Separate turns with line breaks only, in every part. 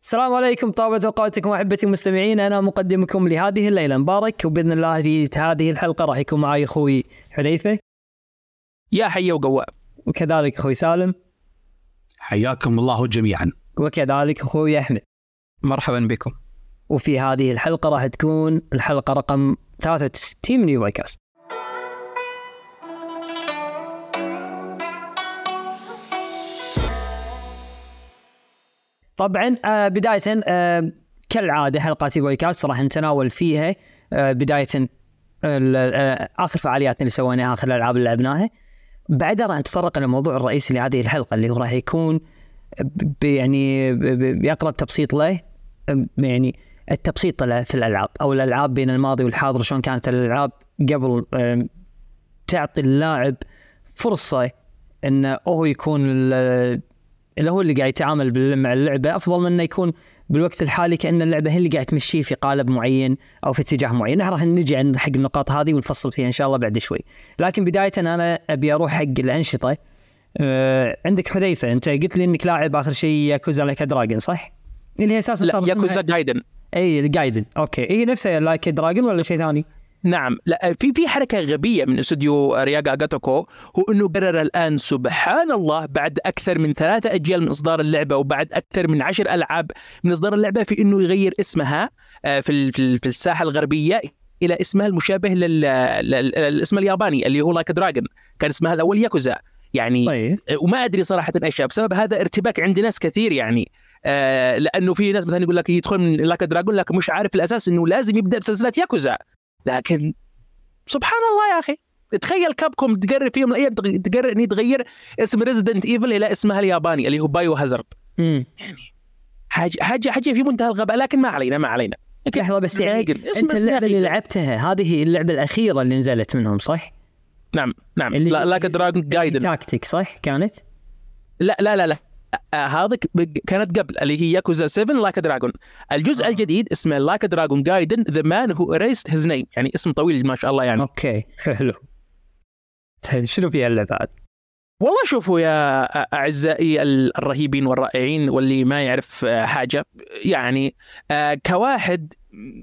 السلام عليكم، طابت اوقاتكم احبتي المستمعين. انا مقدمكم لهذه الليله مبارك، وباذن الله في هذه الحلقه راح يكون معي اخوي حذيفه.
يا حي وقواء.
وكذلك اخوي سالم.
حياكم الله جميعا.
وكذلك اخوي احمد.
مرحبا بكم.
وفي هذه الحلقه راح تكون الحلقه رقم 63 من يوبايكاست. طبعا بداية كالعادة حلقات يوبايكاست راح نتناول فيها بداية آخر فعالياتنا اللي سويناها، آخر الألعاب اللي لعبناها. بعدها راح نتطرق للموضوع الرئيسي لهذه الحلقة اللي هو راح يكون بأقرب تبسيط له، يعني التبسيط له في الألعاب أو الألعاب بين الماضي والحاضر، شلون كانت الألعاب قبل تعطي اللاعب فرصة إنه هو يكون اللي هو اللي قاعد يتعامل مع اللعبة أفضل من إنه يكون بالوقت الحالي كأن اللعبة هي اللي قاعد تمشيه في قالب معين أو في اتجاه معين. راح نجي عند حق النقاط هذه ونفصل فيها إن شاء الله بعد شوي، لكن بداية أنا أبي أروح حق الأنشطة. عندك حذيفة، أنت قلت لي إنك لاعب آخر شيء ياكوزا لايك دراجون، صح؟ اللي هي أساسا
لا، ياكوزا جايدن.
أي جايدن، أوكي. هي نفسها لايك دراجون ولا شيء ثاني؟
نعم، لا، في حركة غبية من استوديو رياغا أغاتوكو، هو إنه قرر الآن سبحان الله بعد أكثر من 3 أجيال من إصدار اللعبة وبعد أكثر من 10 ألعاب من إصدار اللعبة في إنه يغير اسمها في الساحة الغربية إلى اسمها المشابه للاسم الياباني اللي هو لايك دراجون. كان اسمها الأول ياكوزا يعني.
طيب.
وما أدري صراحة إيش بسبب هذا ارتباك عند ناس كثير يعني. لأنه في ناس مثلا يقول لك يدخل من لايك دراجون لكن مش عارف الأساس إنه لازم يبدأ بسلسلة ياكوزا. لكن سبحان الله يا أخي، تخيل كابكوم تقرر في يوم من الأيام تقرر إني تغير اسم ريزيدنت إيفل إلى اسمها الياباني اللي هو بايو هازارد. يعني حاجة في منتهى الغباء، لكن ما علينا.
لحظة بس، يعني أنت اللعبة اللي لعبتها هذه هي اللعبة الأخيرة اللي نزلت منهم، صح؟
نعم. لايك دراجون جايدن
تاكتيك، صح كانت؟
لا. هذه كانت قبل اللي هي ياكوزا 7 لايك دراجون. الجزء الجديد اسمه لايك دراجون جايدن ذا مان هو erased his name، يعني اسم طويل ما شاء الله يعني.
اوكي حلو. شنو فيها اللعبة؟
والله شوفوا يا أعزائي الرهيبين والرائعين واللي ما يعرف حاجة، يعني كواحد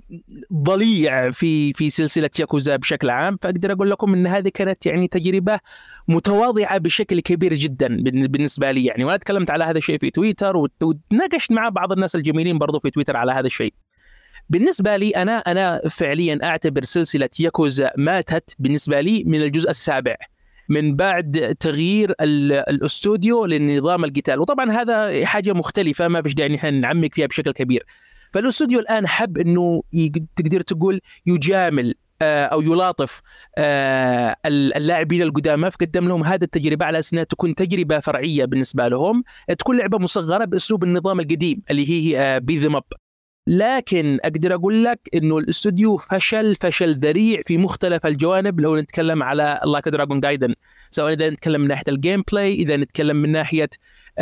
ضليع في سلسلة ياكوزا بشكل عام، فأقدر أقول لكم أن هذه كانت يعني تجربة متواضعة بشكل كبير جدا بالنسبة لي يعني. وأنا تكلمت على هذا الشيء في تويتر وتناقشت مع بعض الناس الجميلين برضو في تويتر على هذا الشيء. بالنسبة لي أنا فعليا أعتبر سلسلة ياكوزا ماتت بالنسبة لي من الجزء السابع، من بعد تغيير الاستوديو لنظام القتال. وطبعا هذا حاجة مختلفة ما فيش داعي نحن نعمق فيها بشكل كبير. فالاستوديو الآن حب أنه تقدر تقول يجامل أو يلاطف اللاعبين القدامى، فقدم لهم هذا التجربة على أساس أنها تكون تجربة فرعية بالنسبة لهم، تكون لعبة مصغرة بأسلوب النظام القديم اللي هي بيذم أب. لكن أقدر أقول لك إنه الاستوديو فشل ذريع في مختلف الجوانب. لو نتكلم على لايك دراجون جايدن، سواء إذا نتكلم من ناحية الجيم بلاي، إذا نتكلم من ناحية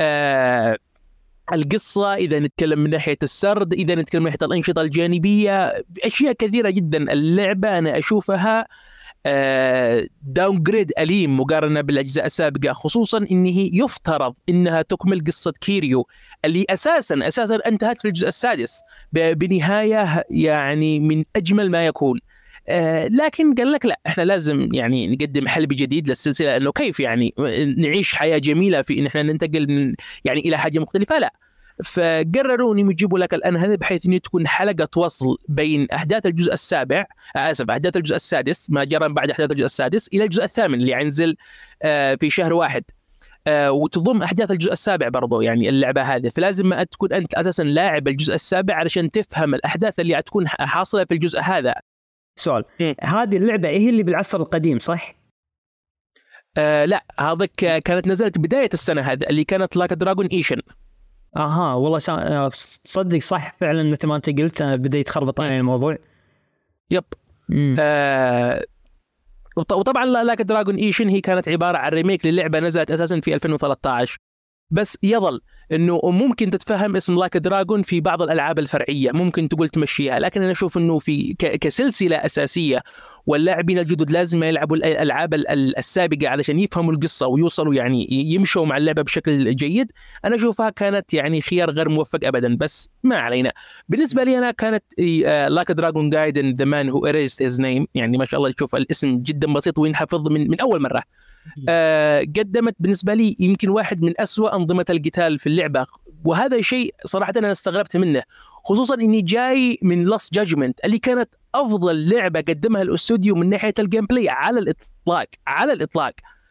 القصة، إذا نتكلم من ناحية السرد، إذا نتكلم من ناحية الأنشطة الجانبية، أشياء كثيرة جدا. اللعبة أنا أشوفها داونجريد أليم مقارنة بالأجزاء السابقة، خصوصا إنه يفترض إنها تكمل قصة كيريو اللي أساسا انتهت في الجزء السادس بنهاية يعني من أجمل ما يكون. لكن قال لك لا، احنا لازم يعني نقدم حلب جديد للسلسلة، انه كيف يعني نعيش حياة جميلة في ان احنا ننتقل من يعني الى حاجة مختلفة. لا، فقرروا ان يجيبوا لك الان هذا بحيث ان تكون حلقة وصل بين احداث الجزء السابع، احداث الجزء السادس، ما جرى بعد احداث الجزء السادس، الى الجزء الثامن اللي ينزل في شهر 1، وتضم احداث الجزء السابع برضو يعني اللعبة هذه. فلازم ما تكون انت اساسا لاعب الجزء السابع علشان تفهم الاحداث اللي هتكون حاصلة في الجزء هذا.
سؤال، هذه اللعبة هي اللي بالعصر القديم صح؟
لا، هذا كانت نزلت بداية السنة هذا اللي كانت لايك دراجون ايشن.
والله صدق صح فعلا مثل ما انت قلت، بدأ يتخربط علي الموضوع.
يب. وطبعا لايك دراجون ايشن هي كانت عبارة عن ريميك للعبة نزلت اساسا في 2013، بس يظل انه ممكن تتفهم اسم لايك دراجون في بعض الالعاب الفرعيه، ممكن تقول تمشيها، لكن انا اشوف انه في كسلسله اساسيه واللاعبين الجدد لازم يلعبوا الالعاب السابقه علشان يفهموا القصه ويوصلوا يعني يمشوا مع اللعبه بشكل جيد. انا اشوفها كانت يعني خيار غير موفق ابدا، بس ما علينا. بالنسبه لي انا كانت لايك دراجون جايدن ذا مان هو erased his name، يعني ما شاء الله تشوف الاسم جدا بسيط وينحفظ من اول مره. قدمت بالنسبه لي يمكن واحد من أسوأ انظمه القتال في اللعبه، وهذا شيء صراحه انا استغربت منه، خصوصا اني جاي من لاست جادجمنت اللي كانت افضل لعبه قدمها الاستوديو من ناحيه الجيم بلاي على الاطلاق.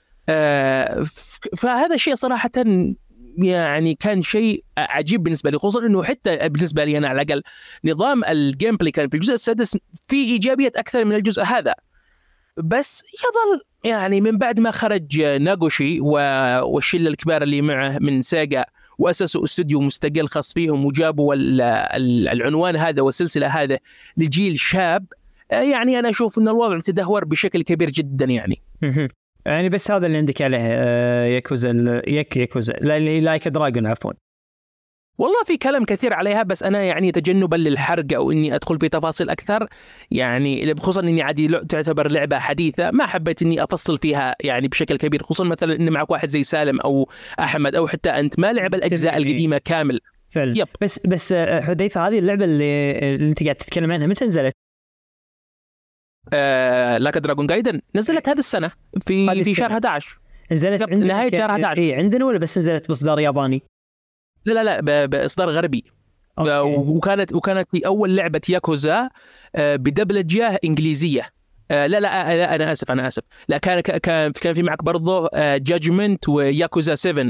فهذا الشيء صراحه يعني كان شيء عجيب بالنسبه لي، خصوصا انه حتى بالنسبه لي انا على الاقل نظام الجيم بلاي كان في الجزء السادس في ايجابيات اكثر من الجزء هذا، بس يظل يعني من بعد ما خرج ناغوشي والشله الكبار اللي معه من سيجا وأسسوا استوديو مستقل خاص فيهم وجابوا العنوان هذا والسلسلة هذا لجيل شاب، يعني أنا أشوف أن الوضع تدهور بشكل كبير جدا
يعني بس هذا اللي عندك عليه ياكوزا لايك دراجون عفوا.
والله في كلام كثير عليها، بس أنا يعني تجنبا للحرق أو إني أدخل في تفاصيل أكثر، يعني خصوصا إني عادي تعتبر لعبة حديثة، ما حبيت إني أفصل فيها يعني بشكل كبير، خصوصا مثلا إن معك واحد زي سالم أو أحمد أو حتى أنت ما لعب الأجزاء القديمة كامل.
يب. بس حذيفة، هذه اللعبة اللي أنت قاعد تتكلم عنها متى نزلت؟
لايك دراجون جايدن نزلت هذه السنة في شهر 11.
نزلت
نهاية شهر 11.
إيه عندنا ولا بس نزلت بإصدار ياباني؟
لا بإصدار غربي. وكانت في أول لعبة ياكوزا بدبلجة إنجليزية. لا أنا آسف. لا كان في معك برضه جادجمنت وياكوزا 7،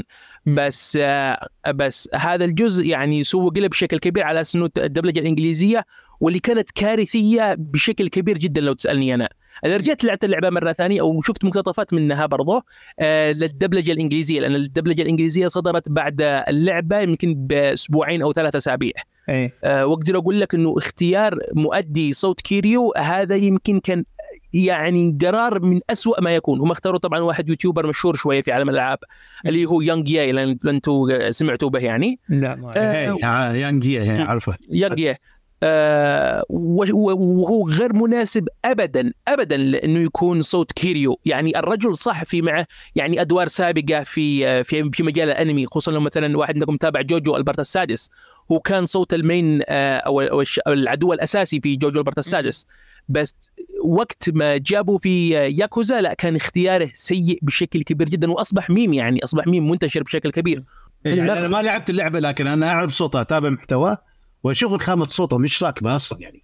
بس هذا الجزء يعني سوق له بشكل كبير على أنه الدبلجة الإنجليزية، واللي كانت كارثية بشكل كبير جدا لو تسألني أنا رجعت لعبت اللعبة مرة ثانية أو شفت مقتطفات منها برضه للدبلجة الإنجليزية، لأن الدبلجة الإنجليزية صدرت بعد اللعبة يمكن بأسبوعين أو 3 أسابيع. واقدر أقول لك إنه اختيار مؤدي صوت كيريو هذا يمكن كان يعني قرار من أسوأ ما يكون. هم اختاروا طبعا واحد يوتيوبر مشهور شوية في عالم الألعاب اللي هو يانج ياي، لأن أنتوا سمعتوا به يعني.
لا ما
يانج ياي عارفه
يانج ياي. وهو غير مناسب أبدا لأنه يكون صوت كيريو. يعني الرجل صح في معه يعني أدوار سابقة في مجال الأنمي، خصوصا لو مثلا واحد منكم تابع جوجو البرت السادس، هو كان صوت المين أو العدو الأساسي في جوجو البرت السادس، بس وقت ما جابوا في ياكوزا لا كان اختياره سيء بشكل كبير جدا، وأصبح ميم، يعني أصبح ميم منتشر بشكل كبير.
يعني أنا ما لعبت اللعبة لكن أنا أعرف صوتها، أتابع محتواه وأشوف خامة صوته مش راكبة أصلا يعني.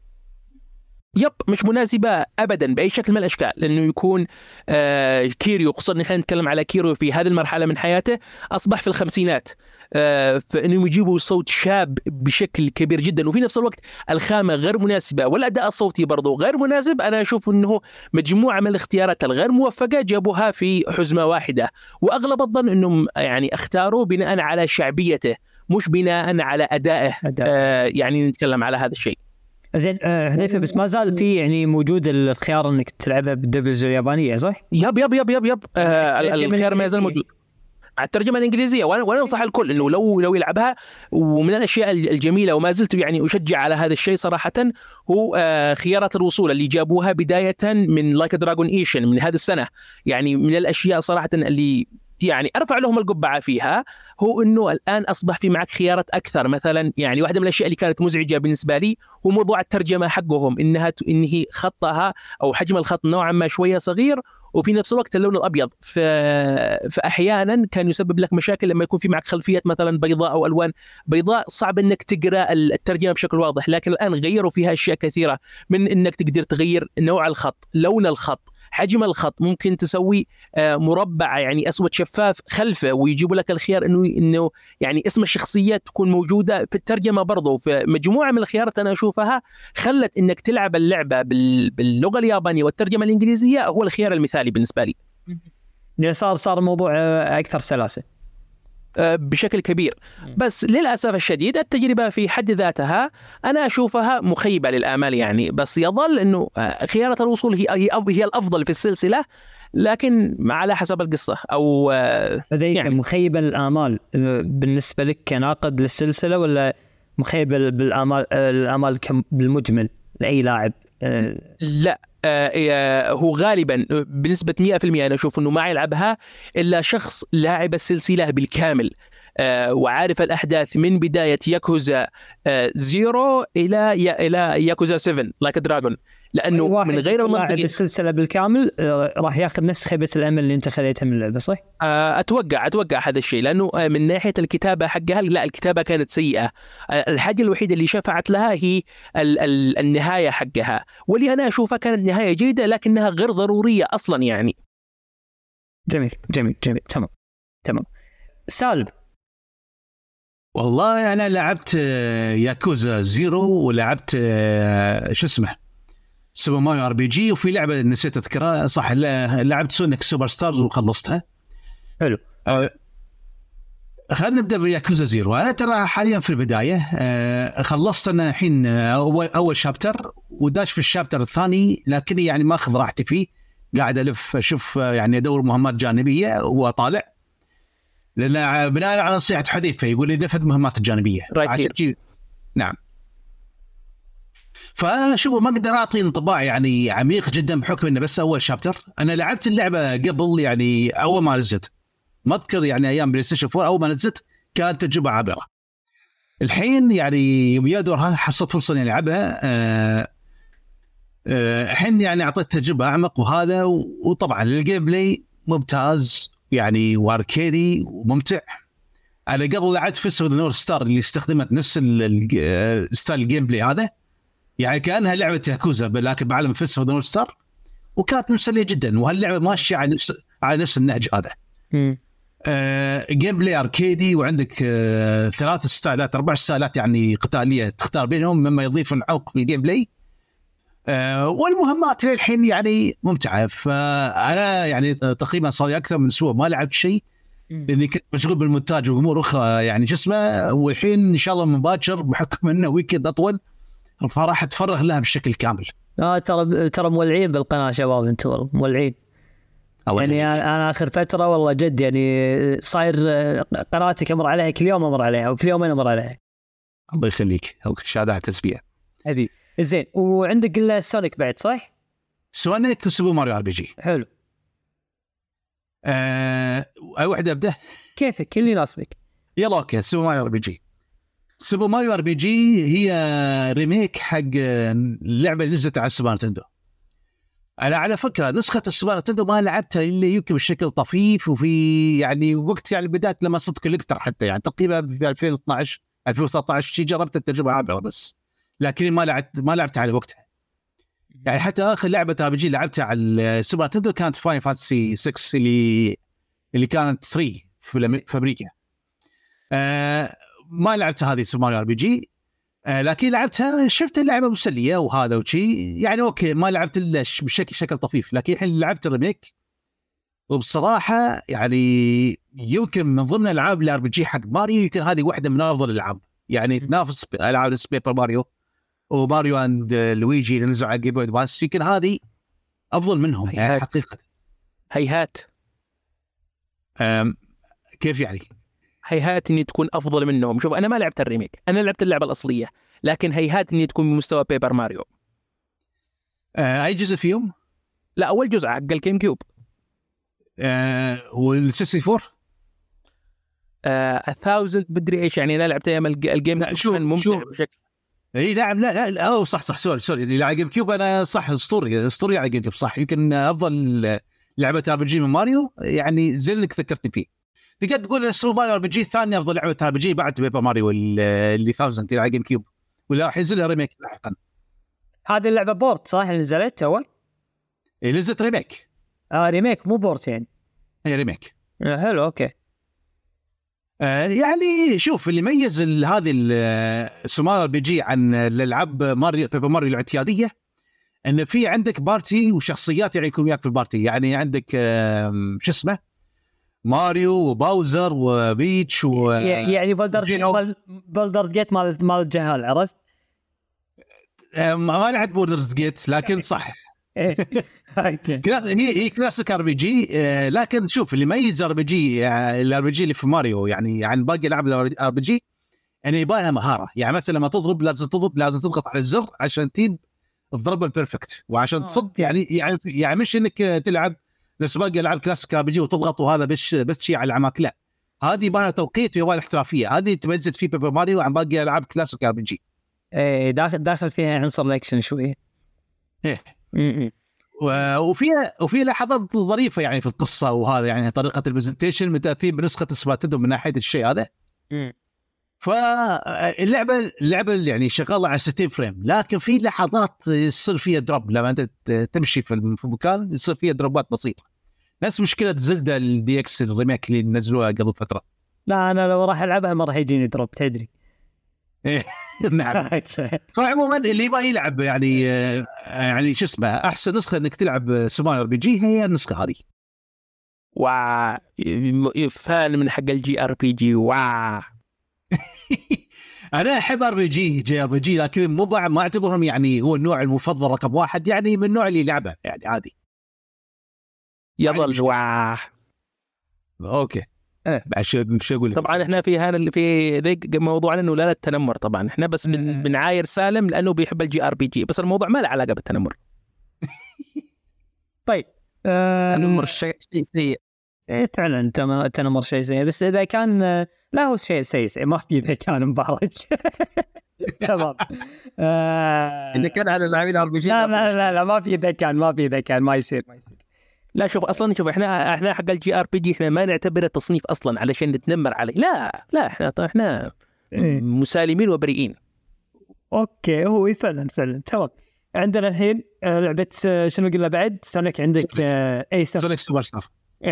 مش مناسبة أبدا بأي شكل من الأشكال، لأنه يكون كيريو، خصوصا نحن نتكلم على كيريو في هذه المرحلة من حياته أصبح في الخمسينات، فإنه يجيبوا صوت شاب بشكل كبير جدا، وفي نفس الوقت الخامة غير مناسبة والأداء الصوتي برضو غير مناسب. أنا أشوف أنه مجموعة من الاختيارات الغير موفقة جابوها في حزمة واحدة، وأغلب الظن أنهم يعني اختاروا بناء على شعبيته مش بناء على أدائه. يعني نتكلم على هذا الشيء.
زين حذيفة، بس ما زال في يعني موجود الخيار انك تلعبها بالدبلجة اليابانية صح؟
يب الخيار ما يزال موجود على الترجمة الإنجليزية، وأنا أنصح الكل إنه لو يلعبها. ومن الأشياء الجميلة وما زلت يعني أشجع على هذا الشيء صراحة هو خيارات الوصول اللي جابوها بداية من لايك دراجون إيشن من هذه السنة. يعني من الأشياء صراحة اللي يعني أرفع لهم القبعة فيها هو إنه الآن أصبح في معك خيارات أكثر. مثلا يعني واحدة من الأشياء اللي كانت مزعجة بالنسبة لي هو موضوع الترجمة حقهم، إنه خطها أو حجم الخط نوعا ما شوية صغير، وفي نفس الوقت اللون الأبيض، فأحيانا كان يسبب لك مشاكل لما يكون في معك خلفيات مثلا بيضاء أو ألوان بيضاء، صعب إنك تقرأ الترجمة بشكل واضح. لكن الآن غيروا فيها أشياء كثيرة، من إنك تقدر تغير نوع الخط، لون الخط، حجم الخط، ممكن تسوي مربع يعني أسود شفاف خلفه، ويجيبوا لك الخيار إنه يعني اسم الشخصية تكون موجودة في الترجمة برضو. فمجموعة من الخيارات أنا أشوفها خلت إنك تلعب اللعبة باللغة اليابانية والترجمة الإنجليزية هو الخيار المثالي بالنسبة لي.
صار الموضوع أكثر سلاسة.
بشكل كبير. بس للأسف الشديد التجربة في حد ذاتها أنا أشوفها مخيبة للآمال يعني، بس يظل أنه خيارة الوصول هي الأفضل في السلسلة، لكن على حسب القصة أو
يعني مخيبة للآمال بالنسبة لك كناقد للسلسلة، ولا مخيبة بالآمال بالمجمل لأي لاعب؟
لا، هو غالبا بنسبة 100% أنا أشوف أنه ما يلعبها إلا شخص لاعب السلسلة بالكامل وعارف الأحداث من بداية ياكوزا 0 إلى ياكوزا 7 لايك دراجون، لأنه من غير المنطقي
السلسلة بالكامل راح ياخذ نفس خيبة الأمل اللي أنت خذيتها من اللعبة، صح؟
أتوقع هذا الشيء، لأنه من ناحية الكتابة حقها لا، الكتابة كانت سيئة. الحاجة الوحيدة اللي شفعت لها هي النهاية حقها، واللي أنا أشوفها كانت نهاية جيدة لكنها غير ضرورية أصلا يعني.
جميل جميل جميل، تمام. سالب.
والله أنا لعبت ياكوزا 0 ولعبت شو اسمه سوبر ماريو RPG، وفي لعبة نسيت أذكرها صح، لعبت سونيك سوبر ستارز وخلصتها.
حلو.
خلينا نبدأ بياكوزا 0. أنا ترى حاليا في البداية خلصت أنا الحين أول شابتر وداش في الشابتر الثاني، لكني يعني ما أخذ راحتي فيه، قاعد ألف أشوف يعني أدور مهمات جانبية وأطالع، لأن بناء على نصيحة حذيفة يقول لي نفذ مهمات الجانبية. نعم. فشوفوا ما أقدر أعطي انطباع يعني عميق جدا بحكم إنه بس أول شابتر. أنا لعبت اللعبة قبل يعني أول ما نزلت، ما أذكر يعني أيام بلاي ستيشن 4 أول ما نزلت كانت تجربة عابرة. الحين يعني يا دورها حصلت فرصة إني ألعبها، الحين يعني أعطيت تجربة أعمق وهذا، وطبعا الجيم بلاي ممتاز يعني واركيدي وممتع. أنا قبل لعبت في سود نور ستار اللي استخدمت نفس ستايل الجيم بلاي هذا، يعني كأنها لعبة ياكوزا لكن بعالم فيس اوف ذا نورث ستار، وكانت مسلية جدا، وهاللعبة ماشية على نفس النهج هذا. جيم بلاي أركيدي، وعندك 3 ستايلات 4 ستايلات يعني قتالية تختار بينهم، مما يضيف العمق في الجيم بلاي. والمهمات للحين يعني ممتعة. فأنا يعني تقريبا صار لي أكثر من أسبوع ما لعبت شيء، لأني كنت مشغول بالمونتاج وأمور أخرى يعني جسمه، والحين إن شاء الله من باكر بحكم إنه ويكند أطول فراح أتفرغ لها بشكل كامل.
ترى مولعين بالقناة شباب، انتم والله مولعين يعني. أنا آخر فترة والله جد يعني صاير قناتك أمر عليها كل يوم، أمر عليها وكل يومين أمر عليها.
الله يخليك، شادع تسبيح
هذي زين. وعندك إلا سونيك بعد صح؟
سونيك وسوبر ماريو RPG.
حلو.
أي واحدة أبدأ؟
كيفك اللي يناسبك.
يلا أوكي. سوبر ماريو RPG. سوبر ماريو RPG هي ريميك حق اللعبة اللي نزلت على السوبر نينتندو. أنا على فكرة نسخة السوبر نينتندو ما لعبتها إلا يمكن بشكل طفيف، وفي يعني وقت يعني بداية لما صرت كوليكتر حتى يعني تقريبا في 2012 2013 شي جربت التجربة عابرة بس، لكن ما لعبت على وقتها. يعني حتى آخر لعبة RPG لعبتها على السوبر نينتندو كانت فاين فانتسي 6 اللي كانت 3 في أمريكا. ما لعبت هذه سوبر ماريو RPG، لكن لعبتها، شفت اللعبة مسلية وهذا وشي يعني اوكي. ما لعبت الا بشكل طفيف، لكن الحين لعبت الريميك، وبصراحة يعني يمكن من ضمن العاب الار بي جي حق ماريو يمكن هذه واحدة من افضل الالعاب، يعني تنافس العاب سبيبر ماريو وماريو اند لويجي اللي نزلوا على جيم بوي ادفانس، يمكن هذه افضل منهم يعني حقيقة.
هيهات.
كيف يعني؟
هيهات اني تكون افضل منهم. شوف انا ما لعبت الريميك، انا لعبت اللعبه الاصليه، لكن هيهات اني تكون بمستوى بيبر ماريو.
اي جزء فيهم؟
لا اول جزء حق الجيم كيوب.
وال64
1000 بدري ايش يعني. انا لعبت ايام الجيم كيوب كان ممتع بشكل.
اي نعم. لا او صح سوري اللي على جيم كيوب انا صح، اسطوري على جيم كيوب صح. يمكن افضل لعبه ار بي جي من ماريو يعني، زي اللي ذكرتني فيه. تقدر تقول سوبر ماريو ار بي جي ثاني افضل لعبه ار بي جي بعد بيبر ماريو اللي 1000 على جيم كيوب، ولا راح ينزلها ريميك لاحقا.
هذه اللعبه بورت صح اللي نزلت اول؟
نزلت ريميك.
ريميك مو بورت يعني.
هي ريميك.
حلو اوكي.
يعني شوف اللي يميز هذه السوبر ماريو ار بي جي عن الالعاب ماريو بيبر ماريو الاعتياديه ان في عندك بارتي وشخصيات يعني يكون وياك في البارتي. يعني عندك شو اسمه ماريو وباوزر وبيتش
يعني بولدرز جيت مال الجهال، عرفت؟
ما لعبت بولدرز جيت لكن صح. هي كلاسيك ار بي جي. لكن شوف اللي يميز ار بي جي الار بي جي اللي في ماريو يعني عن باقي العاب الار بي جي انه يبغى لها مهاره. يعني مثلا لما تضرب لازم تضغط على الزر عشان تجيب الضربه البيرفكت، وعشان تصد يعني مش انك تلعب نفس باقي العاب كلاسيك ار بي جي وتضغط وهذا بس شيء على العماك. لا، هذه يبغى لها توقيت ويبغى لها احترافيه. هذه تميزت في بيبر ماريو عن باقي العاب كلاسيك ار بي جي.
داخل فيها عنصر الاكشن شويه.
وفي لحظات ظريفه يعني في القصه، وهذا يعني طريقه البرزنتيشن من تاثير بنسخه سباتندو من ناحيه الشيء هذا. فاللعبه يعني شغاله على 60 فريم، لكن في لحظات يصير فيها دروب لما انت تمشي في مكان يصير فيها دروبات بسيطه، نفس مشكله زلدة الدي اكس الريميك اللي نزلوها قبل فتره.
لا انا لو راح العبها ما راح يجيني دروب، تدري.
نعم. فعموما اللي يبغى يلعب يعني شو اسمه احسن نسخه انك تلعب سوبر ار بي جي هي النسخه هذه.
فان من حق الجي ار بي جي.
انا احب ار بي جي لكن ما اعتبرهم يعني هو النوع المفضل رقم واحد، يعني من النوع اللي يلعبه يعني عادي
يظل.
اوكي بعد شو اقول.
طبعا احنا في هذا اللي في ذيك موضوعنا انه لا التنمر، طبعا احنا بس بنعاير سالم لانه بيحب الجي ار بي جي، بس الموضوع ما له علاقه بالتنمر.
طيب
التنمر شيء سيء.
فعلا التنمر شيء سيء، بس اذا كان لا هو شيء سيء ما في اذا كان مبارك. تمام.
اللي كان على اللاعبين ار بي جي
لا ما في اذا كان ما يصير.
لا شوف احنا حق الجي ار بي جي احنا ما نعتبره تصنيف اصلا علشان نتنمر عليه. لا احنا مسالمين وبريئين.
اوكي هو فعلا تمام. عندنا الحين لعبه شنو قلنا بعد سونيك. عندك
سونيك سوبر ستار.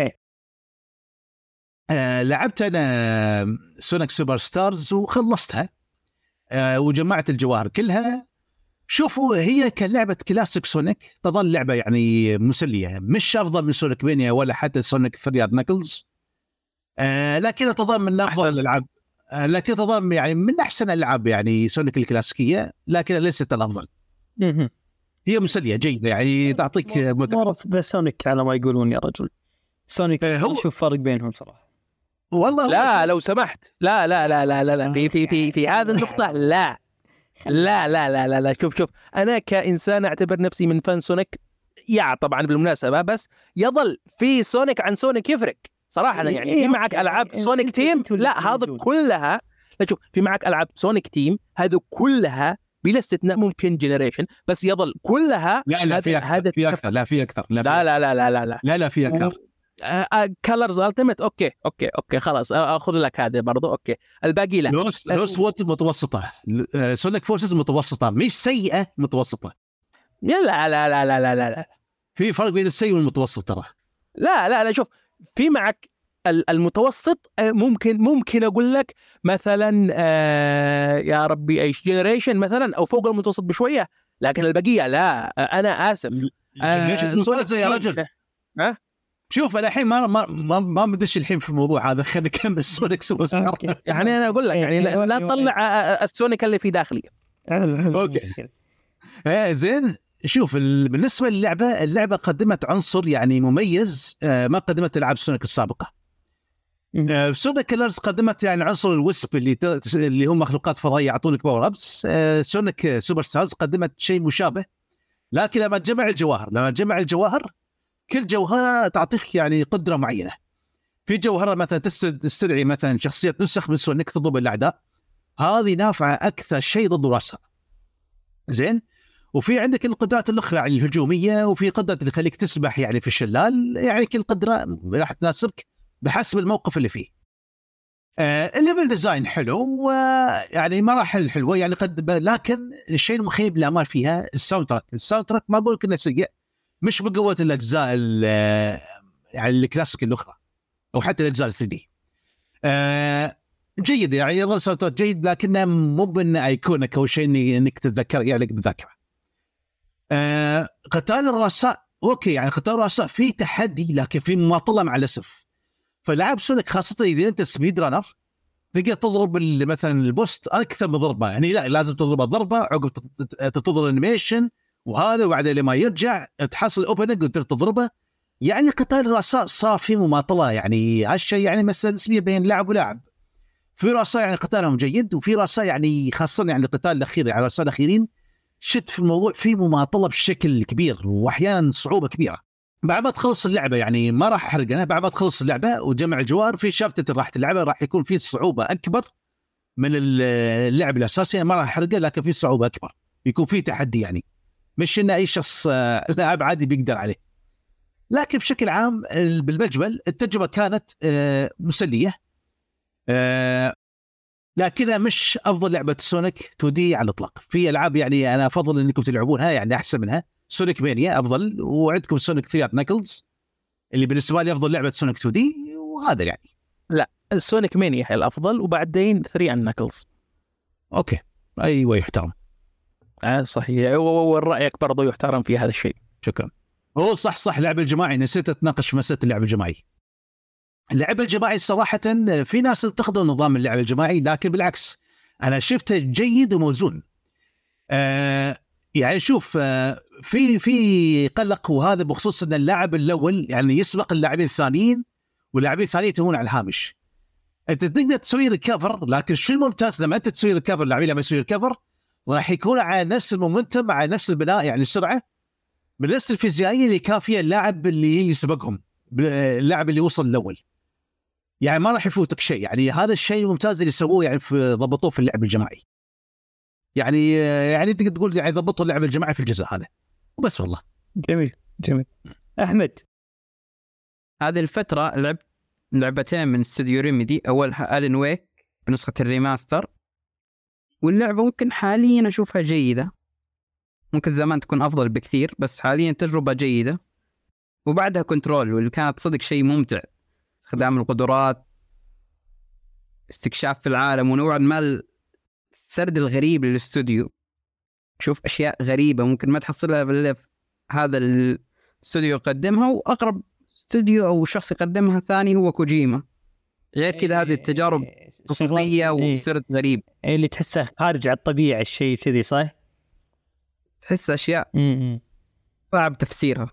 لعبت انا سونيك سوبر ستارز وخلصتها وجمعت الجواهر كلها. شوفوا هي كلعبة كلاسيك سونيك تظل لعبة يعني مسلية، مش أفضل من سونيك بينيا ولا حتى سونيك 3 ناكلز، لكن تظل من أفضل الألعاب، لكن تظل يعني من أحسن الألعاب يعني سونيك الكلاسيكية، لكن ليست الأفضل. هي مسلية جيدة يعني تعطيك
معرف بسونيك على ما يقولون يا رجل. سونيك شوف فرق بينهم صراحة.
والله
لا لو سمحت لا في هذه النقطة لا شوف انا كانسان اعتبر نفسي من فان سونيك طبعا بالمناسبه، بس يظل في سونيك عن سونيك يفرق صراحه. يعني في معك العاب سونيك تيم، لا هذا كلها، لا شوف في معك العاب سونيك تيم هذا كلها بلا استثناء ممكن جنريشن، بس يظل كلها
لا في اكثر لا في اكثر لا في اكثر.
كالرز التيمت اوكي خلاص اخذ لك هذا برضو اوكي. الباقي لا.
لوس ووت متوسطه، سونيك فورسز متوسطه مش سيئه، متوسطه.
لا
في فرق بين السيء والمتوسط ترى.
لا شوف في معك المتوسط ممكن اقول لك مثلا يا ربي ايش جنريشن مثلا او فوق المتوسط بشويه، لكن البقيه لا انا اسف.
سونيك يا رجل شوف انا الحين ما بدش الحين في الموضوع هذا، خلينا نكمل سونيك سوبر ستار.
يعني انا اقول لك يعني لا تطلع السونيك اللي في داخلي.
اوكي زين. شوف بالنسبه للعبه، اللعبه قدمت عنصر يعني مميز ما قدمت العاب سونيك السابقه. سونيك كلرز قدمت يعني عنصر الوسب اللي هم مخلوقات فضائيه يعطونك باور ابس. سونيك سوبر ستارز قدمت شيء مشابه، لكن لما تجمع الجواهر كل جوهرة تعطيك يعني قدرة معينة. في جوهرة مثلا تستدعي مثلا شخصية نسخ من سونيك تضرب الأعداء، هذه نافعة أكثر شيء ضد راسها. زين. وفي عندك القدرات الأخرى يعني الهجومية، وفي قدرة اللي خليك تسبح يعني في الشلال، يعني كل قدرة راح تناسبك بحسب الموقف اللي فيه. الليفل ديزاين حلو ويعني مراحل حلوة يعني لكن الشيء المخيب الأمال فيها الساوند تراك ما أقول لك إنه سيء، مش بقوة الأجزاء يعني الكلاسيك الأخرى أو حتى الأجزاء 3D. جيد يعني يظل ساوند تراك جيد، لكنه مو بأنه أيقونك أو شيء إنك تتذكر يعني بالذاكرة. قتال الرؤساء أوكي، يعني قتال الرؤساء فيه تحدي لكن فيه مماطلة مع الأسف. فلعب سونيك خاصه اذا انت سبيد رانر تقدر تضرب مثلا البوست اكثر من ضربه، يعني لا لازم تضربه ضربه عقب تنتظر انيميشن وهذا، وبعد لما يرجع تحصل اوبننج وتضربه. يعني قتال الرؤساء صار فيه مماطله، يعني هالشيء يعني مثلا نسبيه بين لاعب ولاعب. في رؤساء يعني قتالهم جيد، وفي رؤساء يعني خاصه يعني القتال الاخير يعني الرؤساء الاخيرين شد في الموضوع فيه مماطله بشكل كبير واحيانا صعوبه كبيره. بعد ما تخلص اللعبه يعني ما راح احرق انا، بعد ما تخلص اللعبه وجمع الجوار في شابتر راح تلعبها راح يكون فيه صعوبه اكبر من اللعب الاساسي. ما راح احرقه لكن في صعوبه اكبر، يكون في تحدي يعني مش ان اي شخص لاعب عادي بيقدر عليه. لكن بشكل عام بالمجمل التجربه كانت مسليه، لكنها مش افضل لعبه سونيك 2 دي على الاطلاق. في العاب يعني انا افضل انكم تلعبونها يعني احسن منها. سونيك مانيا افضل، وعندكم سونيك 3 ناكلز اللي بالنسبه لي افضل لعبه سونيك 2 دي، وهذا يعني
لا سونيك مانيا هي الافضل، وبعدين 3 ناكلز.
اوكي ايوه يحترم.
صحيح، ورأيك برضو يحترم في هذا الشيء.
شكرا. هو صح لعب الجماعي، نسيت اتناقش في مساله اللعب الجماعي. اللعب الجماعي صراحه في ناس ينتقدوا نظام اللعب الجماعي، لكن بالعكس انا شفته جيد وموزون. يعني شوف في قلق، وهذا بخصوص ان اللاعب الاول يعني يسبق اللاعبين الثانيين، واللاعبين الثانيين يتمون على الهامش. انت تقدر تسوي ريكفر، لكن شو الممتاز لما انت تسوي ريكفر، اللاعبين لما يسوي ريكفر راح يكون على نفس المومنتم، على نفس البناء يعني السرعه بالنسبه الفيزيائيه اللي كان فيها اللاعب اللي سبقهم، اللاعب اللي وصل الاول. يعني ما راح يفوتك شيء. يعني هذا الشيء الممتاز اللي سووه يعني ضبطوه في اللعب الجماعي. يعني تقدر تقول يعني ضبطوا اللعب الجماعي في الجزء هذا وبس. والله
جميل. احمد،
هذه الفتره لعبت لعبتين من استوديو ريميدي، اولها آلين ويك بنسخه الريماستر، واللعبه ممكن حاليا اشوفها جيده، ممكن زمان تكون افضل بكثير بس حاليا تجربه جيده. وبعدها كنترول، واللي كانت صدق شيء ممتع، استخدام القدرات، استكشاف في العالم، ونوعا ما السرد الغريب للاستوديو. شوف اشياء غريبه ممكن ما تحصلها الا هذا الاستوديو يقدمها، واقرب استوديو او شخص يقدمها ثاني هو كوجيما. غير كذا هذه التجارب قصصيه وسرد غريب
اللي تحسه خارج على الطبيعه، الشيء كذي صح؟
تحس اشياء صعب تفسيرها.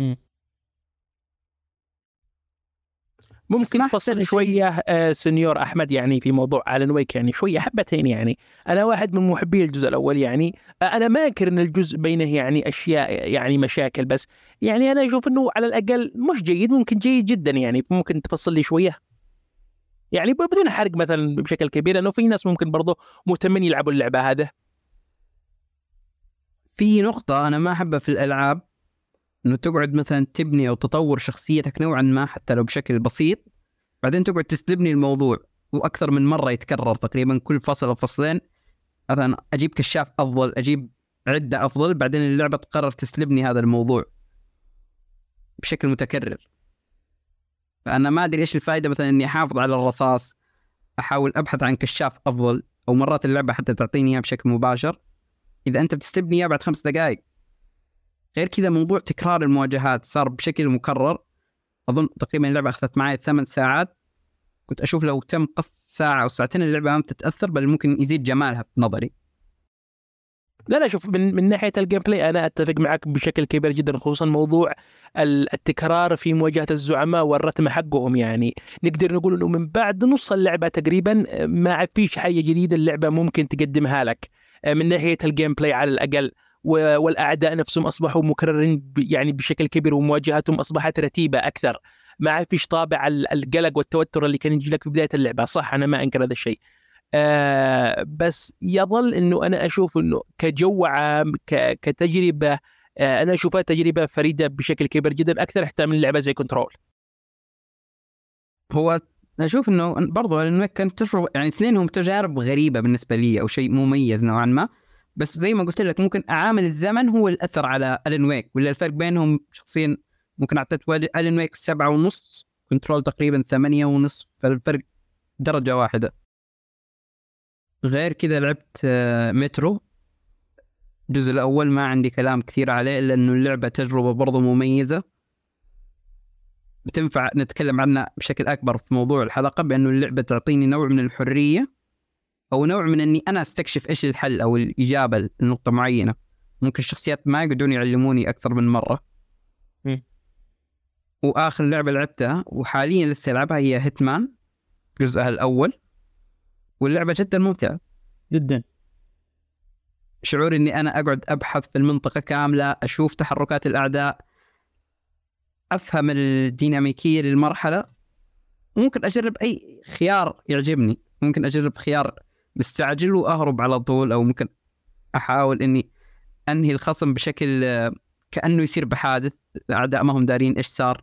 ممكن تفصل شويه سنيور احمد يعني في موضوع آلين ويك، يعني شويه حبتين. يعني انا واحد من محبي الجزء الاول، يعني انا ما انكر ان الجزء بينه يعني اشياء يعني مشاكل، بس يعني انا اشوف انه على الاقل مش جيد، ممكن جيد جدا. يعني ممكن تفصل لي شويه يعني بدون حرق مثلا بشكل كبير، لانه في ناس ممكن برضه مهتمين يلعبوا اللعبه. هذا
في نقطه انا ما احبها في الالعاب، انه تقعد مثلا تبني او تطور شخصيتك نوعا ما حتى لو بشكل بسيط، بعدين تقعد تستبني الموضوع واكثر من مره يتكرر تقريبا كل فصل او فصلين. مثلا اجيب كشاف افضل، اجيب عده افضل، بعدين اللعبه تقرر تسلبني هذا الموضوع بشكل متكرر. فانا ما ادري ايش الفائده مثلا اني احافظ على الرصاص، احاول ابحث عن كشاف افضل، او مرات اللعبه حتى تعطيني اياه بشكل مباشر اذا انت بتستبني اياه بعد 5 دقائق. غير كذا موضوع تكرار المواجهات صار بشكل مكرر. أظن تقريبا اللعبة أخذت معي 8 ساعات، كنت أشوف لو تم قص ساعة أو ساعتين اللعبة ما تتأثر، بل ممكن يزيد جمالها في نظري.
لا شوف، من ناحية الجيم بلاي أنا أتفق معك بشكل كبير جدا، خصوصا موضوع التكرار في مواجهة الزعماء والرتم حقهم. يعني نقدر نقول أنه من بعد نص اللعبة تقريبا ما فيش حاجة جديدة اللعبة ممكن تقدمها لك من ناحية الجيم بلاي على الأقل. والأعداء نفسهم أصبحوا مكررين يعني بشكل كبير، ومواجهاتهم أصبحت رتيبة أكثر، ما فيش طابع القلق والتوتر اللي كان يجي لك في بداية اللعبة. صح، أنا ما أنكر هذا الشيء، بس يظل أنه أنا أشوف أنه كجو عام كتجربة، أنا أشوفها تجربة فريدة بشكل كبير جدا، أكثر حتى من لعبة زي كنترول.
هو أشوف أنه برضو لأنه كانت تجربة، يعني اثنينهم تجارب غريبة بالنسبة لي أو شيء مميز نوعا ما. بس زي ما قلت لك ممكن عامل الزمن هو الأثر على آلين ويك، ولا الفرق بينهم شخصيا ممكن أعطيت آلين ويك 7.5، كنترول تقريبا 8.5، فالفرق درجة واحدة. غير كذا لعبت مترو الجزء الأول، ما عندي كلام كثير عليه إلا أنه اللعبة تجربة برضو مميزة. بتنفع نتكلم عنها بشكل أكبر في موضوع الحلقة، بأنه اللعبة تعطيني نوع من الحرية أو نوع من أني أنا أستكشف إيش الحل أو الإجابة لنقطة معينة. ممكن الشخصيات ما يقدرون يعلموني أكثر من مرة. وآخر لعبة لعبتها وحاليا لسه ألعبها هي هيتمان جزءها الأول، واللعبة جدا ممتعة
جدا.
شعور أني أنا أقعد أبحث في المنطقة كاملة، أشوف تحركات الأعداء، أفهم الديناميكية للمرحلة. ممكن أجرب أي خيار يعجبني، ممكن أجرب خيار مستعجل وأهرب على طول، أو ممكن أحاول أني أنهي الخصم بشكل كأنه يصير بحادث، أعداء ما هم دارين إيش صار.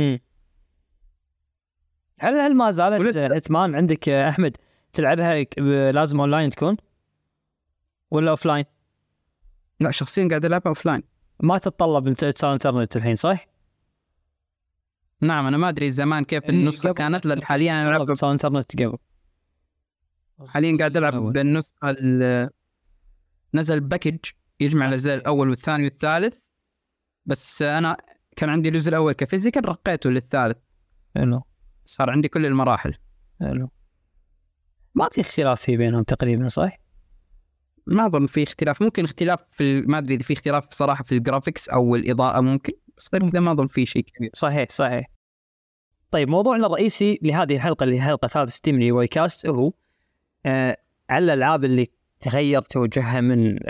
هل ما زالت هيتمان عندك يا أحمد تلعبها لازم أونلاين تكون ولا أوفلاين؟
لا شخصيا قاعد ألعبها أوفلاين،
ما تتطلب اتصال إنترنت الحين صح؟
نعم أنا ما أدري زمان كيف النسخة كانت، لأن حاليا أنا ألعب
اتصال إنترنت قبل.
حاليا قاعد ألعب بالنسخة نزل باكج يجمع الأجزاء الأول والثاني والثالث، بس أنا كان عندي الجزء الأول كفيزيكال رقيته للثالث.
حلو.
صار عندي كل المراحل.
حلو. ما في اختلاف في بينهم تقريبا صح؟
ما أظن في اختلاف، ممكن اختلاف في ما أدري إذا في اختلاف صراحة في الجرافيكس أو الإضاءة ممكن، بس غير كذا ما أظن في شيء كبير.
صحيح. طيب موضوعنا الرئيسي لهذه الحلقة اللي هي حلقة 63 من واي كاست هو على الألعاب اللي تغير توجهها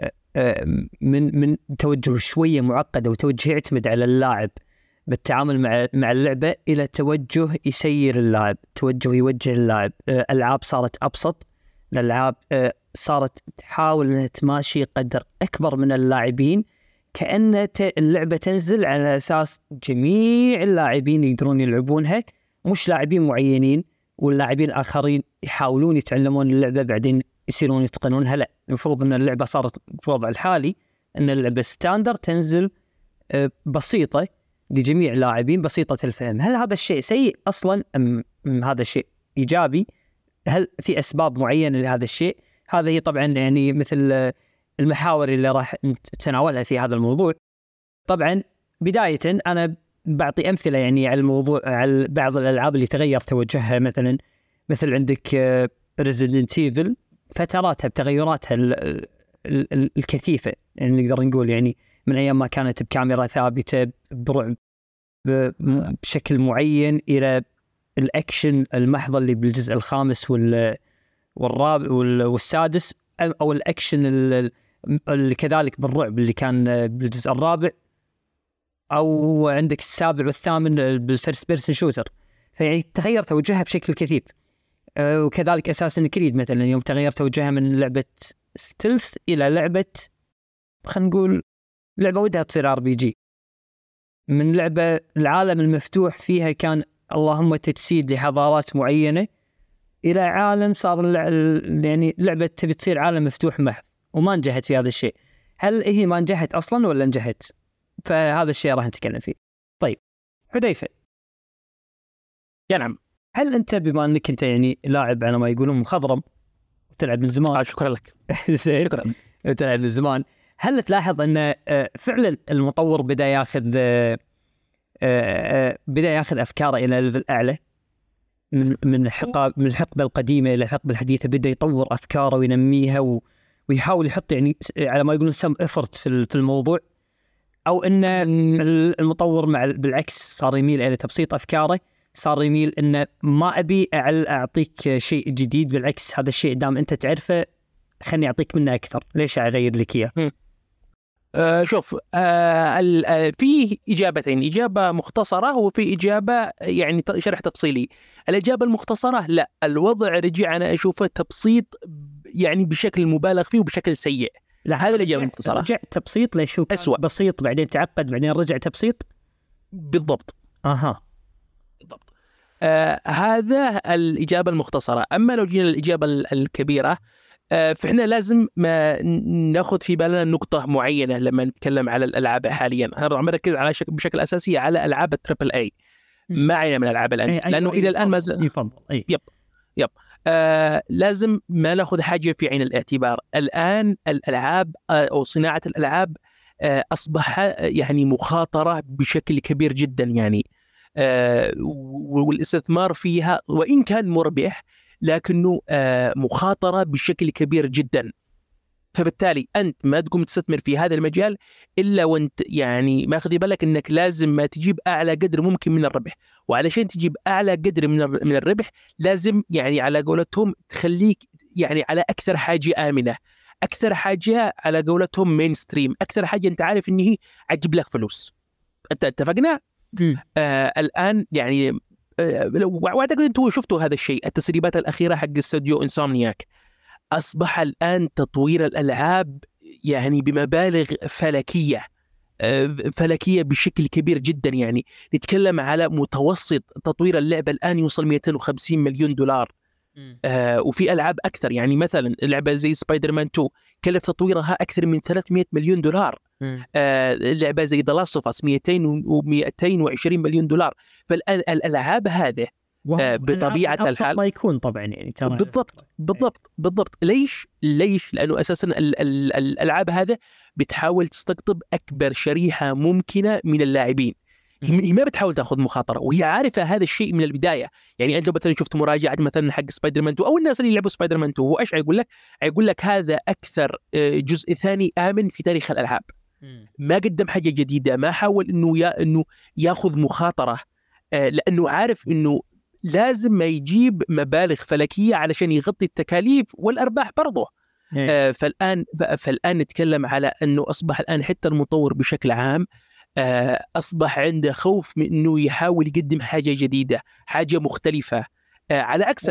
من توجه شوية معقد وتوجه يعتمد على اللاعب بالتعامل مع اللعبة إلى توجه يسير اللاعب، توجه يوجه اللاعب. ألعاب صارت أبسط، الألعاب صارت تحاول أنها تماشي قدر أكبر من اللاعبين، كأن اللعبة تنزل على أساس جميع اللاعبين يقدرون يلعبونها، مش لاعبين معينين واللاعبين الآخرين يحاولون يتعلمون اللعبة بعدين يصيرون يتقنونها. لا، المفروض أن اللعبة صارت في الوضع الحالي أن اللعبة ستاندر تنزل بسيطة لجميع اللاعبين، بسيطة الفهم. هل هذا الشيء سيء أصلا أم هذا الشيء إيجابي؟ هل في أسباب معينة لهذا الشيء؟ هذا هي طبعا يعني مثل المحاور اللي راح نتناولها في هذا الموضوع. طبعا بداية أنا بعطي أمثلة يعني على الموضوع، على بعض الألعاب اللي تغير توجهها. مثل عندك Resident Evil، فتراتها بتغيراتها الكثيفة، يعني نقدر نقول يعني من أيام ما كانت بكاميرا ثابتة برعب بشكل معين إلى الأكشن المحض اللي بالجزء الخامس والرابع والسادس، أو الأكشن اللي كذلك بالرعب اللي كان بالجزء الرابع، أو عندك السابع والثامن بالفيرست بيرسون شوتر. فيعني تغير توجهها بشكل كثيف. وكذلك أساسن كريد مثلا يوم تغير توجهها من لعبة ستيلث إلى لعبة، خلينا نقول لعبة ودها تصير RPG، من لعبة العالم المفتوح فيها كان اللهم تجسيد لحضارات معينة إلى عالم صار يعني لعبة تبي تصير عالم مفتوح محض، وما نجحت في هذا الشيء. هل هي ما نجحت أصلا ولا نجحت؟ فهذا الشيء راح نتكلم فيه. طيب حذيفة،
يا نعم،
هل أنت بما أنك أنت يعني لاعب على ما يقولون مخضرم وتلعب من زمان
شكرا لك.
شكرا. تلعب من زمان، هل تلاحظ أن فعلا المطور بدأ ياخذ أفكاره إلى ليفل أعلى من الحقبة القديمة إلى الحقبة الحديثة؟ بدأ يطور أفكاره وينميها ويحاول يحط يعني على ما يقولون سم إفرت في الموضوع، أو أن المطور بالعكس صار يميل إلى تبسيط أفكاره، صار يميل أن ما أبي أعطيك شيء جديد، بالعكس هذا الشيء دام أنت تعرفه خلني أعطيك منه أكثر، ليش أغير لك إياه؟
شوف، في إجابتين، إجابة مختصرة وفي إجابة يعني شرح تفصيلي. الإجابة المختصرة لا، الوضع رجع أنا أشوفه تبسيط يعني بشكل مبالغ فيه وبشكل سيء. لا، هذا الإجابة المختصرة.
رجع تبسيط ليش؟ هو
أسوأ،
بسيط بعدين تعقد بعدين رجع تبسيط.
بالضبط.
بالضبط.
هذا الإجابة المختصرة. أما لو جينا الإجابة الكبيرة، فإحنا لازم ما نأخذ في بالنا نقطة معينة لما نتكلم على الألعاب حاليا. أنا مركز على بشكل أساسي على ألعاب التريبل أي، ما عينا من ألعاب الأندية، لأنه إلى الآن ما زال يب لازم ما نأخذ حاجة في عين الاعتبار. الآن الألعاب أو صناعة الألعاب أصبح يعني مخاطرة بشكل كبير جدا. يعني والاستثمار فيها وإن كان مربح لكنه مخاطرة بشكل كبير جدا. فبالتالي أنت ما تقوم تستثمر في هذا المجال إلا وأنت يعني ما أخذي بالك أنك لازم ما تجيب أعلى قدر ممكن من الربح، وعلشان تجيب أعلى قدر من الربح لازم يعني على قولتهم تخليك يعني على أكثر حاجة آمنة، أكثر حاجة على قولتهم مين ستريم، أكثر حاجة أنت عارف أنه هي عجب لك فلوس. أنت اتفقنا؟ الآن يعني واعتقد أنتوا شفتوا هذا الشيء، التسريبات الأخيرة حق استوديو إنسومنياك. أصبح الآن تطوير الألعاب يعني بمبالغ فلكية بشكل كبير جدا. يعني نتكلم على متوسط تطوير اللعبة الآن يوصل 250 مليون دولار. وفي ألعاب أكثر، يعني مثلا لعبة زي سبايدر مان 2 كلف تطويرها أكثر من 300 مليون دولار. لعبة زي The Last of Us 220 مليون دولار. فالآن الألعاب هذه بطبيعة الحال
ما يكون طبعا يعني ترى
بالضبط. ليش؟ لأنه أساسا الألعاب هذا بتحاول تستقطب أكبر شريحة ممكنة من اللاعبين. هي ما بتحاول تأخذ مخاطرة، وهي عارفة هذا الشيء من البداية. يعني أنت مثلا شفت مراجعة مثلا حق سبايدر مان 2 أو الناس اللي يلعبوا سبايدر مان 2، هو إيش يقول لك هذا أكثر جزء ثاني آمن في تاريخ الألعاب. ما قدم حاجة جديدة، ما حاول إنه يأخذ مخاطرة، لأنه عارف إنه لازم ما يجيب مبالغ فلكية علشان يغطي التكاليف والأرباح برضه. فالآن نتكلم على أنه أصبح الآن حتى المطور بشكل عام أصبح عنده خوف من أنه يحاول يقدم حاجة جديدة، حاجة مختلفة، على عكس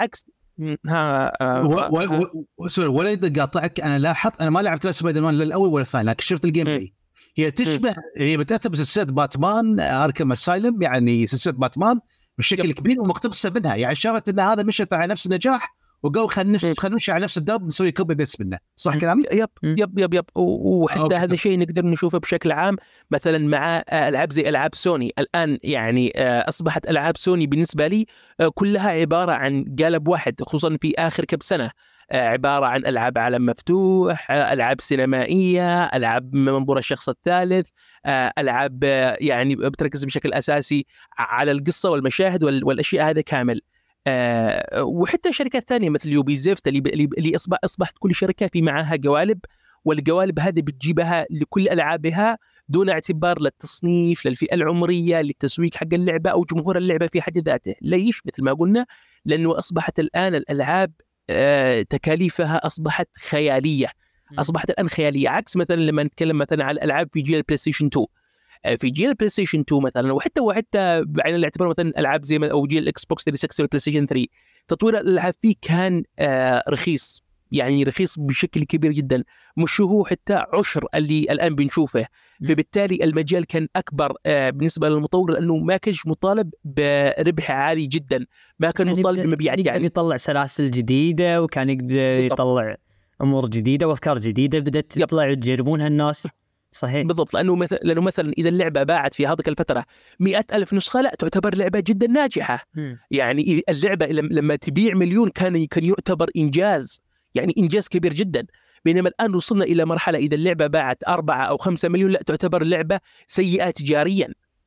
ولا إذا قاطعك. أنا لاحظ أنا ما لعبت لا سبايدر مان الأول ولا الثاني، لكن شفت الجيم بلاي. هي تشبه هي بتأثر بسلسلة باتمان أركام أسايلم، يعني سلسلة باتمان بشكل كبير ومقتبسة منها. يعني شافت أن هذا مشت على نفس النجاح وقالوا خلينا نمشي على نفس الدرب، نسوي كوبي بيس منه. صح كلامي؟
يب. وحتى هذا الشيء نقدر نشوفه بشكل عام مثلا مع ألعاب زي ألعاب سوني. الآن يعني أصبحت ألعاب سوني بالنسبة لي كلها عبارة عن قالب واحد، خصوصا في آخر كم سنة. عبارة عن ألعاب عالم مفتوح، ألعاب سينمائية، ألعاب من منظور الشخص الثالث، ألعاب يعني بتركز بشكل أساسي على القصة والمشاهد والأشياء هذا كامل. وحتى شركات ثانية مثل يوبيزيفت اللي أصبحت كل شركة في معها قوالب، والقوالب هذه بتجيبها لكل ألعابها دون اعتبار للتصنيف، للفئة العمرية، للتسويق حق اللعبة أو جمهور اللعبة في حد ذاته. ليش؟ مثل ما قلنا لأنه أصبحت الآن الألعاب تكاليفها أصبحت خيالية. عكس مثلا لما نتكلم مثلا على الألعاب في جيل البلاي ستيشن 2. في جيل البلاي ستيشن 2 مثلا، وحتى بعين الاعتبار مثلا الألعاب زي او جيل الاكس بوكس 360 والبلاي ستيشن 3، تطوير الألعاب فيه كان رخيص، يعني رخيص بشكل كبير جدا، مش هو حتى عشر اللي الآن بنشوفه. فبالتالي المجال كان أكبر بالنسبة للمطور، لأنه ما كانش مطالب بربح عالي جدا، ما كان مطالب بمبيعات، يعني
يطلع سلاسل جديدة، وكان يقدر يطلع أمور جديدة وأفكار جديدة بدأت تطلع يجربونها الناس. صحيح
بالضبط. لأنه مثلا إذا اللعبة باعت في هذه الفترة 100,000 نسخة، لا تعتبر لعبة جدا ناجحة. يعني اللعبة لما تبيع 1,000,000 كان يعتبر إنجاز، يعني إنجاز كبير جدا. بينما الآن وصلنا إلى مرحلة إذا اللعبة باعت 4 أو 5 مليون لا تعتبر لعبة سيئة تجاريا.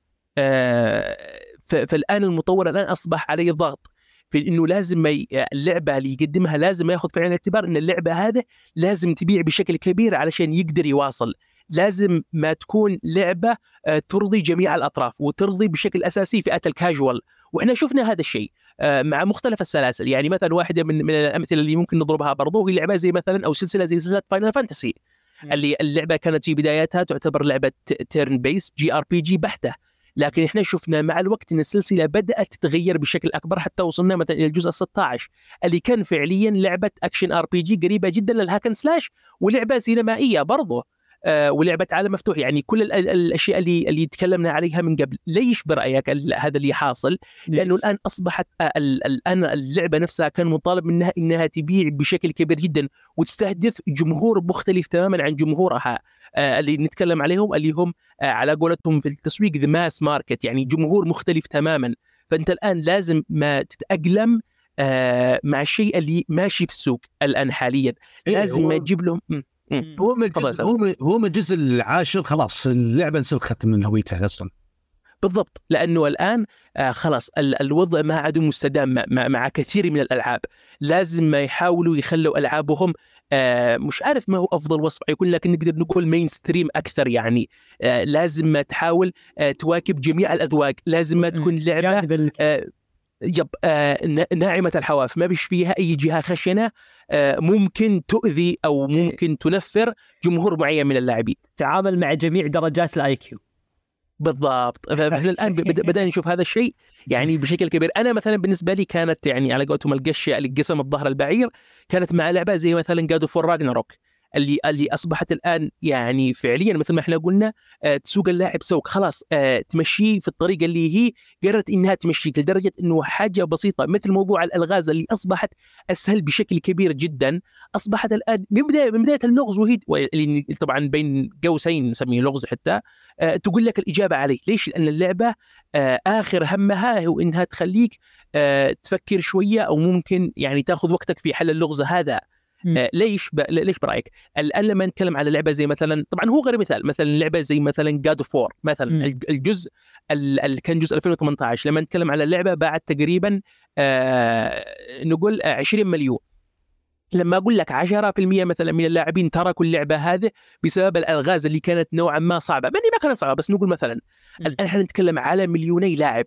فالآن المطور الآن أصبح عليه الضغط في إنه لازم اللعبة اللي يقدمها لازم يأخذ في عين الاعتبار إن اللعبة هذا لازم تبيع بشكل كبير علشان يقدر يواصل. لازم ما تكون لعبة ترضي جميع الأطراف وترضي بشكل أساسي فئة الكاجوال. وإحنا شفنا هذا الشيء مع مختلف السلاسل. يعني مثلا واحدة من الأمثلة اللي ممكن نضربها برضو هي لعبة زي مثلا أو سلسلة زي سلسلة فاينل فانتسي، اللي اللعبة كانت في بداياتها تعتبر لعبة تيرن بيس GRPG بحتة، لكن إحنا شفنا مع الوقت إن السلسلة بدأت تتغير بشكل أكبر حتى وصلنا مثلا إلى الجزء 16 اللي كان فعليا لعبة أكشن RPG قريبة جدا للهاكن سلاش، ولعبة سينمائية برضو، ولعبة عالم مفتوح. يعني كل الأشياء اللي تكلمنا عليها من قبل. ليش برأيك هذا اللي حاصل؟ لأنه الآن أصبحت الآن اللعبة نفسها كان مطالب منها إنها تبيع بشكل كبير جدا وتستهدف جمهور مختلف تماما عن جمهورها اللي نتكلم عليهم، اللي هم على قولتهم في التسويق the mass market، يعني جمهور مختلف تماما. فأنت الآن لازم ما تتأقلم مع الشيء اللي ماشي في السوق الآن حاليا. لازم ما تجيب لهم
هو من الجزء العاشر خلاص اللعبة انسلخت من هويتها أصلا.
بالضبط، لأنه الآن خلاص الوضع ما عاد مستدام مع كثير من الألعاب. لازم ما يحاولوا يخلوا ألعابهم مش عارف ما هو أفضل وصف يكون، لكن نقدر نقول مين ستريم أكثر. يعني لازم ما تحاول تواكب جميع الأذواق، لازم ما تكون لعبة ناعمة الحواف، ما بيش فيها أي جهة خشنة ممكن تؤذي أو ممكن تنفر جمهور معين من اللاعبين.
تعامل مع جميع درجات الاي كيو.
بالضبط. فاحنا الآن بدأنا نشوف هذا الشيء يعني بشكل كبير. أنا مثلا بالنسبة لي كانت يعني على قولتهم القشة اللي قسم الظهر البعير كانت مع لعبة زي مثلا God of War Ragnarok اللي أصبحت الآن يعني فعليا مثل ما احنا قلنا تسوق اللاعب سوق خلاص، تمشيه في الطريقة اللي هي قررت إنها تمشيك، لدرجة إنه حاجة بسيطة مثل موضوع الألغاز اللي أصبحت أسهل بشكل كبير جدا. أصبحت الآن من بداية اللغز، وهي اللي طبعا بين قوسين نسميه لغز حتى، تقول لك الإجابة عليه. ليش؟ لأن اللعبة آخر همها هو إنها تخليك تفكر شوية، أو ممكن يعني تأخذ وقتك في حل اللغز هذا. ليش برأيك الآن لما نتكلم على لعبة زي مثلا، طبعا هو غير مثلا لعبة زي مثلا God of War مثلا الجزء اللي كان جزء 2018، لما نتكلم على اللعبة بعد تقريبا نقول 20 مليون، لما أقول لك 10% مثلا من اللاعبين تركوا اللعبة هذه بسبب الألغاز اللي كانت نوعا ما صعبة، ما كانت صعبة بس نقول مثلا الآن احنا نتكلم على مليوني لاعب،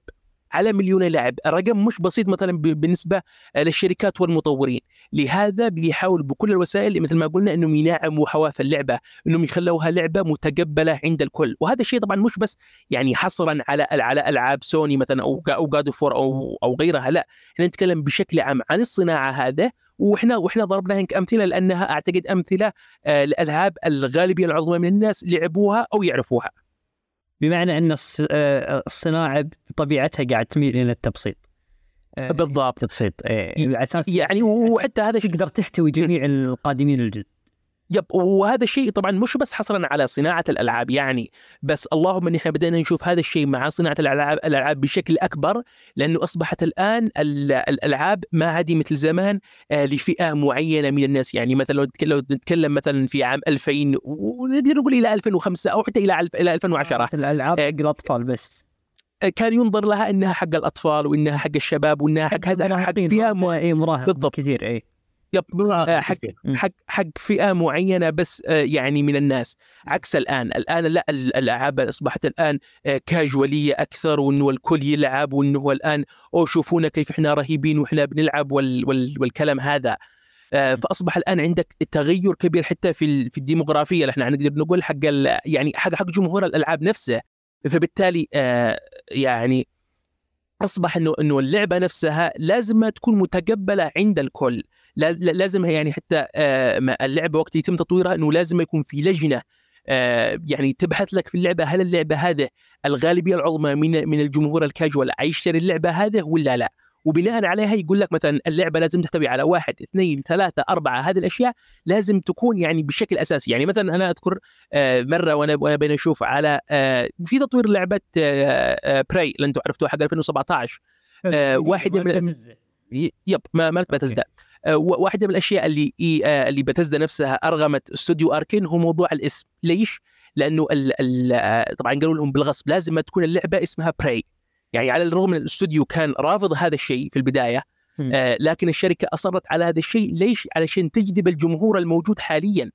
الرقم مش بسيط مثلا بالنسبة للشركات والمطورين. لهذا بيحاول بكل الوسائل مثل ما قلنا انهم ينعموا حواف اللعبة، انهم يخلوها لعبة متقبلة عند الكل. وهذا الشيء طبعا مش بس يعني حصرا على العاب سوني مثلا او God of War او غيرها، لا احنا نتكلم بشكل عام عن الصناعة هذا. واحنا ضربنا هنك امثله لانها اعتقد امثله الالعاب الغالبيه العظمى من الناس لعبوها او يعرفوها.
بمعنى ان الصناعه بطبيعتها قاعد تميل الى التبسيط.
بالضبط،
تبسيط على اساس
يعني وحتى هذا
تقدر تحتوي جميع القادمين الجدد.
وهذا الشيء طبعا مش بس حصرا على صناعة الألعاب يعني، بس اللهم ان احنا بدأنا نشوف هذا الشيء مع صناعة الألعاب بشكل أكبر، لأنه أصبحت الآن الألعاب ما عاد مثل زمان لفئة معينة من الناس. يعني مثلا لو نتكلم مثلا في عام 2000 ونقدر نقول إلى 2005 أو حتى إلى 2010
الألعاب حق الأطفال بس
كان ينظر لها إنها حق الأطفال وإنها حق الشباب وإنها حق هذا حق فئة
مراهق بالضبط كثير
حق فئة معينة بس يعني من الناس. عكس الآن لا، الألعاب أصبحت الآن كاجوالية أكثر، وإنه الكل يلعب، وإنه الآن شوفونا كيف إحنا رهيبين وإحنا بنلعب والكلام هذا. فأصبح الآن عندك تغير كبير حتى في الديموغرافية اللي إحنا نقدر نقول حق جمهور الألعاب نفسه. فبالتالي يعني أصبح إنه اللعبة نفسها لازم تكون متقبلة عند الكل. لازم يعني حتى اللعبة وقت يتم تطويرها إنه لازم يكون في لجنة يعني تبحث لك في اللعبة هل اللعبة هذه الغالبية العظمى من الجمهور الكاجوال يشتري اللعبة هذه ولا لا، وبناء عليها يقول لك مثلا اللعبة لازم تحتوي على 1 2 3 4 هذه الأشياء لازم تكون يعني بشكل أساسي. يعني مثلا أنا أذكر مرة وأنا بين أشوف على في تطوير لعبة براي اللي أنتم عرفتوها حق 2017 واحدة من ما بتزدى واحدة من الأشياء اللي بتزدى نفسها أرغمت استوديو أركين هو موضوع الاسم. ليش؟ لأنه طبعا قالوا لهم بالغصب لازم تكون اللعبة اسمها براي. يعني على الرغم من الاستوديو كان رافض هذا الشيء في البداية، لكن الشركة أصرت على هذا الشيء. ليش؟ علشان تجذب الجمهور الموجود حاليا.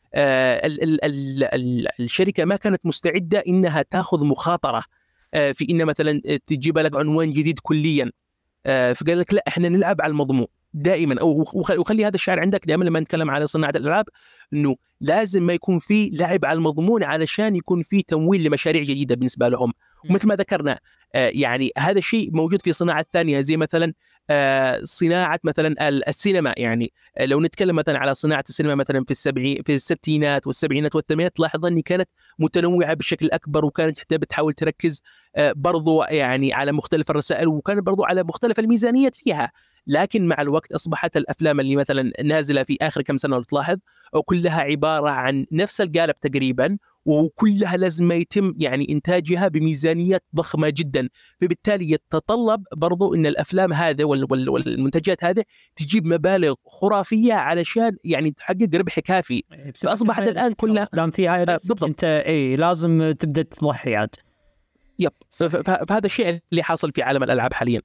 الشركة ما كانت مستعدة إنها تأخذ مخاطرة في إن مثلا تجيب لك عنوان جديد كليا. فقال لك لا، احنا نلعب على المضمون دائما، وخلي هذا الشعار عندك دائما لما نتكلم على صناعة الألعاب، انه لازم ما يكون في لعب على المضمون علشان يكون في تمويل لمشاريع جديدة بالنسبة لهم. ومثل ما ذكرنا يعني هذا الشيء موجود في صناعة ثانية زي مثلا صناعة مثلا السينما. يعني لو نتكلم مثلا على صناعة السينما مثلا في الستينات والسبعينات والثمانينات، لاحظ أن كانت متنوعة بشكل أكبر، وكانت حتى بتحاول تركز برضو يعني على مختلف الرسائل، وكانت برضو على مختلف الميزانيات فيها. لكن مع الوقت أصبحت الأفلام اللي مثلا نازلة في آخر كم سنة تلاحظ كلها عبارة عن نفس القالب تقريبا، وكلها لازم يتم يعني إنتاجها بميزانيات ضخمة جدا. فبالتالي يتطلب برضو إن الأفلام هذا والمنتجات هذه تجيب مبالغ خرافية علشان يعني تحقق ربح كافي. فأصبحت الآن كلها
دام في هاي انت لازم تبدأ تضحي عاد.
يب. فهذا الشيء اللي حاصل في عالم الألعاب حاليا.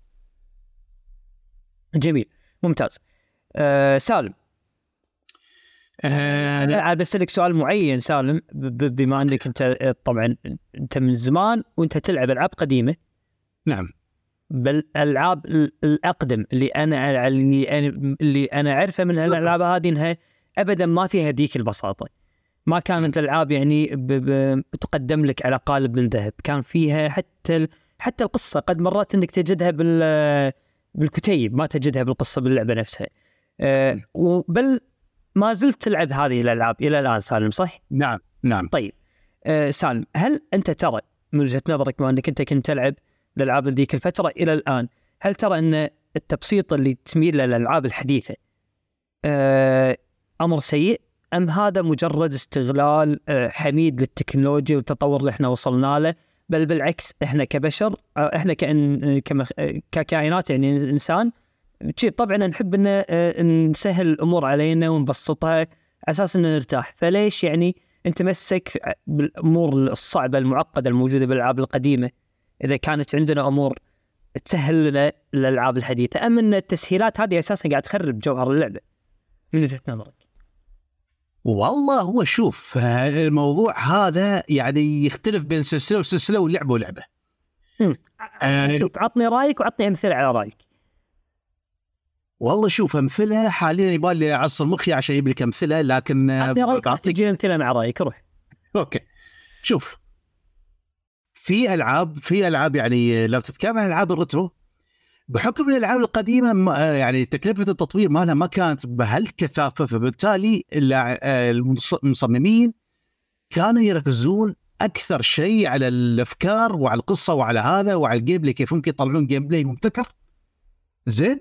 جميل، ممتاز. سالم، أنا بسألك سؤال معين سالم، بما أنك أنت طبعا أنت من زمان وأنت تلعب ألعاب قديمة.
نعم.
بالألعاب الأقدم اللي أنا أعرفه من الألعاب هذه إنها أبدا ما فيها ذيك البساطة، ما كانت الألعاب يعني تقدم لك على قالب من ذهب، كان فيها حتى القصة قد مرات إنك تجدها بالكتيب، ما تجدها بالقصة باللعبة نفسها. بل ما زلت تلعب هذه الألعاب إلى الآن سالم، صح؟
نعم.
طيب سالم، هل أنت ترى من وجهة نظرك ما أنك أنت كنت تلعب الألعاب ذيك الفترة إلى الآن، هل ترى أن التبسيط اللي تميل للألعاب الحديثة أمر سيء، أم هذا مجرد استغلال حميد للتكنولوجيا والتطور اللي احنا وصلنا له؟ بل بالعكس، احنا كبشر، احنا ككائنات يعني إنسان طبعا نحب أن نسهل الأمور علينا ونبسطها على أساس أن نرتاح. فليش يعني أنت مسك بالأمور الصعبة المعقدة الموجودة بالألعاب القديمة إذا كانت عندنا أمور تسهل لنا الألعاب الحديثة؟ أم أن التسهيلات هذه أساسا قاعد تخرب جوهر اللعبة من وجهة نظرك؟
والله هو شوف، الموضوع هذا يعني يختلف بين سلسلة وسلسلة ولعبة ولعبة.
شوف، عطني رأيك وعطني أمثلة على رأيك.
والله شوف، أمثلة حاليا يبالي عصر مخي عشان يجيب لك أمثلة، لكن
عطني رأيك تجي أمثلة مع رأيك. روح.
أوكي، شوف، في ألعاب يعني لو تتكلم عن ألعاب الريترو، بحكم الألعاب القديمة يعني تكلفة التطوير مالها ما كانت بهالكثافة، فبالتالي المصممين كانوا يركزون أكثر شيء على الأفكار وعلى القصة وعلى هذا وعلى الجيم بلاي، كيف ممكن يطلعون جيم بلاي مبتكر زين.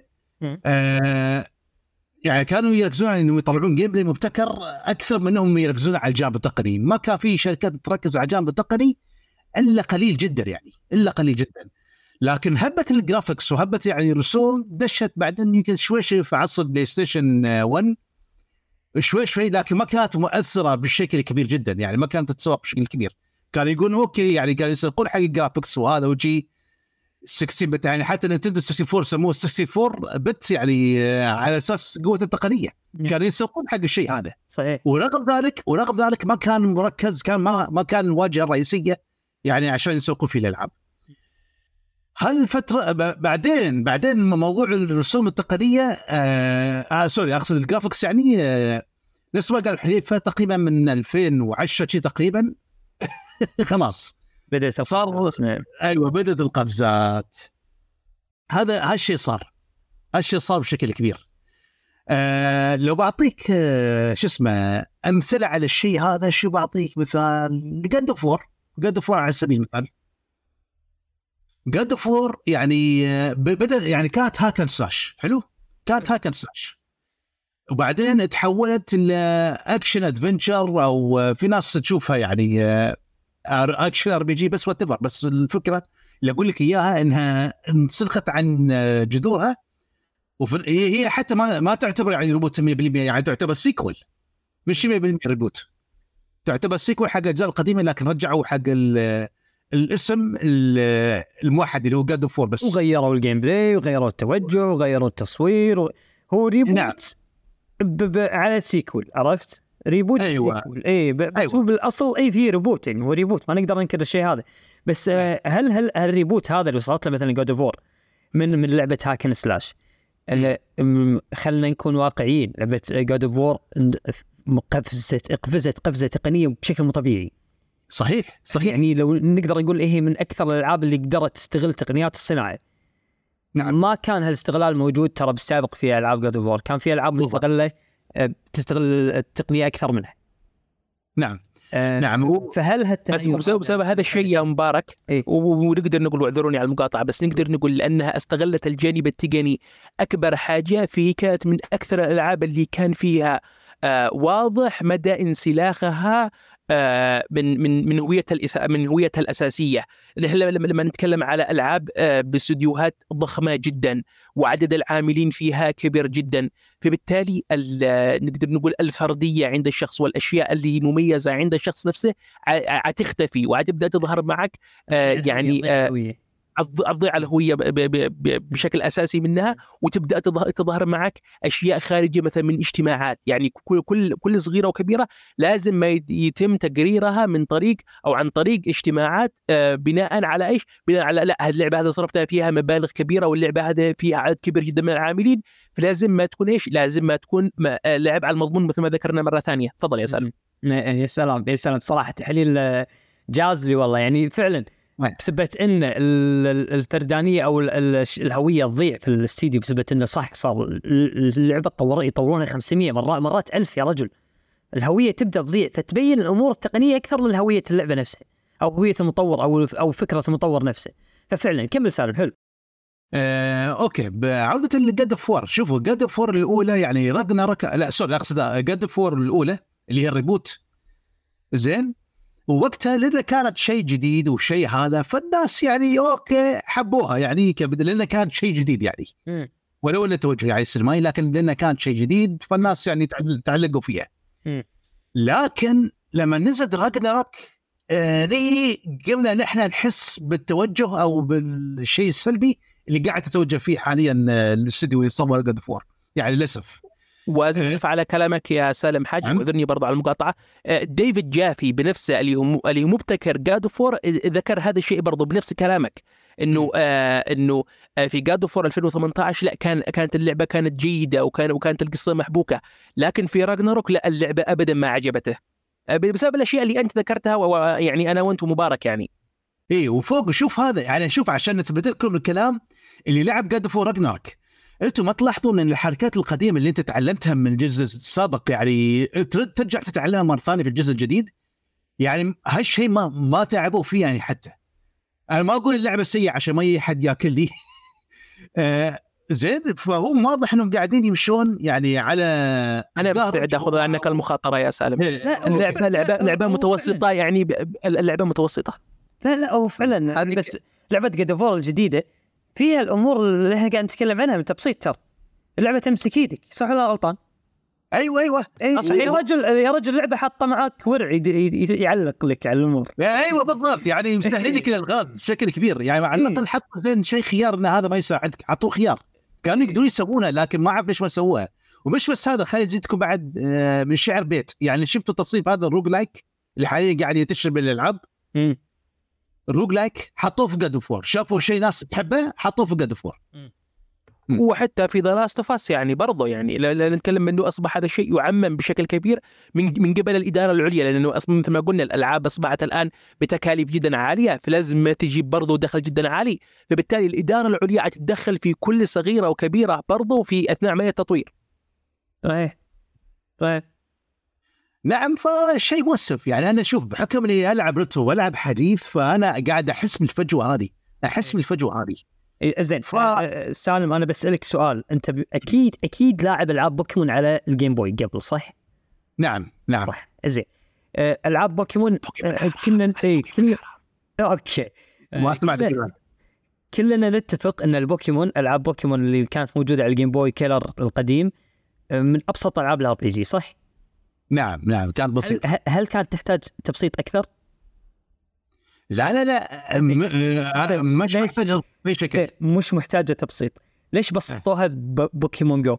يعني كانوا يركزون على إنه يطلعون جيم بلاي مبتكر أكثر من إنهم يركزون على الجانب التقني. ما كان في شركات تركز على الجانب التقني إلا قليل جدا، يعني إلا قليل جدا. لكن هبة الجرافيكس وهبة يعني الرسوم دشت بعدين يمكن شوي في عصر بلاي ستيشن 1 شوي، لكن ما كانت مؤثرة بالشكل الكبير جدا، يعني ما كانت تتسوق بشكل كبير. كانوا يقولون اوكي، يعني كانوا يسوقون حق الجرافيكس وهذا وجي 16 بت، يعني حتى نينتندو 64 سموه 64 بت، يعني على اساس قوة التقنية كانوا يسوقون حق الشيء هذا.
صحيح.
ورغم ذلك ما كان مركز، كان ما كان الواجهة الرئيسية يعني عشان يسوقوا فيه الألعاب. هالفترة بعدين موضوع الرسوم التقنية سوري أقصد الجرافيكس، يعني نفس ما قال حذيفة تقريبا من 2010 شيء تقريبا خلاص
بدأت
صار. أيوة، بدأت القفزات. هالشيء صار بشكل كبير. لو بعطيك شو اسمه أمثلة على الشيء هذا، شو بعطيك مثال؟ God of War على سبيل المثال. God of War يعني بدأ يعني كانت هاكن سلاش، حلو، كانت هاكن سلاش، وبعدين تحولت إلى أكشن أدفنتشر، أو في ناس تشوفها يعني أكشن RPG، بس whatever. بس الفكرة اللي أقول لك إياها إنها انسلخت عن جذورها، هي حتى ما تعتبر يعني ريبوت 100%، يعني تعتبر سيكول، مش 100% ريبوت، تعتبر سيكول حق الأجزاء القديمة، لكن رجعوا حق الاسم الموحد اللي هو God of War بس،
وغيروا الجيم بلاي وغيروا التوجه وغيروا التصوير هو ريبوت. نعم. على سيكول، عرفت؟ ريبوت.
أيوة.
سيكول. بس هو بالاصل في ريبوت، يعني هو ريبوت، ما نقدر ننكر الشيء هذا. بس هل الريبوت هذا اللي وصلت له مثلا God of War من لعبه هاكن سلاش، خلينا نكون واقعيين، لعبه God of War قفزت تقنيه بشكل مو طبيعي.
صحيح.
يعني لو نقدر نقول هي من أكثر الألعاب اللي قدرت تستغل تقنيات الصناعة.
نعم.
ما كان هالاستغلال موجود ترى بالسابق في ألعاب God of War، كان في ألعاب مستغلة تستغل التقنية أكثر منها.
نعم.
نعم. فهل
بسبب هذا الشيء يا مبارك، ونقدر نقول، واعذروني على المقاطعة، بس نقدر نقول لأنها استغلت الجانب التقني أكبر حاجة. في كانت من أكثر الألعاب اللي كان فيها واضح مدى انسلاخها من هويتها الأساسية. لما نتكلم على ألعاب باستديوهات ضخمة جدا وعدد العاملين فيها كبير جدا، فبالتالي نقدر نقول الفردية عند الشخص والأشياء اللي مميزة عند الشخص نفسه هتختفي وهتبدأ تظهر معك يعني تضيع الهوية بشكل أساسي منها، وتبدأ تظهر معك أشياء خارجية مثلا من اجتماعات. يعني كل صغيرة وكبيرة لازم ما يتم تقريرها من طريق أو عن طريق اجتماعات بناء على إيش؟ بناء على لا اللعبة هذه صرفتها فيها مبالغ كبيرة واللعبة هذه فيها عدد كبير جدا من العاملين، فلازم ما تكون إيش؟ لازم ما تكون لعب على المضمون مثل ما ذكرنا مرة ثانية. تفضل يا سالم.
يا سلام يا سلام، صراحة تحليل جاز لي والله. يعني فعلا بسبب ان الفردانيه او الهويه تضيع في الاستديو، بسبب انه صح صار اللعبه يطورونها 500 مرات 1000 يا رجل، الهويه تبدا تضيع، فتبين الامور التقنيه اكثر من هويه اللعبه نفسها او هويه المطور او فكره المطور نفسه. ففعلا كمل سالم. حلو.
اوكي، بعوده لجاد اوف وور. شوفوا جاد اوف وور الاولى يعني راجناروك، لا سوري اقصد جاد اوف وور الاولى اللي هي الريبوت، زين، ووقتها لذا كانت شيء جديد وشيء هذا، فالناس يعني اوكي حبوها يعني لأنه كان شيء جديد يعني ولو انه توجه يعني سينمائي، لكن لأنه كان شيء جديد فالناس يعني تعلقوا فيها. لكن لما نزل راجناروك قمنا نحن نحس بالتوجه او بالشيء السلبي اللي قاعد تتوجه فيه حاليا الاستديو اللي صور جاد اوف وور، يعني للاسف.
وأزف على كلامك يا سالم حاج، وأذني برضو على المقاطعة. ديفيد جافي بنفسه اللي مبتكر جاد اوف وور ذكر هذا الشيء برضو بنفس كلامك، إنه في جاد اوف وور 2018 لا كانت اللعبة كانت جيدة وكانت القصة محبوكة، لكن في راجناروك لا اللعبة أبدا ما عجبته بسبب الأشياء اللي أنت ذكرتها، ويعني أنا وأنت مبارك يعني.
إيه، وفوق شوف هذا يعني، شوف عشان نثبت لكم الكلام، اللي لعب جاد اوف وور راجناروك انتم ما تلاحظون ان الحركات القديمه اللي انت تعلمتها من الجزء السابق يعني ترجع تتعلمها مره ثانيه في الجزء الجديد؟ يعني هالشيء ما تعبوا فيه يعني. حتى انا ما اقول اللعبه سيئه عشان ما اي حد ياكل لي زين، فهو واضح انهم قاعدين يمشون يعني على.
انا مستعد اخذ عنك المخاطره يا سالم. لا اللعبه متوسطه يعني، اللعبه متوسطه.
لا هو فعلا بس لعبه جاد اوف وور الجديده فيها الامور اللي احنا قاعد نتكلم عنها من تبسيط. ترى اللعبه تمسك ايدك، صح ولا غلطان؟
ايوه
صحيح. يا رجل اللعبه حاطه معاك ورع يعلق لك على الامور.
ايوه بالضبط، يعني مستهلين لك الالغاز بشكل كبير يعني. على الاقل حطوا زين شيء خيار ان هذا ما يساعدك، حطوه خيار كانوا يقدرون يسوونها، لكن ما اعرف ليش ما سووها. ومش بس هذا، خليني ازيدكم بعد من شعر بيت. يعني شفتوا تصنيف هذا الروج لايك اللي حاليا قاعد ينتشر بالالعاب؟ الروج لايك حطوه في جاد اوف وور، شافوا شيء ناس تحبه حطوه في جاد اوف وور.
وحتى في ذا لاست اوف اس يعني برضه يعني لا نتكلم انه اصبح هذا الشيء يعمم بشكل كبير من قبل الاداره العليا، لانه اصلا مثل ما قلنا الالعاب اصبحت الان بتكاليف جدا عاليه، فلازم تجيب برضه دخل جدا عالي، فبالتالي الاداره العليا تتدخل في كل صغيره وكبيره برضه في اثناء عمليه التطوير.
طيب
نعم، فالشيء مؤسف يعني. انا اشوف بحكم اني العب ريترو والعب حديث، فانا قاعد احس بالفجوه هذه، زين.
سالم انا بسألك سؤال، انت اكيد لاعب العاب بوكيمون على الجيم بوي قبل، صح؟
نعم
صح. زين، العاب بوكيمون كلنا اوكي
ما سمعت
كلنا نتفق ان العاب بوكيمون اللي كانت موجوده على الجيم بوي كيلر القديم من ابسط العاب الار بي جي، صح؟
نعم كانت بسيطه.
هل كانت تحتاج تبسيط اكثر؟
لا مش محتاجة في شكل،
مش محتاجة تبسيط. ليش بسطوها بوكيمون جو؟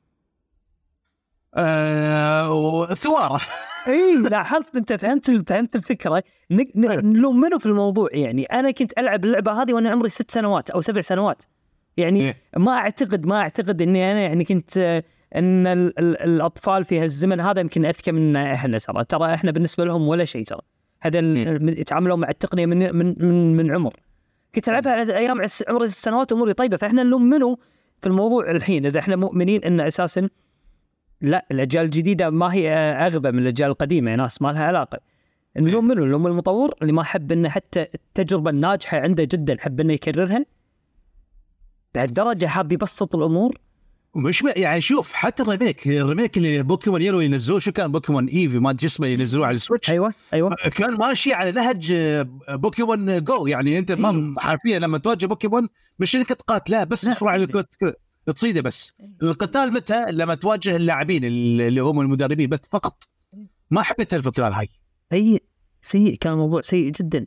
ثوارة.
لاحظت انت فهمت الفكرة. نلوم منه في الموضوع يعني. انا كنت العب اللعبة هذه وانا عمري 6 سنوات او 7 سنوات يعني. ما اعتقد اني انا يعني كنت ان الاطفال في هالزمن هذا يمكن اذكى منا احنا. ترى احنا بالنسبة لهم ولا شيء. ترى هذا يتعاملوا مع التقنية من عمر. كنت ألعبها على أيام عمري 6 سنوات أموري طيبة. فإحنا نلوم منه في الموضوع الحين إذا إحنا مؤمنين إن أساساً لا الأجيال الجديدة ما هي أغبى من الأجيال القديمة، يا ناس ما لها علاقة. نلوم منه، نلوم المطور اللي ما حب إنه حتى التجربة الناجحة عنده جداً حب إنه يكررها لهالدرجة، حاب يبسط الأمور.
ومش يعني شوف حتى الريميك اللي بوكيمون يلو ينزلوه، شو كان بوكيمون ايفي ما ادري اسمه ينزلوه على السويتش.
ايوه
كان ماشي على نهج بوكيمون جو. يعني انت ما حرفيا لما تواجه بوكيمون مش انك تقاتله بس تفرع على تصيده بس. القتال متى؟ لما تواجه اللاعبين اللي هم المدربين بس فقط. ما حبيت الفكره هاي،
سيء كان الموضوع سيء جدا.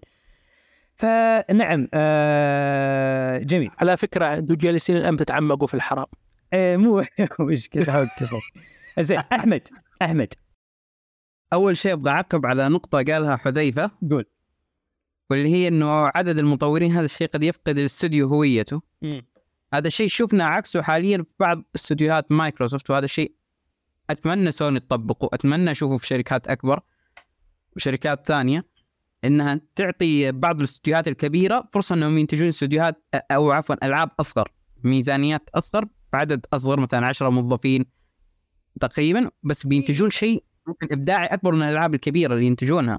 فنعم جميل.
على فكرة أنتوا جالسين الآن تتعمقوا في الحرام.
مو مشكلة. زين أحمد
أول شيء أبغى أعقب على نقطة قالها حذيفة،
قول.
واللي هي إنه عدد المطورين هذا الشيء قد يفقد الاستوديو هويته. هذا الشيء شفنا عكسه حاليا في بعض استوديوهات مايكروسوفت، وهذا الشيء أتمنى سوني تطبقه، أتمنى أشوفه في شركات أكبر وشركات ثانية، إنها تعطي بعض الاستوديوهات الكبيرة فرصة إنهم ينتجون استوديوهات أو عفوا ألعاب أصغر، ميزانيات أصغر، بعدد أصغر، مثلا 10 موظفين تقريبا، بس بينتجون شيء ممكن إبداعي أكبر من الألعاب الكبيرة اللي ينتجونها.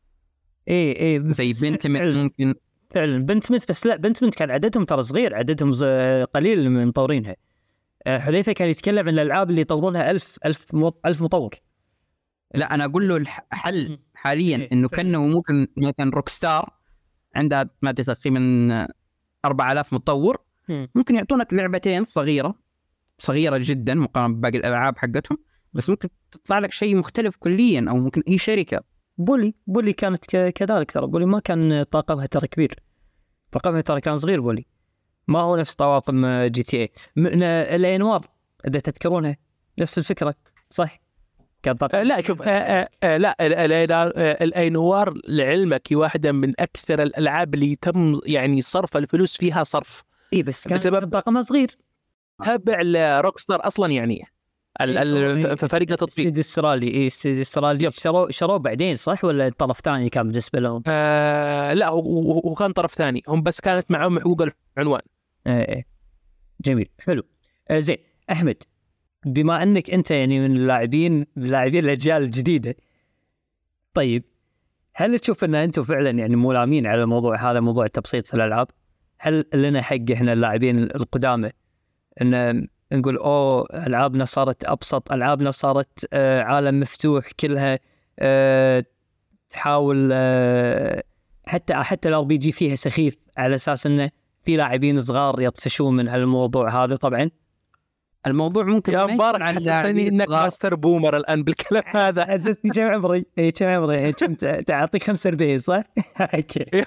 إيه
زي بنتمنت ممكن
فعلا بنتمنت، بس لا بنتمنت كان عددهم ترى صغير، عددهم قليل من مطورينها. حذيفة كان يتكلم عن الألعاب اللي يطورونها 1000 مطور.
لا أنا أقول له الحل حاليا إنه كأنه ممكن مثلا روكستار عندها ما تقريبا 4000 مطور، ممكن يعطونك لعبتين صغيرة جدا مقارنة بباقي الألعاب حقتهم، بس ممكن تطلع لك شيء مختلف كليا. أو ممكن أي شركة
بولي كانت كذلك ترى. بولي ما كان طاقمها ترى كبير، طاقمها ترى كان صغير. بولي ما هو نفس طواقم جي تي اي. الأنوار إذا تذكرونها نفس الفكرة صح؟ كان
لا شوف لا الأنوار لعلمك واحدة من أكثر الألعاب اللي تم يعني صرف الفلوس فيها صرف.
إيه بس كان بسبب طاقمها صغير.
تابع لروكستار أصلا يعني فريق التطبيق
استرالي. شروه بعدين صح ولا طرف ثاني كان بالنسبة لهم؟
لا هو كان طرف ثاني، هم بس كانت معهم حقوق العنوان.
جميل حلو. زين أحمد، بما أنك أنت يعني من اللاعبين الأجيال الجديدة، طيب هل تشوف أن أنتم فعلا يعني ملامين على الموضوع هذا، موضوع التبسيط في الألعاب؟ هل لنا حق إحنا اللاعبين القدامى أن نقول ألعابنا صارت أبسط، ألعابنا صارت عالم مفتوح كلها، تحاول حتى الار بي جي فيها سخيف على أساس أنه في لاعبين صغار يطفشون من هالموضوع هذا؟ طبعا
الموضوع ممكن
يا مبارك حسستني انك ماستر بومر الان بالكلام هذا.
حسستني كم عمري كنت تعطيك 45 صح؟ اوكي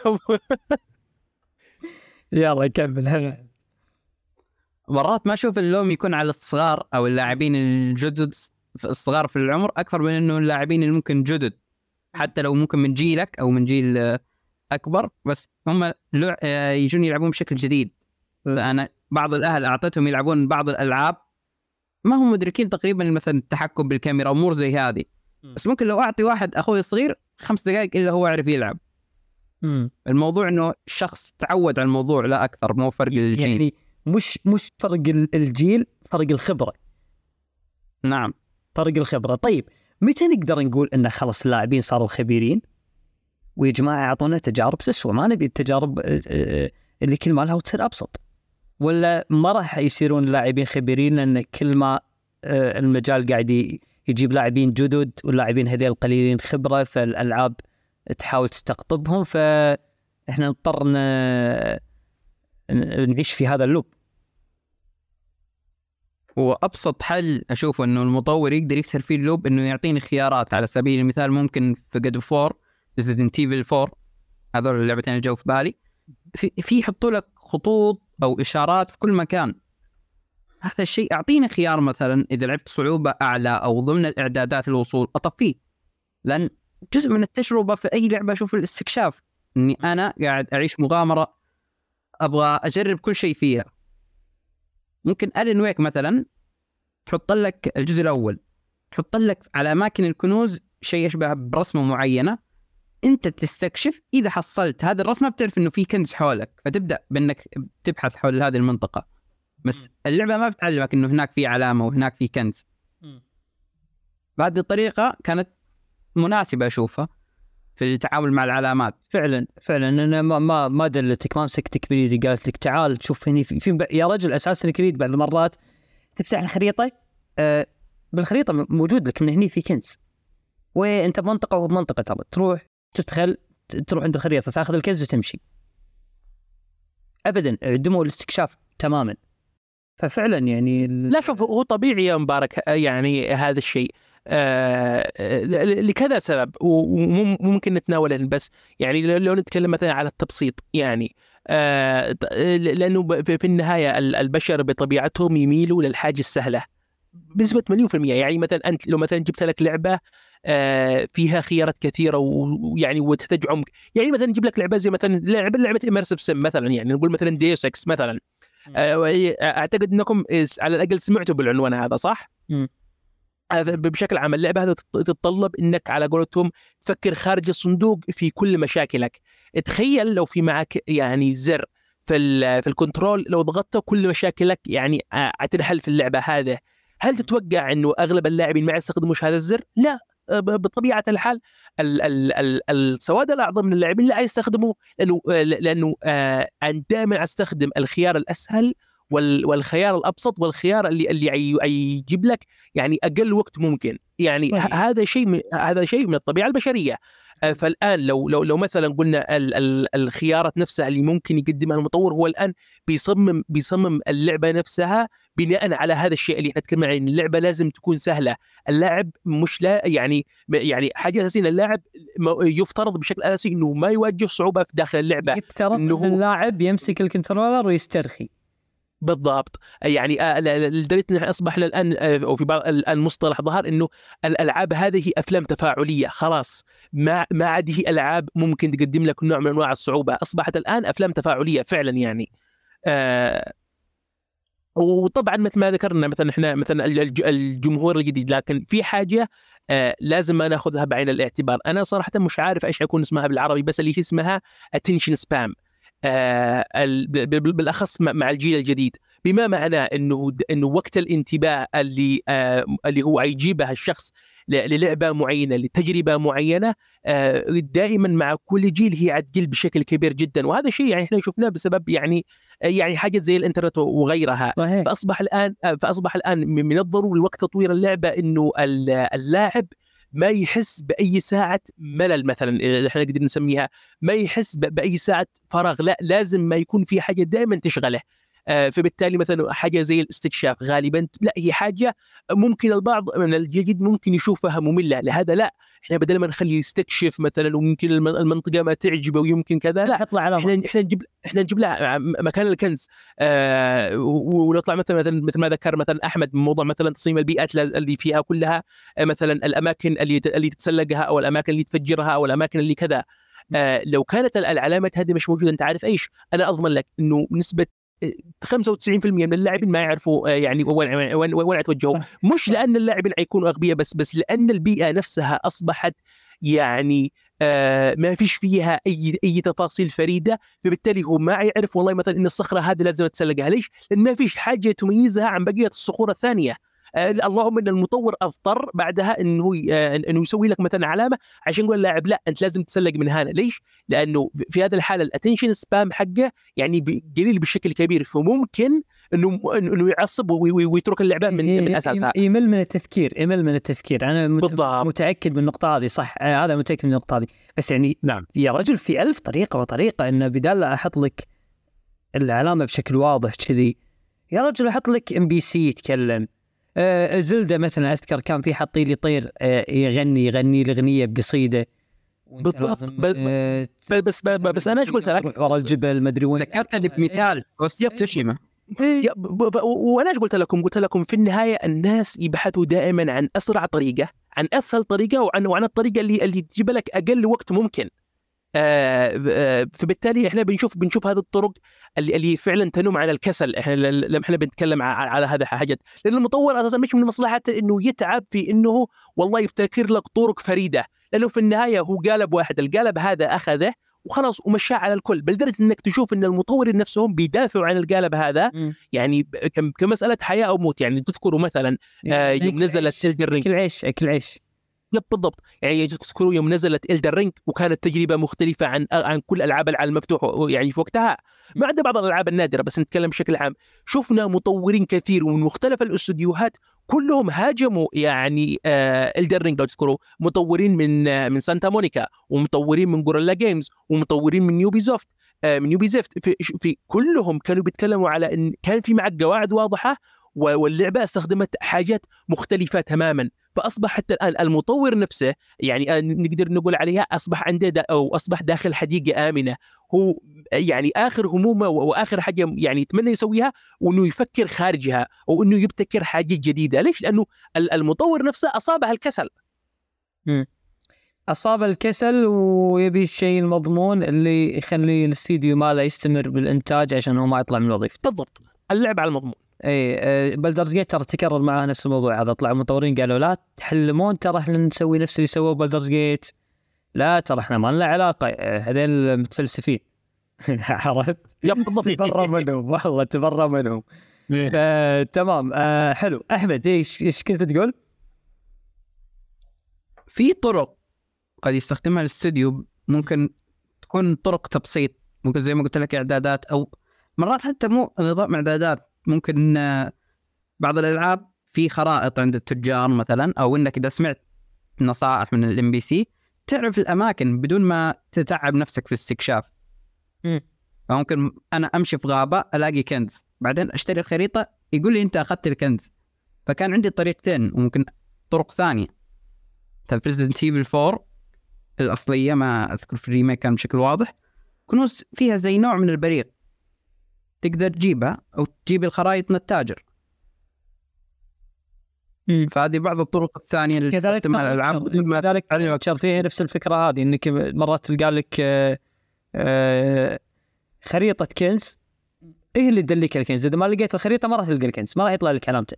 يلا كمل. هلا
مرات ما اشوف اللوم يكون على الصغار او اللاعبين الجدد، الصغار في العمر اكثر من انه اللاعبين اللي ممكن جدد، حتى لو ممكن من جيلك او من جيل اكبر، بس هم يجون يلعبون بشكل جديد. فانا بعض الاهل اعطيتهم يلعبون بعض الالعاب ما هم مدركين تقريبا مثلا التحكم بالكاميرا امور زي هذه، بس ممكن لو اعطي واحد اخوي صغير 5 دقائق الا هو يعرف يلعب. الموضوع انه الشخص تعود على الموضوع لا اكثر، مو فرق الجيل
يعني مش فرق الجيل، فرق الخبره.
نعم
فرق الخبره. طيب متى نقدر نقول ان خلص اللاعبين صاروا خبيرين ويا جماعه اعطونا تجارب تسوى، ما نبي التجارب اللي كل ما لها وتصير ابسط؟ ولا ما راح يصيرون لاعبين خبيرين لأن كل ما المجال قاعد يجيب لاعبين جدد واللاعبين هذيل قليلين خبرة، فالألعاب تحاول تستقطبهم، فإحنا نضطر نعيش في هذا اللوب.
وأبسط حل أشوفه إنه المطور يقدر يكسر فيه اللوب إنه يعطيني خيارات. على سبيل المثال ممكن في God of War Resident Evil 4 هذول اللعبتين اللي جو في بالي، في يحطوا لك خطوط أو إشارات في كل مكان. هذا الشيء أعطيني خيار، مثلا إذا لعبت صعوبة أعلى أو ضمن الإعدادات الوصول أطفيه، لأن جزء من التجربة في أي لعبة أشوف الاستكشاف، إني أنا قاعد أعيش مغامرة أبغى أجرب كل شيء فيها. ممكن ألين ويك مثلا تحط لك الجزء الأول، تحط لك على أماكن الكنوز شيء يشبه برسمة معينة، أنت تستكشف، إذا حصلت هذه الرسمة بتعرف إنه في كنز حولك، فتبدأ بأنك تبحث حول هذه المنطقة. بس اللعبة ما بتعلمك إنه هناك في علامة وهناك في كنز. بهذه الطريقة كانت مناسبة أشوفها في التعامل مع العلامات.
فعلا أنا ما دلتك، ما مسكتك بيدي قالت لك تعال شوف هني في يا رجل. أساسا كريد بعض المرات تفتح الخريطة بالخريطة موجود لك من هني في كنز، وانت بمنطقة وهو بمنطقة، ترى تروح تدخل تروح عند الخريطة تاخذ الكنز وتمشي. ابدا عدموا الاستكشاف تماما. ففعلا يعني
لا شوف، هو طبيعي يا مبارك يعني هذا الشيء لكذا سبب وممكن نتناوله، بس يعني لو نتكلم مثلا على التبسيط يعني لأنه في النهاية البشر بطبيعتهم يميلوا للحاجة السهلة بنسبة 100%. يعني مثلا أنت لو مثلا جبت لك لعبة فيها خيارات كثيرة ويعني وتحتاج عمق، يعني مثلا نجيب لك لعبة زي مثلا لعبة إميرسيف سيم مثلا، يعني نقول مثلا ديوس إكس مثلا. أعتقد أنكم على الأقل سمعتوا بالعنوان هذا صح؟ بشكل عام اللعبة هذا تتطلب أنك على قولتهم تفكر خارج الصندوق في كل مشاكلك. تخيل لو في معك يعني زر في الكنترول، لو ضغطته كل مشاكلك يعني تنحل في اللعبة هذا. هل تتوقع أنه أغلب اللاعبين ما يستخدموش هذا الزر؟ لا، بطبيعة الحال السواد الأعظم من اللاعبين لا يستخدموه، لأنه أنا دائما أستخدم الخيار الأسهل والخيار الأبسط والخيار اللي يجيب لك يعني أقل وقت ممكن. يعني هذا شيء من الطبيعة البشرية. فالآن لو مثلا قلنا الخيارات نفسها اللي ممكن يقدمها المطور، هو الآن بيصمم اللعبة نفسها بناء على هذا الشيء اللي احنا تكلمنا عنه. اللعبة لازم تكون سهلة، اللاعب مش لا يعني حاجة أساسية، اللاعب يفترض بشكل أساسي إنه ما يواجه صعوبة في داخل اللعبة،
يفترض إنه اللاعب يمسك الكنترولر ويسترخي.
بالضبط. يعني لدرجة أن أصبحنا الآن أو في بعض الآن مصطلح ظهر إنه الألعاب هذه أفلام تفاعلية، خلاص ما عاد هي ألعاب ممكن تقدم لك نوع من أنواع الصعوبة، أصبحت الآن أفلام تفاعلية فعلا يعني. وطبعا مثل ما ذكرنا مثلا إحنا مثلا الجمهور الجديد، لكن في حاجة لازم ما نأخذها بعين الاعتبار. أنا صراحة مش عارف إيش يكون اسمها بالعربي، بس اللي اسمها attention spam بالأخص مع الجيل الجديد، بما معناه إنه وقت الانتباه اللي هو يجيبه الشخص للعبة معينة لتجربة معينة دائما مع كل جيل هي عتقل بشكل كبير جدا. وهذا شيء يعني احنا شفناه بسبب يعني حاجة زي الانترنت وغيرها. فأصبح الآن من الضروري وقت تطوير اللعبة إنه اللاعب ما يحس بأي ساعة ملل مثلا اللي احنا نقدر نسميها، ما يحس بأي ساعة فراغ، لا لازم ما يكون في حاجة دائما تشغله. فبالتالي مثلا حاجة زي الاستكشاف غالبا لا هي حاجة ممكن البعض من الجديد ممكن يشوفها مملة، لهذا لا احنا بدل ما نخليه يستكشف مثلا وممكن المنطقة ما تعجبه ويمكن كذا، لا احنا نجيب لها مكان الكنز. ونطلع مثل ما ذكر مثلا أحمد من موضوع مثلا تصميم البيئات اللي فيها كلها مثلا الأماكن اللي تتسلقها أو الأماكن اللي تفجرها أو الأماكن اللي كذا. لو كانت العلامات هذه مش موجودة، أنت عارف إيش، أنا أضمن لك إنه نسبة 95% من اللاعبين ما يعرفوا يعني وين يتوجهوا. مش لأن اللاعبين يكونوا أغبياء، بس لأن البيئة نفسها أصبحت يعني ما فيش فيها أي تفاصيل فريدة، فبالتالي هو ما يعرف والله مثلا إن الصخرة هذه لازم تسلقها. ليش؟ لأن ما فيش حاجة تميزها عن بقية الصخور الثانية. اللهم ان المطور اضطر بعدها انه يسوي لك مثلا علامه عشان يقول اللاعب لا انت لازم تسلق من هنا. ليش؟ لانه في هذه الحاله الاتنشن سبام حقه يعني قليل بشكل كبير، فممكن انه يعصب ويترك اللعبه من اساسها.
يمل من التفكير. انا متاكد من النقطه هذه، صح، هذا متاكد من النقطه هذه. بس يعني
نعم
يا رجل في 1000 طريقه وطريقه، انه بدال لا احط لك العلامه بشكل واضح كذي، يا رجل احط لك ام بي سي يتكلم. زلدة مثلا أذكر كان في حاطين لي طير يغني الأغنية بقصيدة.
بالضبط. بس أنا إيش قلت لك؟
ورا الجبل ما أدري وين.
ذكرتني بمثال تسوشيما.
وأنا إيش قلت لكم في النهاية الناس يبحثوا دائما عن أسرع طريقة، عن أسهل طريقة، وعن الطريقة اللي تجيب لك أقل وقت ممكن. فبالتالي احنا بنشوف هذه الطرق اللي فعلا تنم عن الكسل. لما احنا بنتكلم على هذا حاجات، لان المطور اساسا مش من مصلحته انه يتعب في انه والله يبتكر لك طرق فريده، لانه في النهايه هو قالب واحد، القالب هذا اخذه وخلاص ومشاه على الكل، بل درجه انك تشوف ان المطورين نفسهم بيدافعوا عن القالب هذا يعني كمساله حياه او موت. يعني تذكروا مثلا يوم نزلت
اكل عيش
بالضبط. يعني تذكروا يوم نزلت إلدر رينج وكانت تجربة مختلفة عن كل ألعاب العالم المفتوح يعني في وقتها، ما عدا بعض الألعاب النادرة، بس نتكلم بشكل عام. شفنا مطورين كثير ومن مختلف الاستوديوهات كلهم هاجموا يعني إلدر رينج. لو تذكروا مطورين من سانتا مونيكا، ومطورين من غوريلا جيمز، ومطورين من يوبيزوفت في كلهم كانوا بيتكلموا على ان كان في معك قواعد واضحه، واللعبه استخدمت حاجات مختلفه تماما. فاصبح حتى الان المطور نفسه يعني نقدر نقول عليها اصبح عنده او اصبح داخل حديقه امنه. هو يعني اخر همومه واخر حاجه يعني يتمنى يسويها وانه يفكر خارجها، او انه يبتكر حاجات جديده. ليش؟ لانه المطور نفسه اصابه الكسل.
أصاب الكسل ويبي الشيء المضمون اللي يخلي الاستديو ماله يستمر بالإنتاج عشان هو ما يطلع من الوظيفة.
بالضبط، اللعب على المضمون.
اي بلدرز جيت ترى تكرر معاه نفس الموضوع هذا. طلع مطورين قالوا لا تحلمون ترى احنا نسوي نفس اللي سووه بلدرز جيت، لا ترى احنا ما لنا علاقة، هذول متفلسفين. عرفت؟
بالضبط.
تبرى منهم والله، تبرى منهم. تمام. حلو. أحمد إيش كنت بتقول؟
في طرق قد يستخدمها الاستوديو، ممكن تكون طرق تبسيط، ممكن زي ما قلت لك إعدادات، أو مرات حتى مو نظام إعدادات. ممكن بعض الألعاب في خرائط عند التجار مثلا، أو إنك إذا سمعت نصائح من الMBC تعرف الأماكن بدون ما تتعب نفسك في الاستكشاف. ممكن أنا أمشي في غابة ألاقي كنز، بعدين أشتري الخريطة يقول لي أنت أخذت الكنز. فكان عندي طريقتين وممكن طرق ثانية. في Resident Evil 4 الأصلية، ما أذكر في الريميك كان بشكل واضح، كنوز فيها زي نوع من البريق تقدر تجيبها أو تجيب الخرائط من التاجر. فهذه بعض الطرق الثانية اللي تستخدمها الألعاب بدون ما
كذلك فيها نفس الفكرة هذه، إنك مرات تلقى لك خريطة كنز إيه اللي تدلك الكنز. إذا ما لقيت الخريطة ما راح تلقى الكنز، ما راح يطلع لك علامته.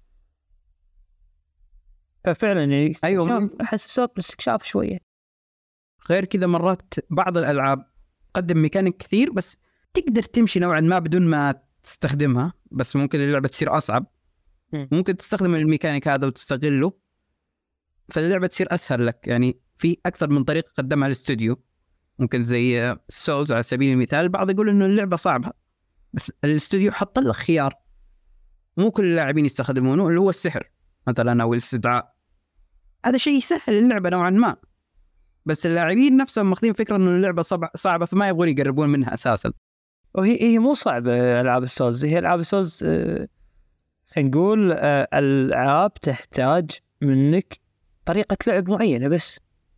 ففعلا يعني
أيوة
حسسوك بالاستكشاف شوية.
غير كذا مرات بعض الألعاب قدم ميكانيك كثير بس تقدر تمشي نوعا ما بدون ما تستخدمها، بس ممكن اللعبة تصير أصعب. ممكن تستخدم الميكانيك هذا وتستغله، فاللعبة تصير أسهل لك. يعني في أكثر من طريقة قدمها الاستوديو، ممكن زي سولز على سبيل المثال. بعض يقول إنه اللعبة صعبة، بس الاستوديو حط لك خيار مو كل اللاعبين يستخدمونه، اللي هو السحر مثلا أو الاستدعاء. هذا شيء يسهل اللعبة نوعا ما، بس اللاعبين نفسهم ماخذين فكرة إنه اللعبة صعبة فما يبغون يقربون منها أساسا.
وهي مو صعبة ألعاب السولز. هي ألعاب السولز خلينا نقول ألعاب تحتاج منك طريقة لعب معينة، بس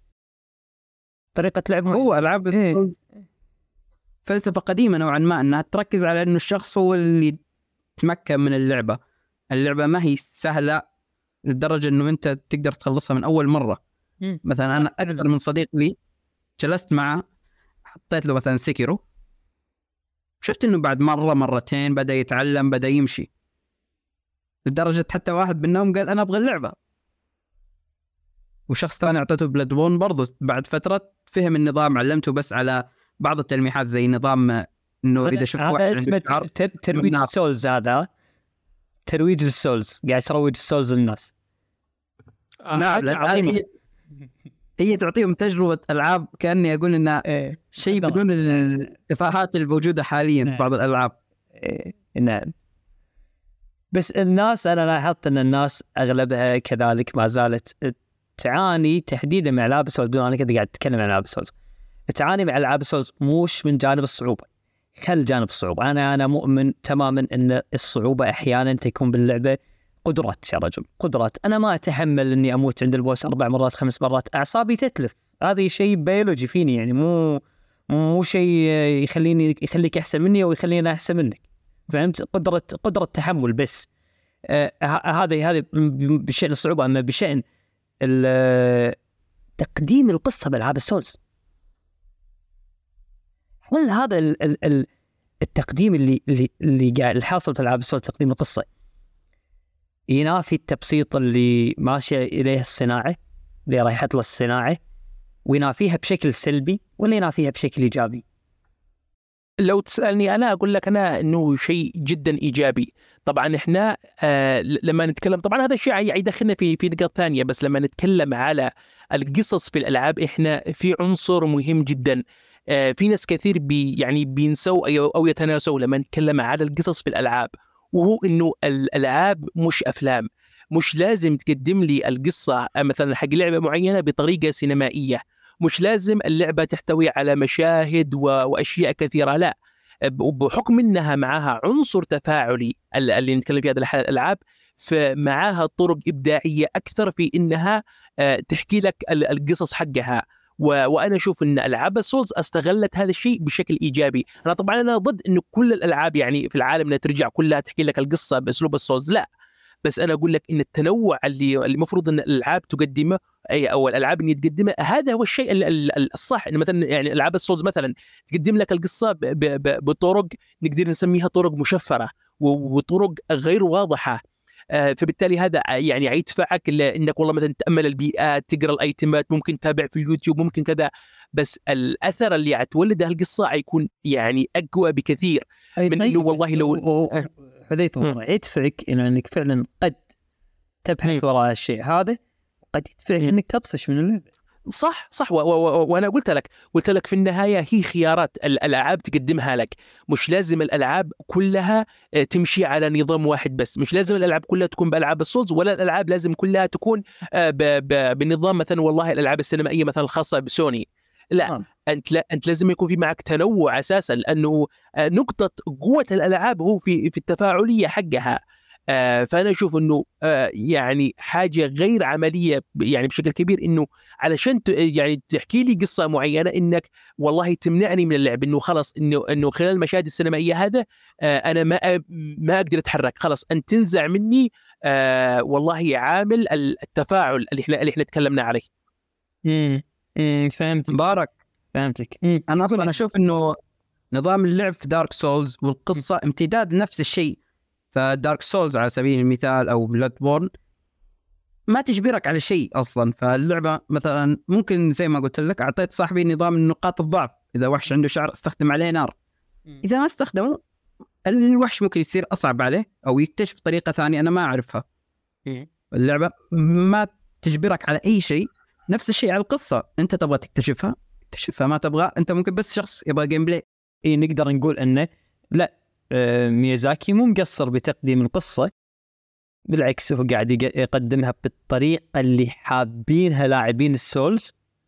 طريقة لعب معينة.
هو ألعاب السولز فلسفة قديمة نوعا ما، أنها تركز على أنه الشخص هو اللي يتمكن من اللعبة. اللعبة ما هي سهلة لدرجة أنه أنت تقدر تخلصها من أول مرة. مثلا أنا أكثر من صديق لي جلست معه حطيت له مثلا سيكيرو، شفت أنه بعد مرة مرتين بدأ يتعلم، بدأ يمشي، لدرجة حتى واحد منهم قال أنا أبغى اللعبة. وشخص ثاني أعطيته بلادبون برضو بعد فترة فهم النظام، علمته بس على بعض التلميحات زي نظام إنه إذا شفت واحد
اسمه ترويج السولز. هذا ترويج السولز، قاعد تروج السولز للناس.
نعم، هي تعطيهم تجربة ألعاب كأني أقول إنها شيء بدون التفاهات الموجودة حاليا في بعض الألعاب.
نعم، بس الناس أنا لاحظت أن الناس أغلبها كذلك ما زالت تعاني تحديدا مع ألعاب السولز. بدون أنا كده قاعد أتكلم عن ألعاب السولز، تعاني مع ألعاب السولز مش من جانب الصعوبة، خل جانب الصعوبة. أنا مؤمن تماما أن الصعوبة أحيانا تكون باللعبة قدرات. يا رجل قدرات، أنا ما أتحمل أني أموت عند البوس 4 مرات 5 مرات، أعصابي تتلف. هذا شيء بيولوجي فيني، يعني مو شيء يخليك أحسن مني أو يخليني أحسن منك. فهمت؟ قدرة تحمل بس. هذا بشأن الصعوبة. أما بشأن تقديم القصة بألعاب السولز، هل هذا التقديم اللي قاعد الحاصل في ألعاب السولز، تقديم القصة ينافي التبسيط اللي ماشي إليه الصناعة، اللي رايحت له الصناعة، وينافيها بشكل سلبي ولا ينافيها بشكل إيجابي؟
لو تسألني أنا أقول لك أنا أنه شيء جدا إيجابي. طبعا إحنا لما نتكلم طبعا هذا الشيء يدخلنا في نقاط ثانية، بس لما نتكلم على القصص في الألعاب إحنا في عنصر مهم جدا. في ناس كثير يعني بينسوا أو يتناسوا لما نتكلم على القصص في الألعاب، وهو أنه الألعاب مش أفلام. مش لازم تقدم لي القصة مثلا حق لعبة معينة بطريقة سينمائية، مش لازم اللعبة تحتوي على مشاهد وأشياء كثيرة، لا، بحكم أنها معها عنصر تفاعلي اللي نتكلم في هذه الألعاب، فمعها طرق إبداعية أكثر في أنها تحكي لك القصص حقها. وأنا أشوف أن ألعاب السولز استغلت هذا الشيء بشكل إيجابي. أنا ضد أنه كل الألعاب يعني في العالم ترجع كلها تحكي لك القصة بأسلوب السولز، لا، بس أنا أقول لك إن التنوع اللي المفروض أن الألعاب تقدمه أو الألعاب اللي تقدمها هذا هو الشيء الصح. إن مثلا يعني ألعاب السولز مثلا تقدم لك القصة بطرق نقدر نسميها طرق مشفرة وطرق غير واضحة، فبالتالي هذا يعني يدفعك إنك والله مثلا تأمل البيئات، تقرأ الأيتمات، ممكن تتابع في اليوتيوب، ممكن كذا، بس الأثر اللي هتولده القصة هيكون يعني أقوى بكثير من إنه والله لو
حذيفة يدفعك إلى أنك فعلا قد تبحث وراء الشيء هذا، وقد يدفعك أنك تطفش من اللعبة.
صح وأنا قلت لك في النهاية هي خيارات الألعاب تقدمها لك. مش لازم الألعاب كلها تمشي على نظام واحد بس، مش لازم الألعاب كلها تكون بألعاب السولز، ولا الألعاب لازم كلها تكون بنظام مثلا والله الألعاب السينمائية مثلا الخاصة بسوني، لا. أنت لازم يكون في معك تنوع أساسا، لأنه نقطة قوة الألعاب هو في التفاعلية حقها. فأنا أشوف أنه يعني حاجة غير عملية يعني بشكل كبير، أنه علشان يعني تحكي لي قصة معينة إنك والله تمنعني من اللعب، أنه خلاص إنه خلال المشاهد السينمائية هذا أنا ما أقدر أتحرك، خلاص أن تنزع مني والله عامل التفاعل اللي إحنا تكلمنا عليه.
فهمت
مبارك،
فهمتك.
أنا أصلا أشوف أنه نظام اللعب في دارك سولز والقصة امتداد نفس الشيء. فدارك سولز على سبيل المثال أو بلادبورن ما تجبرك على شيء أصلا. فاللعبة مثلا ممكن زي ما قلت لك أعطيت صاحبي نظام نقاط الضعف، إذا وحش عنده شعر استخدم عليه نار، إذا ما استخدمه الوحش ممكن يصير أصعب عليه أو يكتشف طريقة ثانية أنا ما أعرفها. اللعبة ما تجبرك على أي شيء. نفس الشيء على القصة، أنت تبغى تكتشفها ما تبغى، أنت ممكن بس شخص يبغى جيم بلاي.
نقدر نقول أنه لا، ميازاكي مو مقصر بتقديم القصة، بالعكس هو قاعد يقدمها بالطريقة اللي حابينها لاعبين السولز،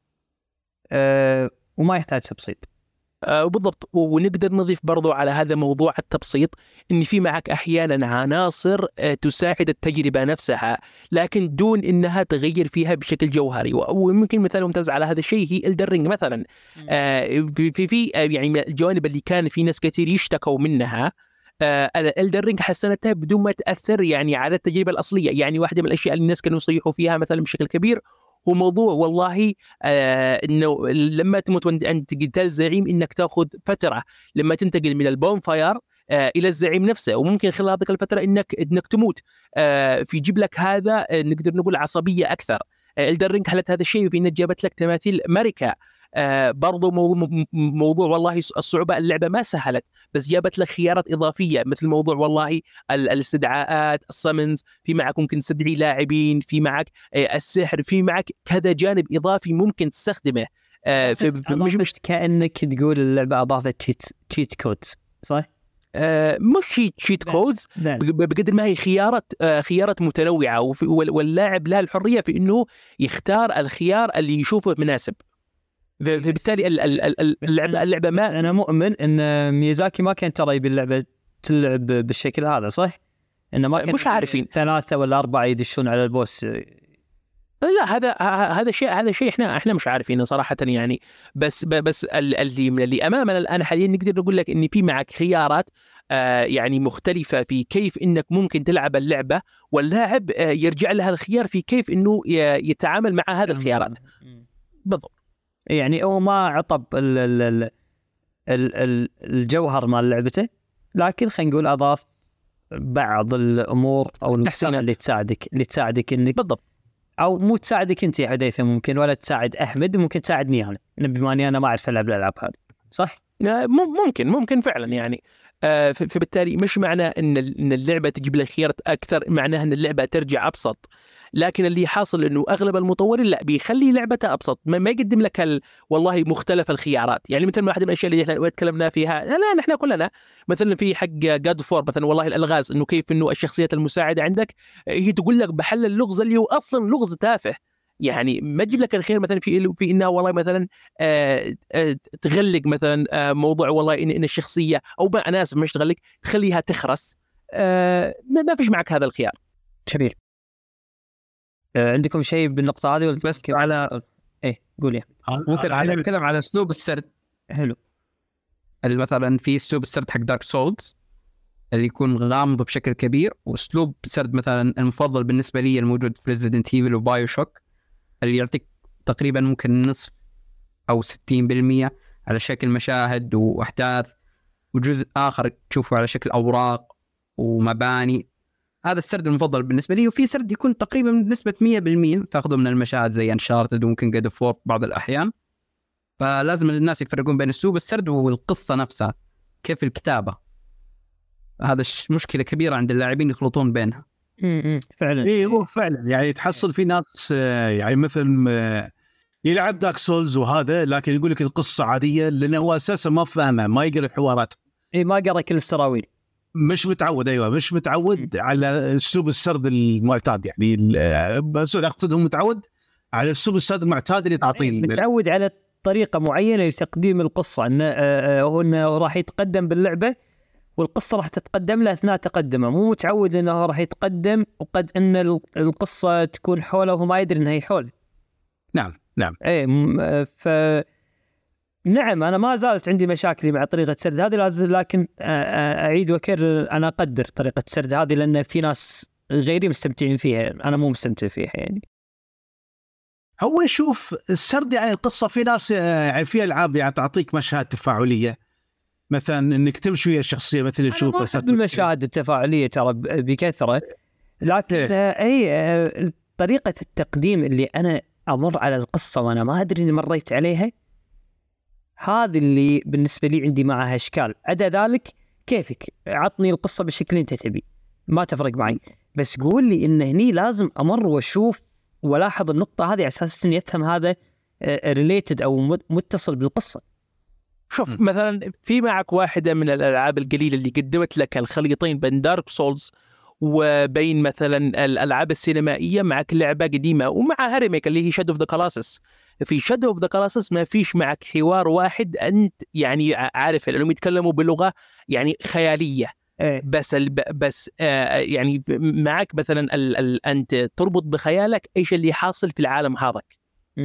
وما يحتاج تبسيط.
بالضبط. ونقدر نضيف برضو على هذا موضوع التبسيط إن في معك أحيانا عناصر تساعد التجربة نفسها، لكن دون إنها تغير فيها بشكل جوهري. وممكن مثال ممتاز على هذا الشيء هي إلدر رينج مثلا. في يعني الجوانب اللي كان في ناس كثير يشتكوا منها، إلدر رينج حسنتها بدون ما تأثر يعني على التجربة الأصلية. يعني واحدة من الأشياء اللي الناس كانوا يصيحوا فيها مثلا بشكل كبير هو موضوع والله إنه لما تموت عند قتال الزعيم إنك تأخذ فترة لما تنتقل من البون فاير إلى الزعيم نفسه، وممكن خلال هذه الفترة إنك تموت، في يجيب لك هذا نقدر نقول عصبية أكثر. إلدر رينج حلت هذا الشيء في إنها جابت لك تماثيل ماريكا. برضو موضوع والله الصعوبة، اللعبة ما سهلت بس جابت لك خيارات إضافية، مثل موضوع والله الاستدعاءات، السمنز، في معك ممكن تستدعي لاعبين، في معك السحر، في معك كذا جانب إضافي ممكن تستخدمه.
مش كأنك تقول اللعبة أضافت تشيت كودز، صح؟
مش شيت كودز بقدر ما هي خيارات متنوعة، واللاعب له الحرية في إنه يختار الخيار اللي يشوفه مناسب. فبالتالي اللعبة ما
أنا مؤمن إن ميازاكي ما كان ترى باللعبة تلعب بالشكل هذا، صح؟ إنه ما كان
مش عارفين
3 ولا 4 يدشون على البوس.
لا، هذا شيء احنا مش عارفينه صراحة يعني. بس اللي امامنا الان حاليا نقدر نقول لك ان في معك خيارات يعني مختلفة في كيف انك ممكن تلعب اللعبة، واللاعب يرجع لها الخيار في كيف انه يتعامل مع هذه الخيارات. بالضبط.
يعني هو ما عطب الجوهر مال لعبته، لكن خلينا نقول اضاف بعض الامور او التحسينات اللي تساعدك انك
بالضبط،
او مو تساعدك انت حذيفه ممكن، ولا تساعد احمد، ممكن تساعدني انا بما اني انا ما اعرف العب الالعاب هذه، صح؟
ممكن فعلا يعني. فبالتالي مش معناه ان اللعبه تجيب لك خيارات اكثر، معناها ان اللعبه ترجع ابسط. لكن اللي حاصل انه اغلب المطورين لا بيخلي لعبته ابسط، ما يقدم لك والله مختلف الخيارات. يعني مثل ما واحده من الاشياء اللي احنا تكلمنا فيها، لا نحن كلنا مثلا في حق جاد فور مثلا، والله الالغاز، انه كيف انه الشخصيات المساعده عندك هي تقول لك بحل اللغز اللي هو اصلا لغز تافه. يعني ما تجيب لك الخير مثلا في انها والله مثلا تغلق مثلا موضوع والله ان الشخصيه، او مع ناس مش تغلق، تخليها تخرس. ما فيش معك هذا الخيار.
جميل. عندكم شيء بالنقطه هذه؟
بس على
ايه قول.
ممكن نتكلم على اسلوب السرد.
حلو.
مثلا في اسلوب السرد حق دارك سولز اللي يكون غامض بشكل كبير، واسلوب سرد مثلا المفضل بالنسبه لي الموجود في ريزيدنت ايفل وبايو شوك، اللي يعطيك تقريبا ممكن نصف او 60% على شكل مشاهد واحداث، وجزء اخر تشوفه على شكل اوراق ومباني. هذا السرد المفضل بالنسبه لي. وفي سرد يكون تقريبا بنسبه 100% تاخذه من المشاهد زي انشارتد وممكن جاد اوف وور في بعض الاحيان. فلازم الناس يفرقون بين اسلوب السرد والقصه نفسها، كيف الكتابه. هذا مشكله كبيره عند اللاعبين يخلطون بينها.
فعلا.
ايه هو فعلا يعني تحصل في ناس يعني مثل يلعب دارك سولز وهذا، لكن يقول لك القصه عاديه لانه هو اساسا ما فاهمه، ما يقرا الحوارات،
ما قرا كل السراويل،
مش متعود. ايوه مش متعود على اسلوب السرد المعتاد. يعني بس اقصد هو متعود على اسلوب السرد المعتاد اللي تعطيه،
متعود على طريقه معينه لتقديم القصه، انه راح يتقدم باللعبه والقصه راح تتقدم له اثناء تقدمه. مو متعود انه راح يتقدم وقد ان القصه تكون حوله وهو ما يدري انها هي حوله.
نعم
ايه نعم. انا ما زالت عندي مشاكل مع طريقه سرد هذه، لكن اعيد واكرر انا اقدر طريقه سرد هذه، لان في ناس غيري مستمتعين فيها، انا مو مستمتع فيها. يعني
هو يشوف السرد يعني القصه، في ناس يعني في العاب يعني تعطيك مشاهد تفاعليه، مثلا انك تمشي ويا الشخصيه مثل تشوف
المشاهد التفاعليه ترى بكثره، لكن اي طريقه التقديم اللي انا امر على القصه وانا ما ادري اني مريت عليها، هذه اللي بالنسبه لي عندي معها اشكال. عدا ذلك كيفك عطني القصه بالشكل انت تبي، ما تفرق معي، بس قول لي ان هني لازم امر واشوف ولاحظ النقطه هذه على اساس اني افهم هذا ريليتد او متصل بالقصه.
شوف مثلا في معك واحدة من الألعاب القليلة اللي قدمت لك الخليطين بين دارك سولز وبين مثلا الألعاب السينمائية. معك لعبة قديمة ومعها ريميك اللي هي شادو اوف ذا كلاسس. في شادو اوف ذا كلاسس ما فيش معك حوار واحد أنت يعني عارف لأنهم يتكلموا بلغة يعني خيالية. بس يعني معك مثلا أنت تربط بخيالك إيش اللي حاصل في العالم هذاك.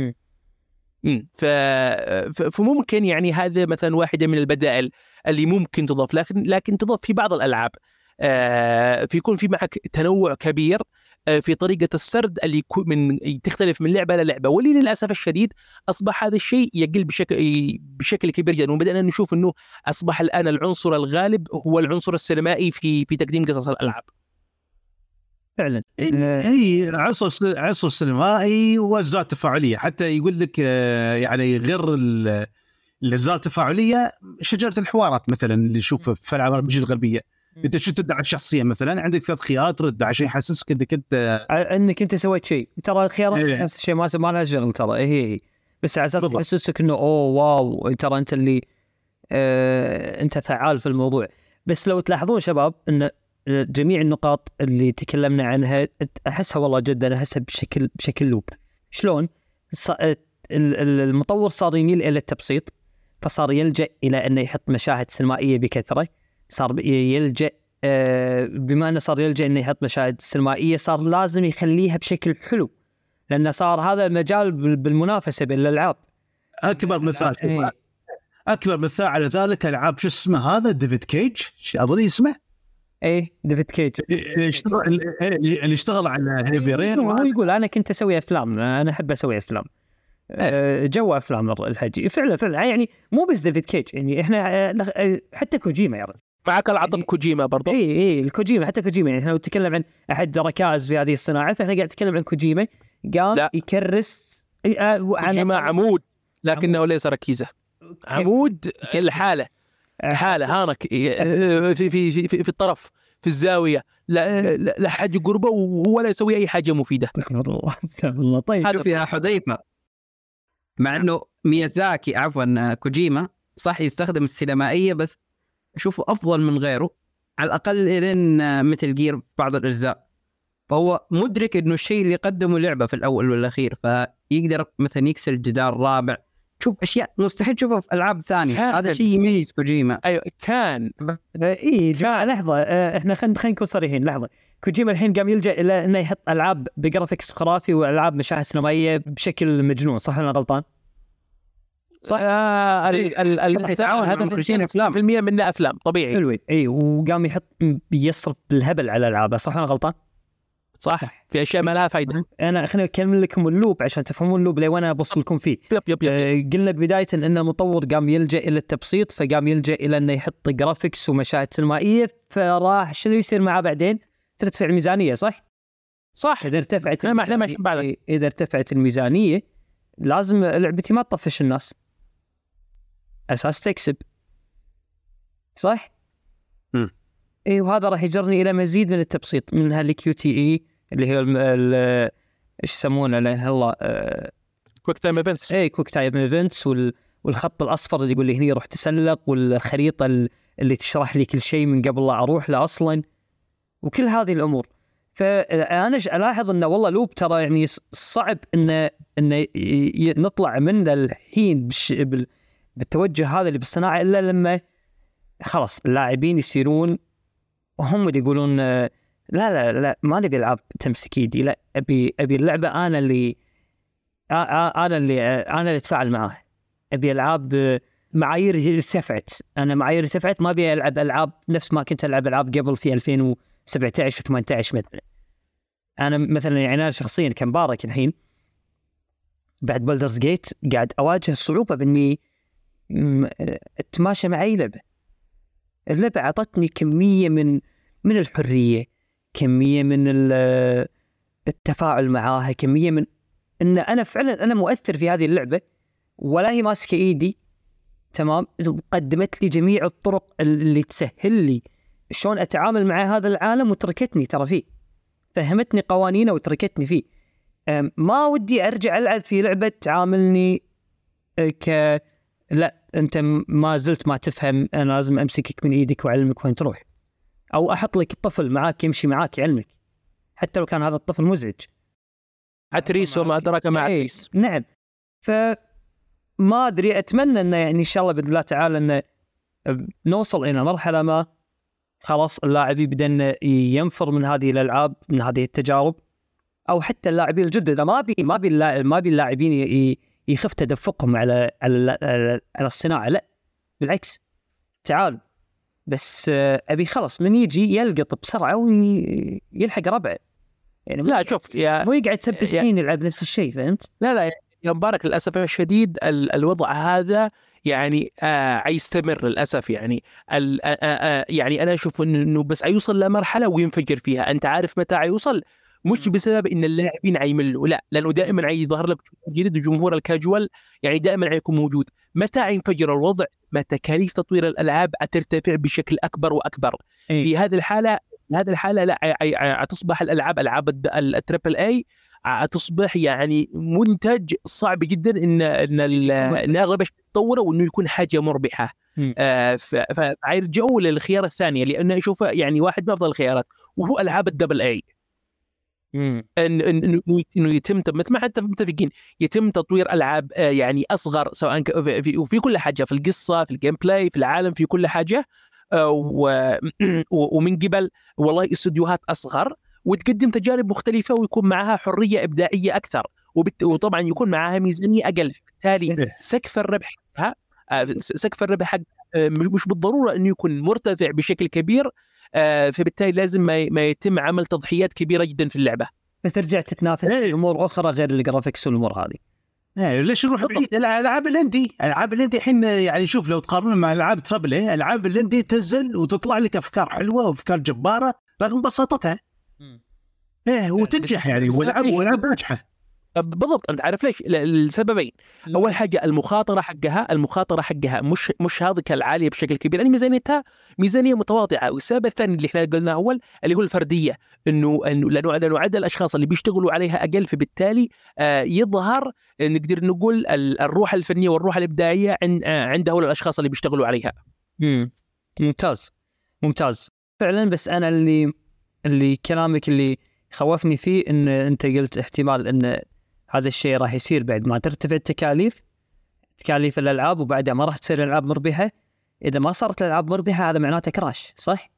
فممكن يعني هذا مثلا واحدة من البدائل اللي ممكن تضاف، لكن تضاف في بعض الألعاب. يكون في معك تنوع كبير في طريقة السرد اللي تختلف من لعبة للعبة، واللي للأسف الشديد أصبح هذا الشيء يقل بشكل كبير جدا. وبدأنا نشوف أنه أصبح الآن العنصر الغالب هو العنصر السينمائي في تقديم قصص الألعاب.
فعلا
هي عصر سينمائي واجزاء تفاعليه. حتى يقول لك يعني غير الاجزاء التفاعليه، شجره الحوارات مثلا اللي نشوفها في العاب الربجيه الغربيه. انت شو تدعي الشخصيه مثلا، عندك 3 خيارات ترد عشان يحسسك انك
انت سويت شيء. ترى الخيارات نفس الشيء، ما لها شغل ترى. هي بس على اساس تحسسك انه واو ترى انت اللي انت فعال في الموضوع. بس لو تلاحظون شباب ان جميع النقاط اللي تكلمنا عنها احسها والله جدا احسها بشكل لوب. شلون المطور صار يميل الى التبسيط، فصار يلجأ الى انه يحط مشاهد سينمائيه بكثره. صار يلجأ بما انه صار يلجأ انه يحط مشاهد سينمائيه، صار لازم يخليها بشكل حلو، لانه صار هذا المجال بالمنافسه بين الالعاب.
اكبر مثال على ذلك العاب شو اسمه هذا، ديفيد كيج اظن اسمه.
ديفيد كيج
اللي اشتغل على هيفي رين.
هو يقول انا كنت اسوي افلام، انا احب اسوي افلام. جو افلام الهجي فعلا يعني مو بس ديفيد كيج، يعني احنا حتى كوجيما يا رجل.
معك العظم كوجيما برضه.
الكوجيما، حتى كوجيما يعني احنا نتكلم عن احد ركائز في هذه الصناعه، فاحنا قاعد نتكلم عن كوجيما قام يكرس.
كوجيما عمود لكنه ليس ركيزه. عمود الحالة هانك في الطرف في الزاوية، لا حاجة قربة وهو لا يسوي أي حاجة مفيدة.
والله طيب
شوف يا حذيفة، مع انه ميازاكي كوجيما صح يستخدم السينمائية، بس اشوفه افضل من غيره على الاقل لين مثل جير في بعض الاجزاء. فهو مدرك انه الشيء اللي قدمه لعبة في الاول والاخير، فيقدر مثلا يكسر جدار رابع. شوف اشياء مستحيل تشوفها في العاب ثانيه، هذا شيء يميز كوجيما.
ايوه كان
جماعه لحظه، احنا خلينا نكون صريحين لحظه. كوجيما الحين قام يلجأ الى انه يحط العاب بجرافيكس خرافي والعاب مشاهد سينمائيه بشكل مجنون، صح ولا غلطان؟ صح.
هذا 50% منه افلام طبيعي.
حلوين اي، وقام يحط يصرف بالهبل على العابه، صح ولا غلطان؟
صح، في اشياء ما لها فائده.
انا خليني اكمل لكم اللوب عشان تفهمون اللوب اللي وانا ابص لكم فيه. قلنا بدايه ان المطور قام يلجأ الى التبسيط، فقام يلجأ الى انه يحط جرافيكس ومشاهد سينمائيه، فراح شنو يصير معه بعدين؟ ترتفع الميزانيه، صح اذا ارتفعت اذا ارتفعت الميزانيه لازم لعبتي ما تطفش الناس اساس تكسب، صح. اي، وهذا راح يجرني الى مزيد من التبسيط من هالQTE اللي هي ايش يسمونه هلا
كويك تايم ايفنتس.
اي كويك تايم ايفنتس، والخط الاصفر اللي يقول لي هني روح تسلق، والخريطه اللي تشرح لي كل شيء من قبل لا اروح له اصلا، وكل هذه الامور. فانا الاحظ انه والله لوب ترى يعني صعب انه نطلع منه الحين بالتوجه هذا اللي بالصناعه، الا لما خلاص اللاعبين يصيرون وهم اللي يقولون لا ما نبي العاب تمسك ايدي، لا ابي اللعبه انا اللي اتفاعل معاه. ابي العاب معايير ارتفعت، انا معايير ارتفعت، ما ابي العب العاب نفس ما كنت العب العاب قبل في 2017 و18 مثلا. انا مثلا يعني انا شخصيا كمبارك الحين بعد بولدرز جيت قاعد اواجه الصعوبه باني اتماشى مع اي لعبه. اللعبه اعطتني كميه من الحريه، كميه من التفاعل معاها، كميه من ان انا فعلا انا مؤثر في هذه اللعبه، ولا هي ماسكه ايدي. تمام، قدمت لي جميع الطرق اللي تسهل لي شلون اتعامل مع هذا العالم، وتركتني ترى فيه، فهمتني قوانينه وتركتني فيه. ما ودي ارجع العب في لعبه تعاملني لا انت ما زلت ما تفهم، انا لازم امسكك من ايدك واعلمك وين تروح، او احط لك الطفل معاك يمشي معاك يعلمك حتى لو كان هذا الطفل مزعج.
عتريس وما ادراك ما عتريس.
نعم. فما ادري، اتمنى انه يعني ان شاء الله باذن الله تعالى انه نوصل الى مرحله ما خلاص اللاعبين بدنا ينفر من هذه الالعاب، من هذه التجارب، او حتى اللاعبين الجدد. ما بي اللاعبين يخف تدفقهم على الصناعه، لا بالعكس، تعالوا بس ابي خلص من يجي يلقط بسرعه ويلحق ربعه. يعني
لا شوف
مو يقعد 7 سنين يلعب نفس الشيء، فهمت؟
لا يا مبارك، للاسف الشديد الوضع هذا يعني يستمر للاسف. يعني يعني انا اشوف انه بس يوصل لمرحله وينفجر فيها. انت عارف متى يوصل؟ مش بسبب ان اللاعبين عيملوا، لا، لانه دائما يظهر لك جديد، وجمهور الكاجوال يعني دائما يكون موجود. متى ينفجر الوضع؟ ما تكاليف تطوير الالعاب ترتفع بشكل اكبر واكبر. في هذه الحاله لا تصبح الالعاب التريبل اي تصبح يعني منتج صعب جدا ان اغلب الشيء تطوره وانه يكون حاجه مربحه. فيرجعوا للخيار الثانيه، لانه اشوفه يعني واحد من افضل الخيارات، وهو العاب الدبل اي. انه يتم مثل ما حتى متفقين يتم تطوير العاب يعني اصغر، سواء في كل حاجه، في القصه، في الجيم بلاي، في العالم، في كل حاجه، ومن قبل والله استديوهات اصغر، وتقدم تجارب مختلفه ويكون معها حريه ابداعيه اكثر، وطبعا يكون معها ميزانيه اقل. بالتالي سقف الربح مش بالضروره انه يكون مرتفع بشكل كبير. فبالتالي لازم ما يتم عمل تضحيات كبيرة جدا في اللعبة،
فترجع تتنافس في أمور أخرى غير الجرافيكس والأمور هذه.
ليش نروح بعيد؟ الألعاب الأندي الحين يعني شوف، لو تقارنون مع الألعاب ترابل اي، الألعاب الأندي تنزل وتطلع لك أفكار حلوة وأفكار جبارة رغم بساطتها، وتنجح يعني، والألعاب ناجحة.
بالضبط. انت عارف ليش؟ السببين. اول حاجه المخاطره حقها مش هذه العاليه بشكل كبير، يعني ميزانيتها ميزانيه متواضعه. والسبب الثاني اللي احنا قلناه اول اللي هو الفرديه، انه لانه عدد الاشخاص اللي بيشتغلوا عليها اقل، فبالتالي يظهر نقدر نقول الروح الفنيه والروح الابداعيه عند هؤلاء الاشخاص اللي بيشتغلوا عليها.
ممتاز فعلا. بس انا اللي كلامك اللي خوفني فيه ان انت قلت احتمال ان هذا الشيء راح يصير بعد ما ترتفع تكاليف الالعاب، وبعدها ما راح تصير الالعاب مربحه. اذا ما صارت الالعاب مربحه هذا معناته كراش، صح؟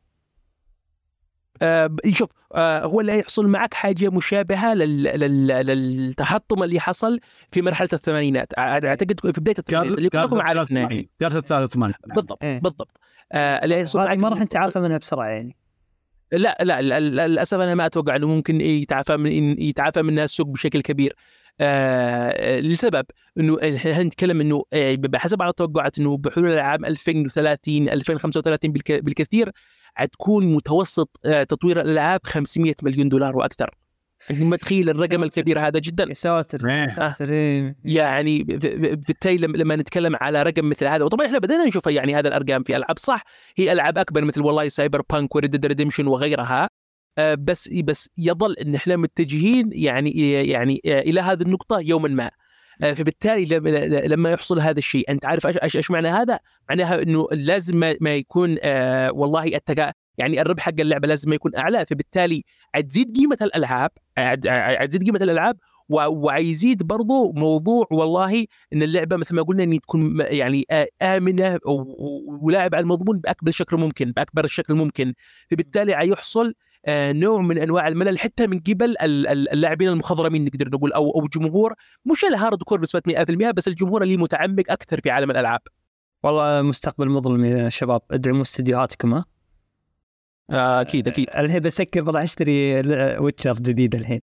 شوف، هو اللي يحصل معك حاجه مشابهه للتحطم اللي حصل في مرحله الثمانينات. اعتقد في بدايه الثمانينات اللي كلكم عارفينها.
كارثه 83
بالضبط. اللي يحصل معك
ما راح انت عارفه منها بسرعه يعني.
لا للاسف انا ما اتوقع انه ممكن يتعافى منها السوق بشكل كبير. لسبب انه احنا نتكلم انه بحسب بعض التوقعات انه بحلول العام 2030 2035 بالكثير حتكون متوسط تطوير الالعاب $500 مليون واكثر. انت متخيل الرقم الكبير هذا جدا؟
يا ساتر.
يعني بالتالي لما نتكلم على رقم مثل هذا، وطبعا احنا بدأنا نشوف يعني هذا الارقام في العاب، صح هي العاب اكبر مثل والله سايبر بانك وريد ديد ريديمشن وغيرها، بس يظل ان احنا متجهين يعني الى هذه النقطه يوما ما. فبالتالي لما يحصل هذا الشيء، انت عارف ايش معنى هذا؟ معناها انه لازم ما يكون والله يعني الربح حق اللعبه لازم ما يكون اعلى، فبالتالي حتزيد قيمه الالعاب ويزيد برضو موضوع والله ان اللعبه مثل ما قلنا ان تكون يعني امنه ولاعب على المضمون باكبر شكل ممكن. فبالتالي حيحصل نوع من انواع الملل حتى من قبل اللاعبين المخضرمين نقدر نقول، او الجمهور، مش الهارد كور بنسبه 100%، بس الجمهور اللي متعمق اكثر في عالم الالعاب.
والله مستقبل مظلم يا شباب، ادعموا استديوهاتكم.
اكيد
الحين بسكر راح اشتري ويتشر جديد الحين.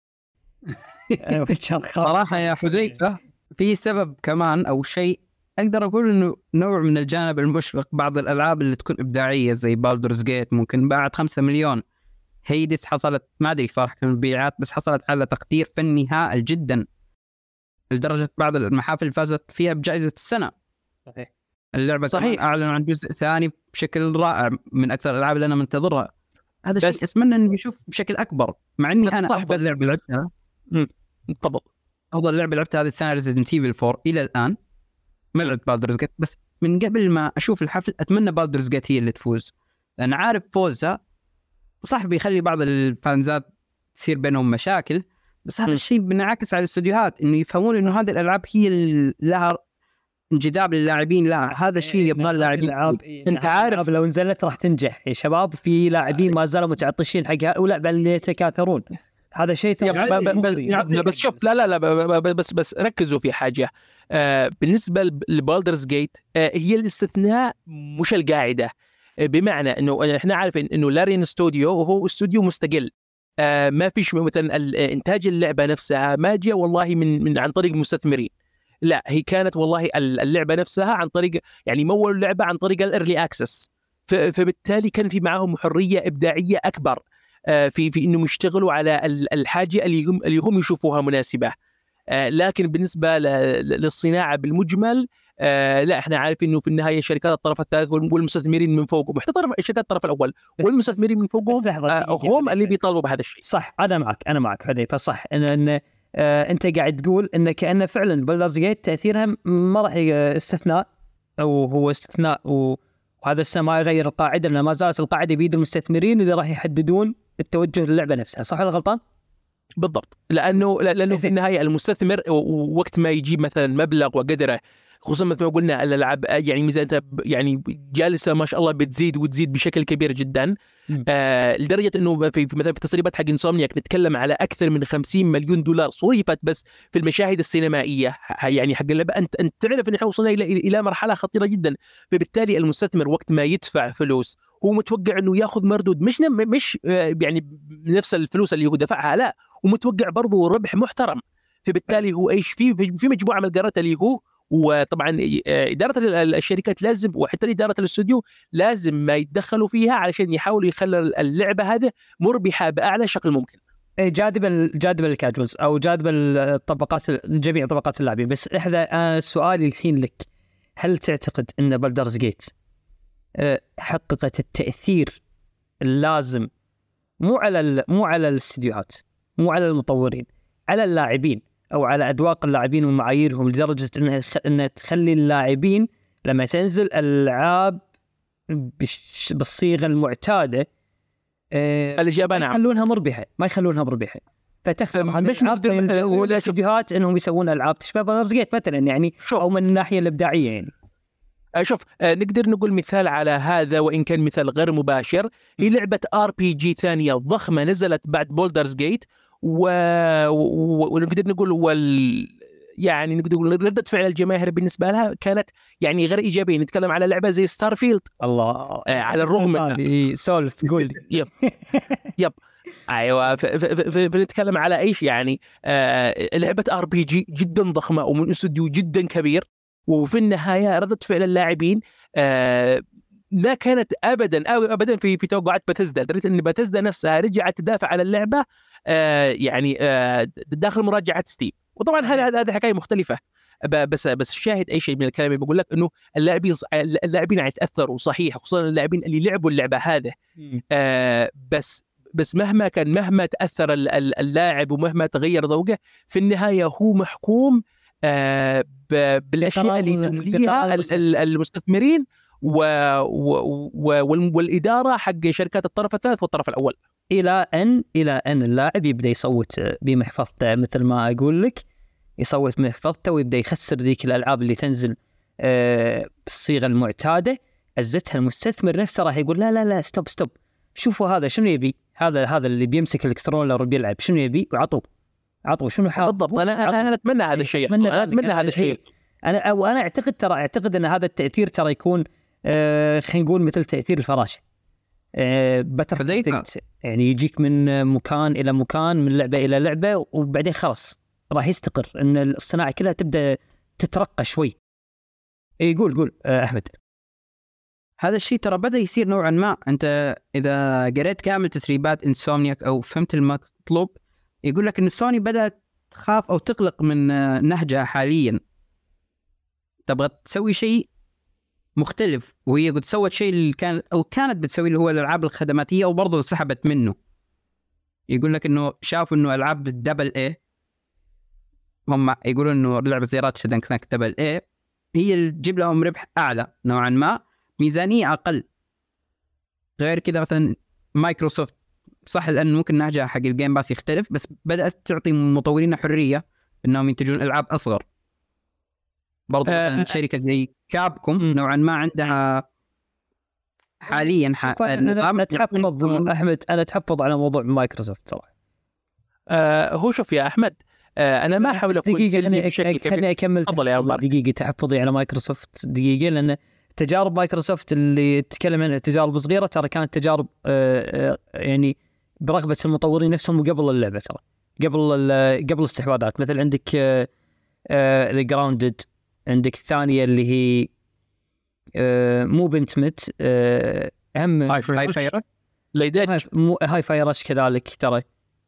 صراحه يا حذيفه في سبب كمان او شيء اقدر اقول انه نوع من الجانب المشرق. بعض الالعاب اللي تكون ابداعيه زي بالدورز جيت ممكن باعت 5 مليون. هيدس حصلت ما ادري صراحه كم المبيعات، بس حصلت على تقدير فني هائل جدا لدرجه بعض المحافل فازت فيها بجائزه السنه.
صحيح.
اللعبه صحيح اعلنوا عن جزء ثاني بشكل رائع من اكثر الالعاب اللي انا منتظرها. هذا الشيء اتمنى اني اشوف بشكل اكبر، مع اني انا افضل لعبه لعبتها
طبعا
افضل لعبه لعبتها هذه السنه ريزيدنت ايفل 4 الى الان. ما لعبت بالدورز جيت، بس من قبل ما اشوف الحفل اتمنى بالدورز جيت هي اللي تفوز، لان عارف فوزها صح بيخلي بعض الفانزات تصير بينهم مشاكل، بس هذا الشيء بنعكس على الاستديوهات انه يفهمون انه هذه الالعاب هي لها انجذاب للاعبين لها. هذا الشيء اللي يبغى اللاعبين.
انت عارف لو نزلت راح تنجح يا شباب، في لاعبين ما زالوا متعطشين حقها ولعبه اللي يتكاثرون. هذا شيء
بس شوف لا بس ركزوا في حاجه. بالنسبه لبالدرز جيت هي الاستثناء مش القاعده، بمعنى انه احنا عارفين انه لارين ستوديو وهو استوديو مستقل، ما فيش مثلا انتاج اللعبه نفسها ما جاء والله من عن طريق مستثمرين، لا هي كانت والله اللعبه نفسها عن طريق يعني مول اللعبه عن طريق الايرلي اكسس، فبالتالي كان في معهم حريه ابداعيه اكبر في انهم يشتغلوا على الحاجه اللي هم يشوفوها مناسبه. لكن بالنسبه للصناعه بالمجمل لا احنا عارفين انه في النهايه شركات الطرف الثالث والمستثمرين من فوقهم، وحتى شركات الطرف الاول والمستثمرين من فوقهم هم اللي بيطالبوا بهذا الشيء.
صح، انا معك حذيفه، صح ان انت قاعد تقول ان كأنه فعلا بلدرز جيت تاثيرها ما راح استثناء، او هو استثناء وهذا السنة ما يغير القاعده، لان ما زالت القاعده بيد المستثمرين اللي راح يحددون التوجه للعبه نفسها. صح ولا غلطان؟
بالضبط، لانه في النهايه المستثمر وقت ما يجيب مثلا مبلغ وقدره، خصوصا مثل ما قلنا الالعاب يعني ميزانيتها يعني جالسه ما شاء الله بتزيد وتزيد بشكل كبير جدا، لدرجه انه في مثلا في التسريبات حق انسومنياك نتكلم على اكثر من $50 مليون صرفت بس في المشاهد السينمائيه يعني حق اللعبه. انت تعرف ان احنا وصلنا الى مرحله خطيره جدا. فبالتالي المستثمر وقت ما يدفع فلوس هو متوقع انه ياخذ مردود مش يعني نفس الفلوس اللي هو دفعها، لا ومتوقع برضه ربح محترم. فبالتالي هو ايش في مجموعه من القرارات اللي هو، وطبعا إدارة الشركات لازم وحتى إدارة الاستوديو لازم ما يتدخلوا فيها علشان يحاولوا يخلوا اللعبة هذه مربحة بأعلى شكل ممكن.
جاذبه الكاجوالز او جاذبه الطبقات جميع طبقات اللاعبين. بس احنا سؤالي الحين لك، هل تعتقد ان بلدرز جيت حققت التأثير اللازم مو على الاستديوهات، مو على المطورين، على اللاعبين او على اذواق اللاعبين ومعاييرهم، لدرجه انها تخلي اللاعبين لما تنزل الالعاب بالصيغه المعتاده
الإجابة نعم.
ما يخلونها مربحه فتخسر هذه الالعاب والاستديوهات انهم يسوون العاب تشبه بلدرز جيت مثلا يعني، او من الناحيه الابداعيه يعني.
شوف نقدر نقول مثال على هذا وإن كان مثال غير مباشر، هي لعبة RPG ثانية ضخمة نزلت بعد بولدرز جيت ونقدر نقول يعني نقدر نقول ردة فعل الجماهير بالنسبة لها كانت يعني غير إيجابية. نتكلم على لعبة زي ستارفيلد.
الله
على الرغم
سولف قول
يب ايوه بنتكلم على ايش يعني لعبة RPG جدا ضخمة ومن استوديو جدا كبير، وفي النهاية ردة فعل اللاعبين ما كانت ابدا في توقعات باتيسدا، لدرجه ان باتيسدا نفسها رجعت تدافع على اللعبه يعني داخل مراجعه ستيم. وطبعا هذه حكايه مختلفه، بس الشاهد اي شيء من الكلام اللي بقول لك انه اللاعبين يتاثروا صحيح، خصوصا اللاعبين اللي لعبوا اللعبه هذه. بس مهما تاثر اللاعب ومهما تغير ذوقه، في النهايه هو محكوم بالاشياء اللي تمليها المستثمرين والإدارة حق شركات الطرف الثالث والطرف الأول،
إلى أن اللاعب يبدأ يصوت بمحفظته، مثل ما أقول لك يصوت بمحفظته ويبدأ يخسر ذيك الألعاب اللي تنزل بالصيغة المعتادة. أزتها المستثمر نفسه راح يقول لا ستوب شوفوا هذا شنو يبي، هذا اللي بيمسك الكنترولر وبيلعب شنو يبي وعطوا شنو حاط
بالضبط. أنا أتمنى هذا الشيء، أتمنى هذا الشيء.
أنا أعتقد أن هذا التأثير ترى يكون خلينا نقول مثل تأثير الفراشة، يعني يجيك من مكان إلى مكان، من لعبة إلى لعبة، وبعدين خلاص راح يستقر أن الصناعة كلها تبدأ تترقى شوي. قول أحمد.
هذا الشيء ترى بدأ يصير نوعا ما. أنت إذا قريت كامل تسريبات إنسومنياك أو فهمت المطلوب، يقول لك إن سوني بدأت تخاف أو تقلق من نهجها حاليا، تبغى تسوي شيء مختلف، وهي قد سوت شيء اللي كانت بتسوي اللي هو الألعاب الخدماتية، وبرضه سحبت منه. يقول لك إنه شافوا إنه ألعاب الدبل A، هم يقولون إنه لعبة زي راتشت اند كلانك دبل A هي اللي تجيب لهم ربح أعلى نوعا ما، ميزانية أقل. غير كذا مثلا مايكروسوفت صح لأن ممكن نهجها حق الجيم باس يختلف، بس بدأت تعطي مطورين حرية إنهم ينتجون ألعاب أصغر. برضو شركة زي كابكوم نوعا ما عندها حاليا
أنا أتحفظ على موضوع مايكروسوفت صراحة.
هو شوف يا أحمد، أنا ما أحاول أكون
خليني أكمل دقيقة تحفظي على مايكروسوفت دقيقة، لأن تجارب مايكروسوفت اللي تتكلم عنها تجارب صغيرة، ترى كانت تجارب يعني برغبة المطورين نفسهم وقبل اللعبة، ترى قبل استحواذات. مثل عندك الجراوندد، عندك الثانية اللي هي مو بنت مت أهم
هاي فايرش
هاي فايرش كذلك ترى.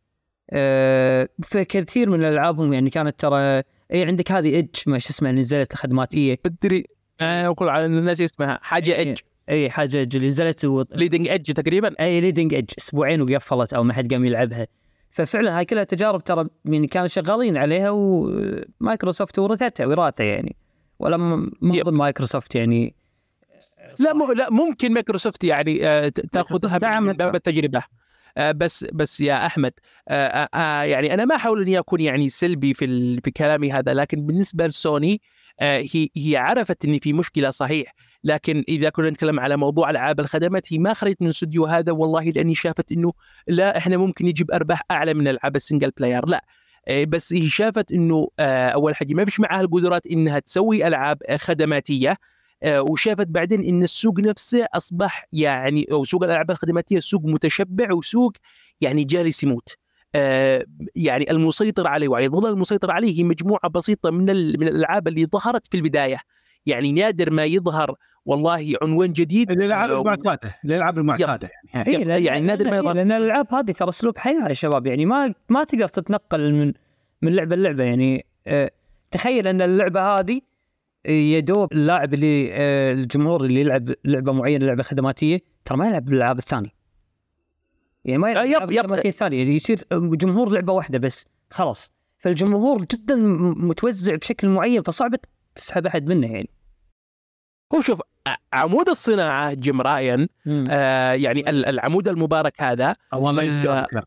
فكثير من الألعابهم يعني كانت ترى عندك هذه إدج ما اسمها نزلت خدماتية
بدري أقول على الناس اسمها حاجة إدج،
حاجة إدج اللي نزلت
ليدنج إدج تقريبا،
ليدنج إدج أسبوعين وقفلت أو ما حد قام يلعبها. ففعلا هاي كلها تجارب ترى يعني كانوا شغالين عليها، ومايكروسوفت ورثتها وراثة يعني، ولا معظم مايكروسوفت يعني
لا ممكن مايكروسوفت يعني تأخذها من باب التجربة. بس يا أحمد يعني أنا ما أحاول أن يكون يعني سلبي في كلامي هذا، لكن بالنسبة لسوني هي عرفت أن في مشكلة صحيح، لكن إذا كنا نتكلم على موضوع ألعاب الخدمات هي ما خرجت من الاستوديو هذا والله لأني شافت أنه لا إحنا ممكن نجيب أرباح أعلى من ألعاب السنجل بلاير، لا بس هي شافت أنه أول حاجة ما فيش معها القدرات إنها تسوي ألعاب خدماتية، وشافت بعدين إن السوق نفسه أصبح يعني أو سوق الألعاب الخدماتية سوق متشبع وسوق يعني جالس يموت. يعني المسيطر عليه ويظل المسيطر عليه هي مجموعة بسيطة من الألعاب اللي ظهرت في البداية. يعني نادر ما يظهر والله عنوان جديد
الالعاب المعتاده
يعني نادر ما يظهر،
لان الالعاب هذه ترى اسلوب حياه يا شباب، يعني ما تقدر تتنقل من لعبه للعبه. يعني تخيل ان اللعبه هذه يدوب اللاعب اللي الجمهور اللي يلعب لعبه معينه، لعبه خدماتيه، ترى ما يلعب بالالعاب الثانيه، يعني ما يلعب الخدماتيه الثانيه، يعني يصير جمهور لعبه واحده بس خلاص. فالجمهور جدا متوزع بشكل معين، فصعب تسحب احد منه. يعني
هو شوف عمود الصناعه جيم راين يعني العمود المبارك هذا
والله يذكرك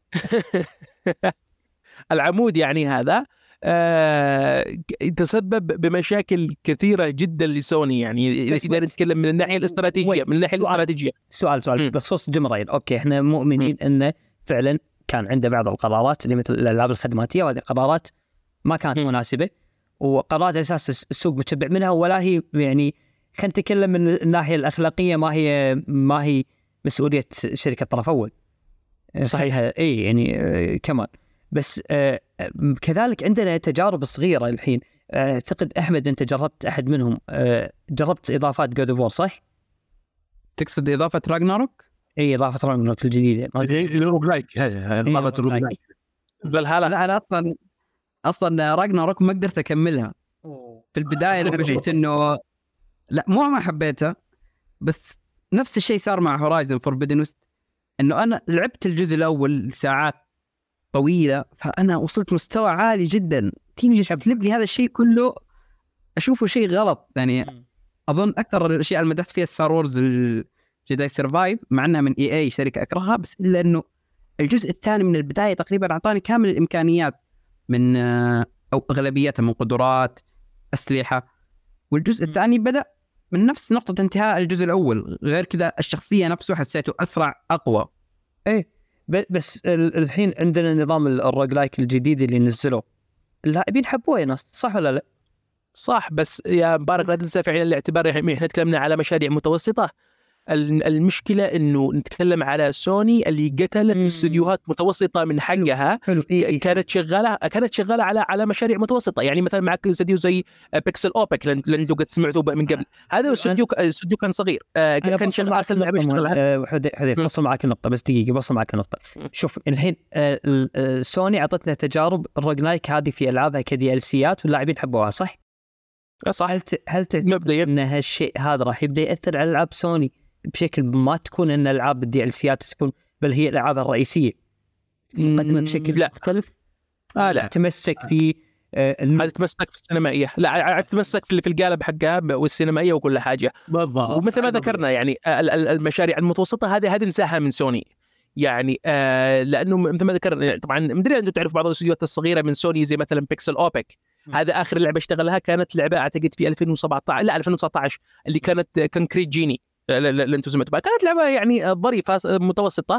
العمود يعني هذا تسبب بمشاكل كثيرة جدا لسوني. يعني إذا نتكلم من الناحية الاستراتيجية
سؤال بخصوص جيم راين. أوكي إحنا مؤمنين أنه فعلا كان عنده بعض القرارات اللي مثل الألعاب الخدماتية، وهذه قرارات ما كانت مناسبة، وقرارات أساس السوق متشبع منها، ولا هي يعني خلينا نتكلم من الناحية الأخلاقية ما هي مسؤولية شركة طرف أول.
صحيح.
إيه يعني كمان بس كذلك عندنا تجارب صغيرة الحين. أعتقد أحمد أنت جربت أحد منهم، جربت إضافات God of War صح؟
تقصد إضافة راغناروك؟
إيه إضافة راغناروك الجديدة
الروغلايك، هذه مرة الروغلايك.
لا
أنا أصلا راغناروك ما قدرت أكملها في البداية. أنا حسيت إنه لا ما حبيتها، بس نفس الشيء صار مع هورايزن فوربيدن ويست، إنه أنا لعبت الجزء الأول ساعات طويلة، فأنا وصلت مستوى عالي جدا، تيجي تسلب لي هذا الشيء كله أشوفه شيء غلط. يعني أظن أكثر الأشياء اللي مدحت فيها ستار وورز الجداي سيرفايف، مع أنها من EA شركة أكرهها، بس إلا أنه الجزء الثاني من البداية تقريبا أعطاني كامل الإمكانيات من أو أغلبيتها من قدرات أسلحة، والجزء الثاني بدأ من نفس نقطة انتهاء الجزء الأول. غير كذا الشخصية نفسه حسيته أسرع أقوى.
إيه بس الحين عندنا نظام الروغلايك الجديد اللي نزلوه، اللاعبين حبوه يا ناس، صح ولا لا؟
صح، بس يا مبارك لا تنسى في عين الاعتبار احنا تكلمنا على مشاريع متوسطة. المشكلة انه نتكلم على سوني اللي قتلت استديوهات متوسطة من حقها. كانت شغالة على مشاريع متوسطة. يعني مثلا معك استديو زي بيكسل اوبك اللي انتم قد سمعتوه من قبل، هذا استديو كان صغير، كان شغال على
اللعبة. حذيف بوصل معك النقطة، بس دقيقة بوصل معك النقطة. شوف الحين سوني عطتنا تجارب الروغلايك هذه في ألعابها كDLCات واللاعبين حبوها، صح؟ هل تعتقد ان هالشيء هذا راح يبدأ يأثر على ألعاب سوني بشكل ما تكون ان العاب الDLCات تكون بل هي الالعاب الرئيسيه مقدمه بشكل مختلف؟ لا تمسك في
هذا تمسك في السينمائيه، لا تمسك في القالب حقها والسينمائيه وكل حاجه
بالضبط.
ومثل ما ذكرنا يعني المشاريع المتوسطه هذه ننساها من سوني. يعني لانه مثل ما ذكرنا طبعا مدري انتم تعرفوا بعض الاستديوهات الصغيره من سوني زي مثلا بيكسل اوبك، هذا اخر لعبه اشتغلها كانت لعبه اعتقد في 2019 اللي كانت كونكريت جيني اللي انتم سمعتوا بها، كانت لعبه يعني ظريفه متوسطه.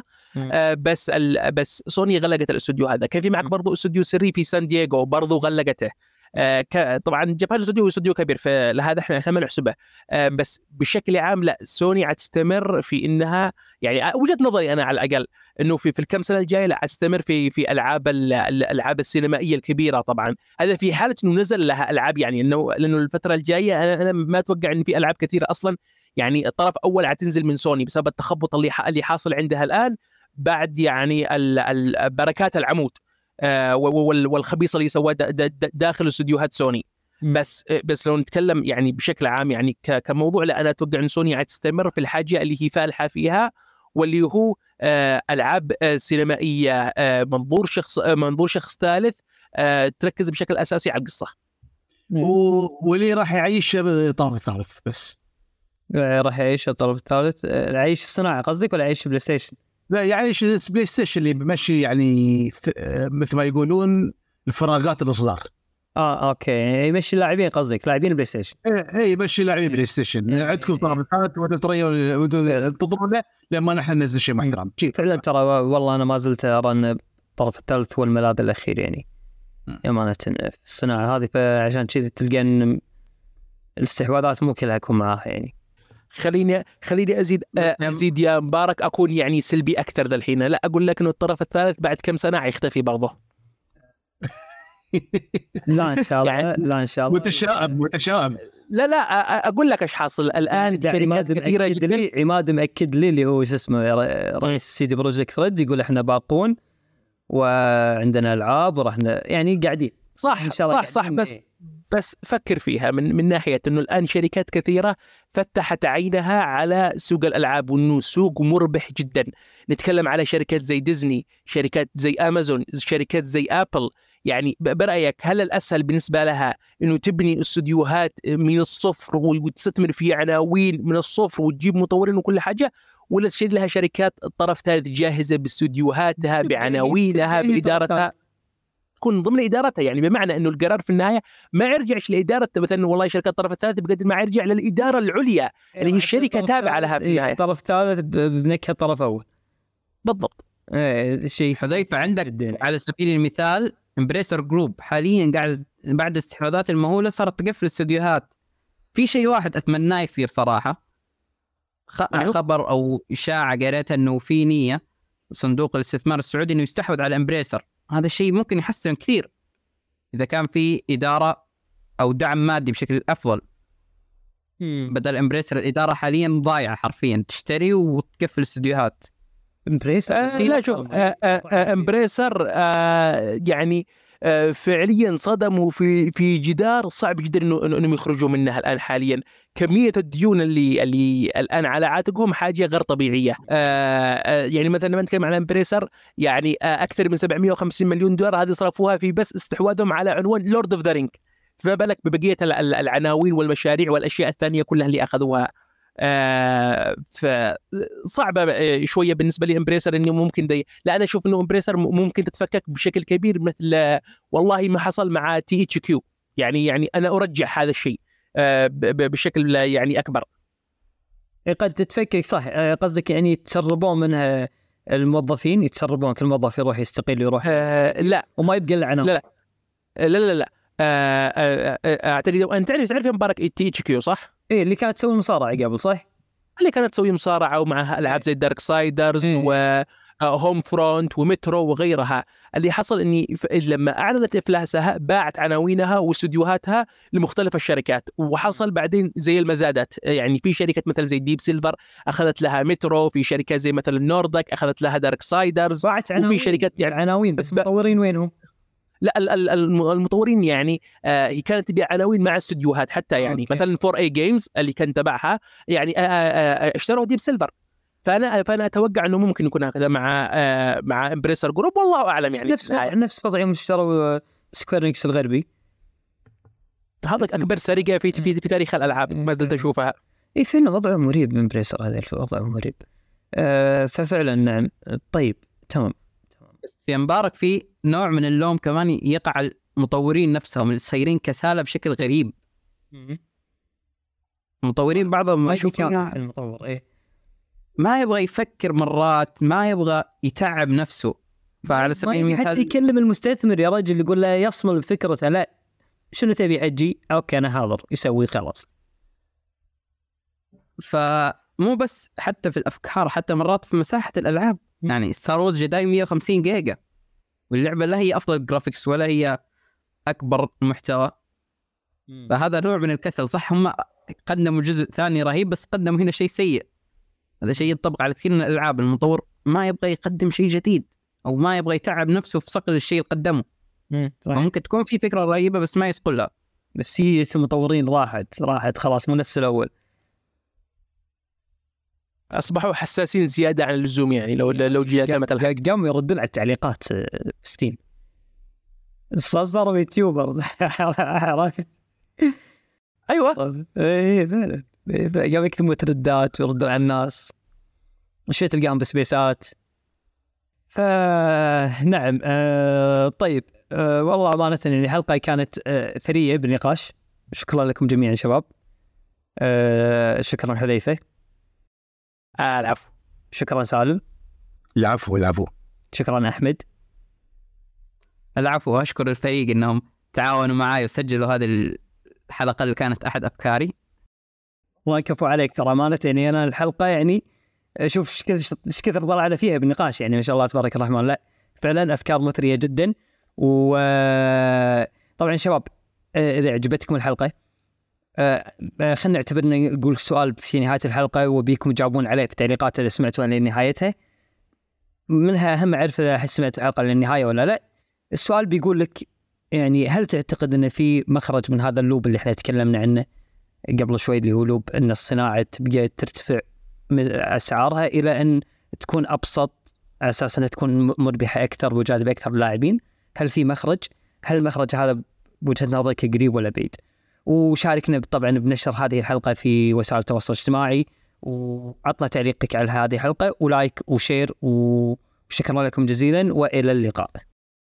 بس سوني غلقت الاستوديو هذا. كان في معك برضو استوديو سري في سان دييغو برضو غلقته. طبعا جابان استوديو كبير، فلهذا احنا ما نحسبه. بس بشكل عام لا، سوني هتستمر في انها يعني وجهة نظري انا على الاقل انه في الكم سنه الجايه لا هتستمر في الالعاب السينمائيه الكبيره. طبعا هذا في حاله انه نزل لها العاب، يعني لانه الفتره الجايه انا ما اتوقع ان في العاب كثيره اصلا يعني الطرف اول هتنزل من سوني بسبب التخبط اللي حاصل عندها الان بعد يعني بركات العمود والخبيص اللي سواه داخل استديوهات سوني. بس لو نتكلم يعني بشكل عام يعني كموضوع، لا انا اتوقع ان سوني هتستمر في الحاجه اللي هي فالحه فيها، واللي هو العاب سينمائيه منظور شخص ثالث تركز بشكل اساسي على القصه،
واللي راح يعيش الطرف الثالث. بس
راح يعيش الطرف الثالث، يعيش الصناعه قصدك ولا يعيش بلاي ستيشن؟
لا يعيش بلاي ستيشن اللي بمشي يعني مثل ما يقولون الفراغات الاصدار.
اوكي، يمشي اللاعبين قصدك، لاعبين بلاي ستيشن.
ايه يمشي لاعبين بلاي ستيشن. عندكم طرف ثالث وتنتظرون له لما نحن ننزل شيء محترم.
فعلا ترى والله انا ما زلت ارى ان الطرف الثالث هو الملاذ الاخير يعني امانه في الصناعه هذه. فعشان كذا تلقى ان الاستحواذات مو كلها تكون معاها. يعني
خليني ازيد يا مبارك، اكون يعني سلبي اكثر ذا الحين. لا اقول لك انه الطرف الثالث بعد كم سنه حيختفي برضه.
لا ان شاء الله يعني لا ان شاء الله.
متشائم
لا اقول لك ايش حاصل الان. شركات كثيره جدا.
عماد مأكد لي اللي هو اسمه رئيس سيدي بروجكت ريد يقول احنا باقون وعندنا العاب ورحنا يعني قاعدين
صح بس فكر فيها من ناحيه انه الان شركات كثيره فتحت عينها على سوق الالعاب، وانه سوق مربح جدا. نتكلم على شركات زي ديزني، شركات زي امازون، شركات زي ابل. يعني برأيك هل الأسهل بالنسبة لها إنه تبني استوديوهات من الصفر وتستثمر في عناوين من الصفر وتجيب مطورين وكل حاجة، ولا تشتري لها شركات طرف ثالث جاهزة باستوديوهاتها بعناوينها بإدارتها، تكون ضمن إدارتها؟ يعني بمعنى إنه القرار في النهاية ما يرجعش لإدارة مثلا والله شركة الطرف الثالث، بقدر ما يرجع للإدارة العليا اللي هي الشركة تابعة لها في النهاية.
طرف ثالث بنكهة طرف أول
بالضبط.
شيء
حذيفة. عندك على سبيل المثال امبريسر جروب حاليا قاعد بعد استحواذات المهولة صارت تقفل الاستديوهات. في شيء واحد أتمناه يصير صراحة، خبر أو إشاعة قريتها إنه في نية صندوق الاستثمار السعودي إنه يستحوذ على امبريسر. هذا الشيء ممكن يحسن كثير إذا كان في إدارة أو دعم مادي بشكل أفضل. بدل امبريسر الإدارة حاليا ضايعة حرفيا، تشتري وتقفل الاستديوهات.
امبريسر لا شوف امبريسر يعني فعليا صدموا في جدار صعب جدا انهم يخرجوا منها الان. حاليا كميه الديون اللي الان على عاتقهم حاجه غير طبيعيه. يعني مثلا لما نتكلم عن امبريسر يعني اكثر من 750 مليون دولار هذه صرفوها في بس استحواذهم على عنوان لورد اوف ذا رينج، فما بالك ببقيه العناوين والمشاريع والاشياء الثانيه كلها اللي اخذوها. فصعبة شوية بالنسبة لي امبريسر انه ممكن لا انا اشوف انه امبريسر ممكن تتفكك بشكل كبير مثل والله ما حصل مع تي اتش كيو. يعني انا ارجح هذا الشيء بشكل يعني اكبر.
قد تتفكك صح. قصدك يعني يتسربون منها الموظفين، يتسربون كل موظف يروح يستقيل يروح
لا
وما يبقى لنا.
لا اعتقد انت تعرف مبارك تي اتش كيو صح؟
ايه اللي كانت تسوي مصارعة قبل صح؟
اللي كانت تسوي مصارعة ومعها ألعاب زي دارك سايدرز وهوم فرونت ومترو وغيرها. اللي حصل إني لما أعلنت إفلاسها باعت عناوينها واستديوهاتها لمختلف الشركات، وحصل بعدين زي المزادات. يعني في شركة مثل زي ديب سيلفر أخذت لها مترو، في شركة زي مثل نوردك أخذت لها دارك سايدرز،
وفي
شركات
يعني عناوين بس مطورين وينهم؟
لا المطورين يعني هي كانت تبيع عناوين مع استديوهات حتى. يعني مثلا 4A جيمز اللي كان تبعها يعني اشتروا ديب سيلفر. فانا اتوقع انه ممكن يكون هكذا مع امبريسر جروب، والله اعلم. يعني
نفس وضعهم اشتروا سكويرنكس الغربي.
هذا اكبر سرقه في تاريخ الالعاب ما زلت اشوفها.
اي فين وضعه مريب امبريسر، هذا وضعه مريب. ففعلا نعم. طيب تمام.
بس يا مبارك في نوع من اللوم كمان يقع المطورين نفسهم اللي سايرين كسالة بشكل غريب. المطورين بعضهم
ما يشوفون المطور
ما يبغى يفكر مرات، ما يبغى يتعب نفسه. فعلى سبيل المثال
حتى يكلم المستثمر يا رجل يقول له يصمل بفكرته، لا شنو تبي أجي اوكي انا حاضر، يسوي خلاص.
فمو بس حتى في الافكار، حتى مرات في مساحة الالعاب. يعني ستار وورز جداي 150 جيجا واللعبة لا هي أفضل جرافيكس ولا هي أكبر محتوى. فهذا نوع من الكسل. صح هم قدموا جزء ثاني رهيب بس قدموا هنا شيء سيء. هذا شيء يطبق على كثير من الألعاب. المطور ما يبغى يقدم شيء جديد أو ما يبغى يتعب نفسه في صقل الشيء اللي قدمه. ممكن تكون في فكرة رهيبة بس ما يصقلها.
نفسية المطورين راحت خلاص، مو نفس الأول.
أصبحوا حساسين زيادة عن اللزوم. يعني لو جيت مثلا
قاموا يردون على التعليقات ستيم، صاروا يوتيوبرز. عرفت؟
أيوة
إيه فعلا قاموا يكتبوا تردات ويردون على الناس، وشوية تلقاهم بسبيسات. فنعم. طيب والله أمانة يعني الحلقة كانت ثرية بالنقاش. شكرا لكم جميعا شباب. شكرا حذيفة.
العفو.
شكرا سالم.
العفو.
شكرا أحمد.
العفو. أشكر الفريق إنهم تعاونوا معي وسجلوا هذه الحلقة اللي كانت أحد أفكاري.
وكفو عليك ترى أمانة. يعني أنا الحلقة يعني شوف إيش كثر طلعنا فيها بالنقاش، يعني ما شاء الله تبارك الرحمن. لا فعلا أفكار مثرية جدا. وطبعا شباب إذا عجبتكم الحلقة خلينا نعتبر إن نقول سؤال في نهاية الحلقة وبيكم تجاوبون عليه في التعليقات اللي سمعتوها لنهايتها. منها أهم أعرف إذا سمعت الحلقة للنهاية ولا لا. السؤال بيقول لك يعني هل تعتقد أن في مخرج من هذا اللوب اللي احنا تكلمنا عنه قبل شوي اللي هو لوب أن الصناعة تبقى ترتفع أسعارها إلى أن تكون أبسط على أساس أنها تكون مربحة أكثر وجاذبة أكثر للاعبين؟ هل في مخرج؟ هل المخرج هذا بوجهة نظرك قريب ولا بعيد؟ وشاركنا طبعا بنشر هذه الحلقة في وسائل التواصل الاجتماعي، وعطنا تعليقك على هذه الحلقة ولايك وشير، وشكرا لكم جزيلا وإلى اللقاء.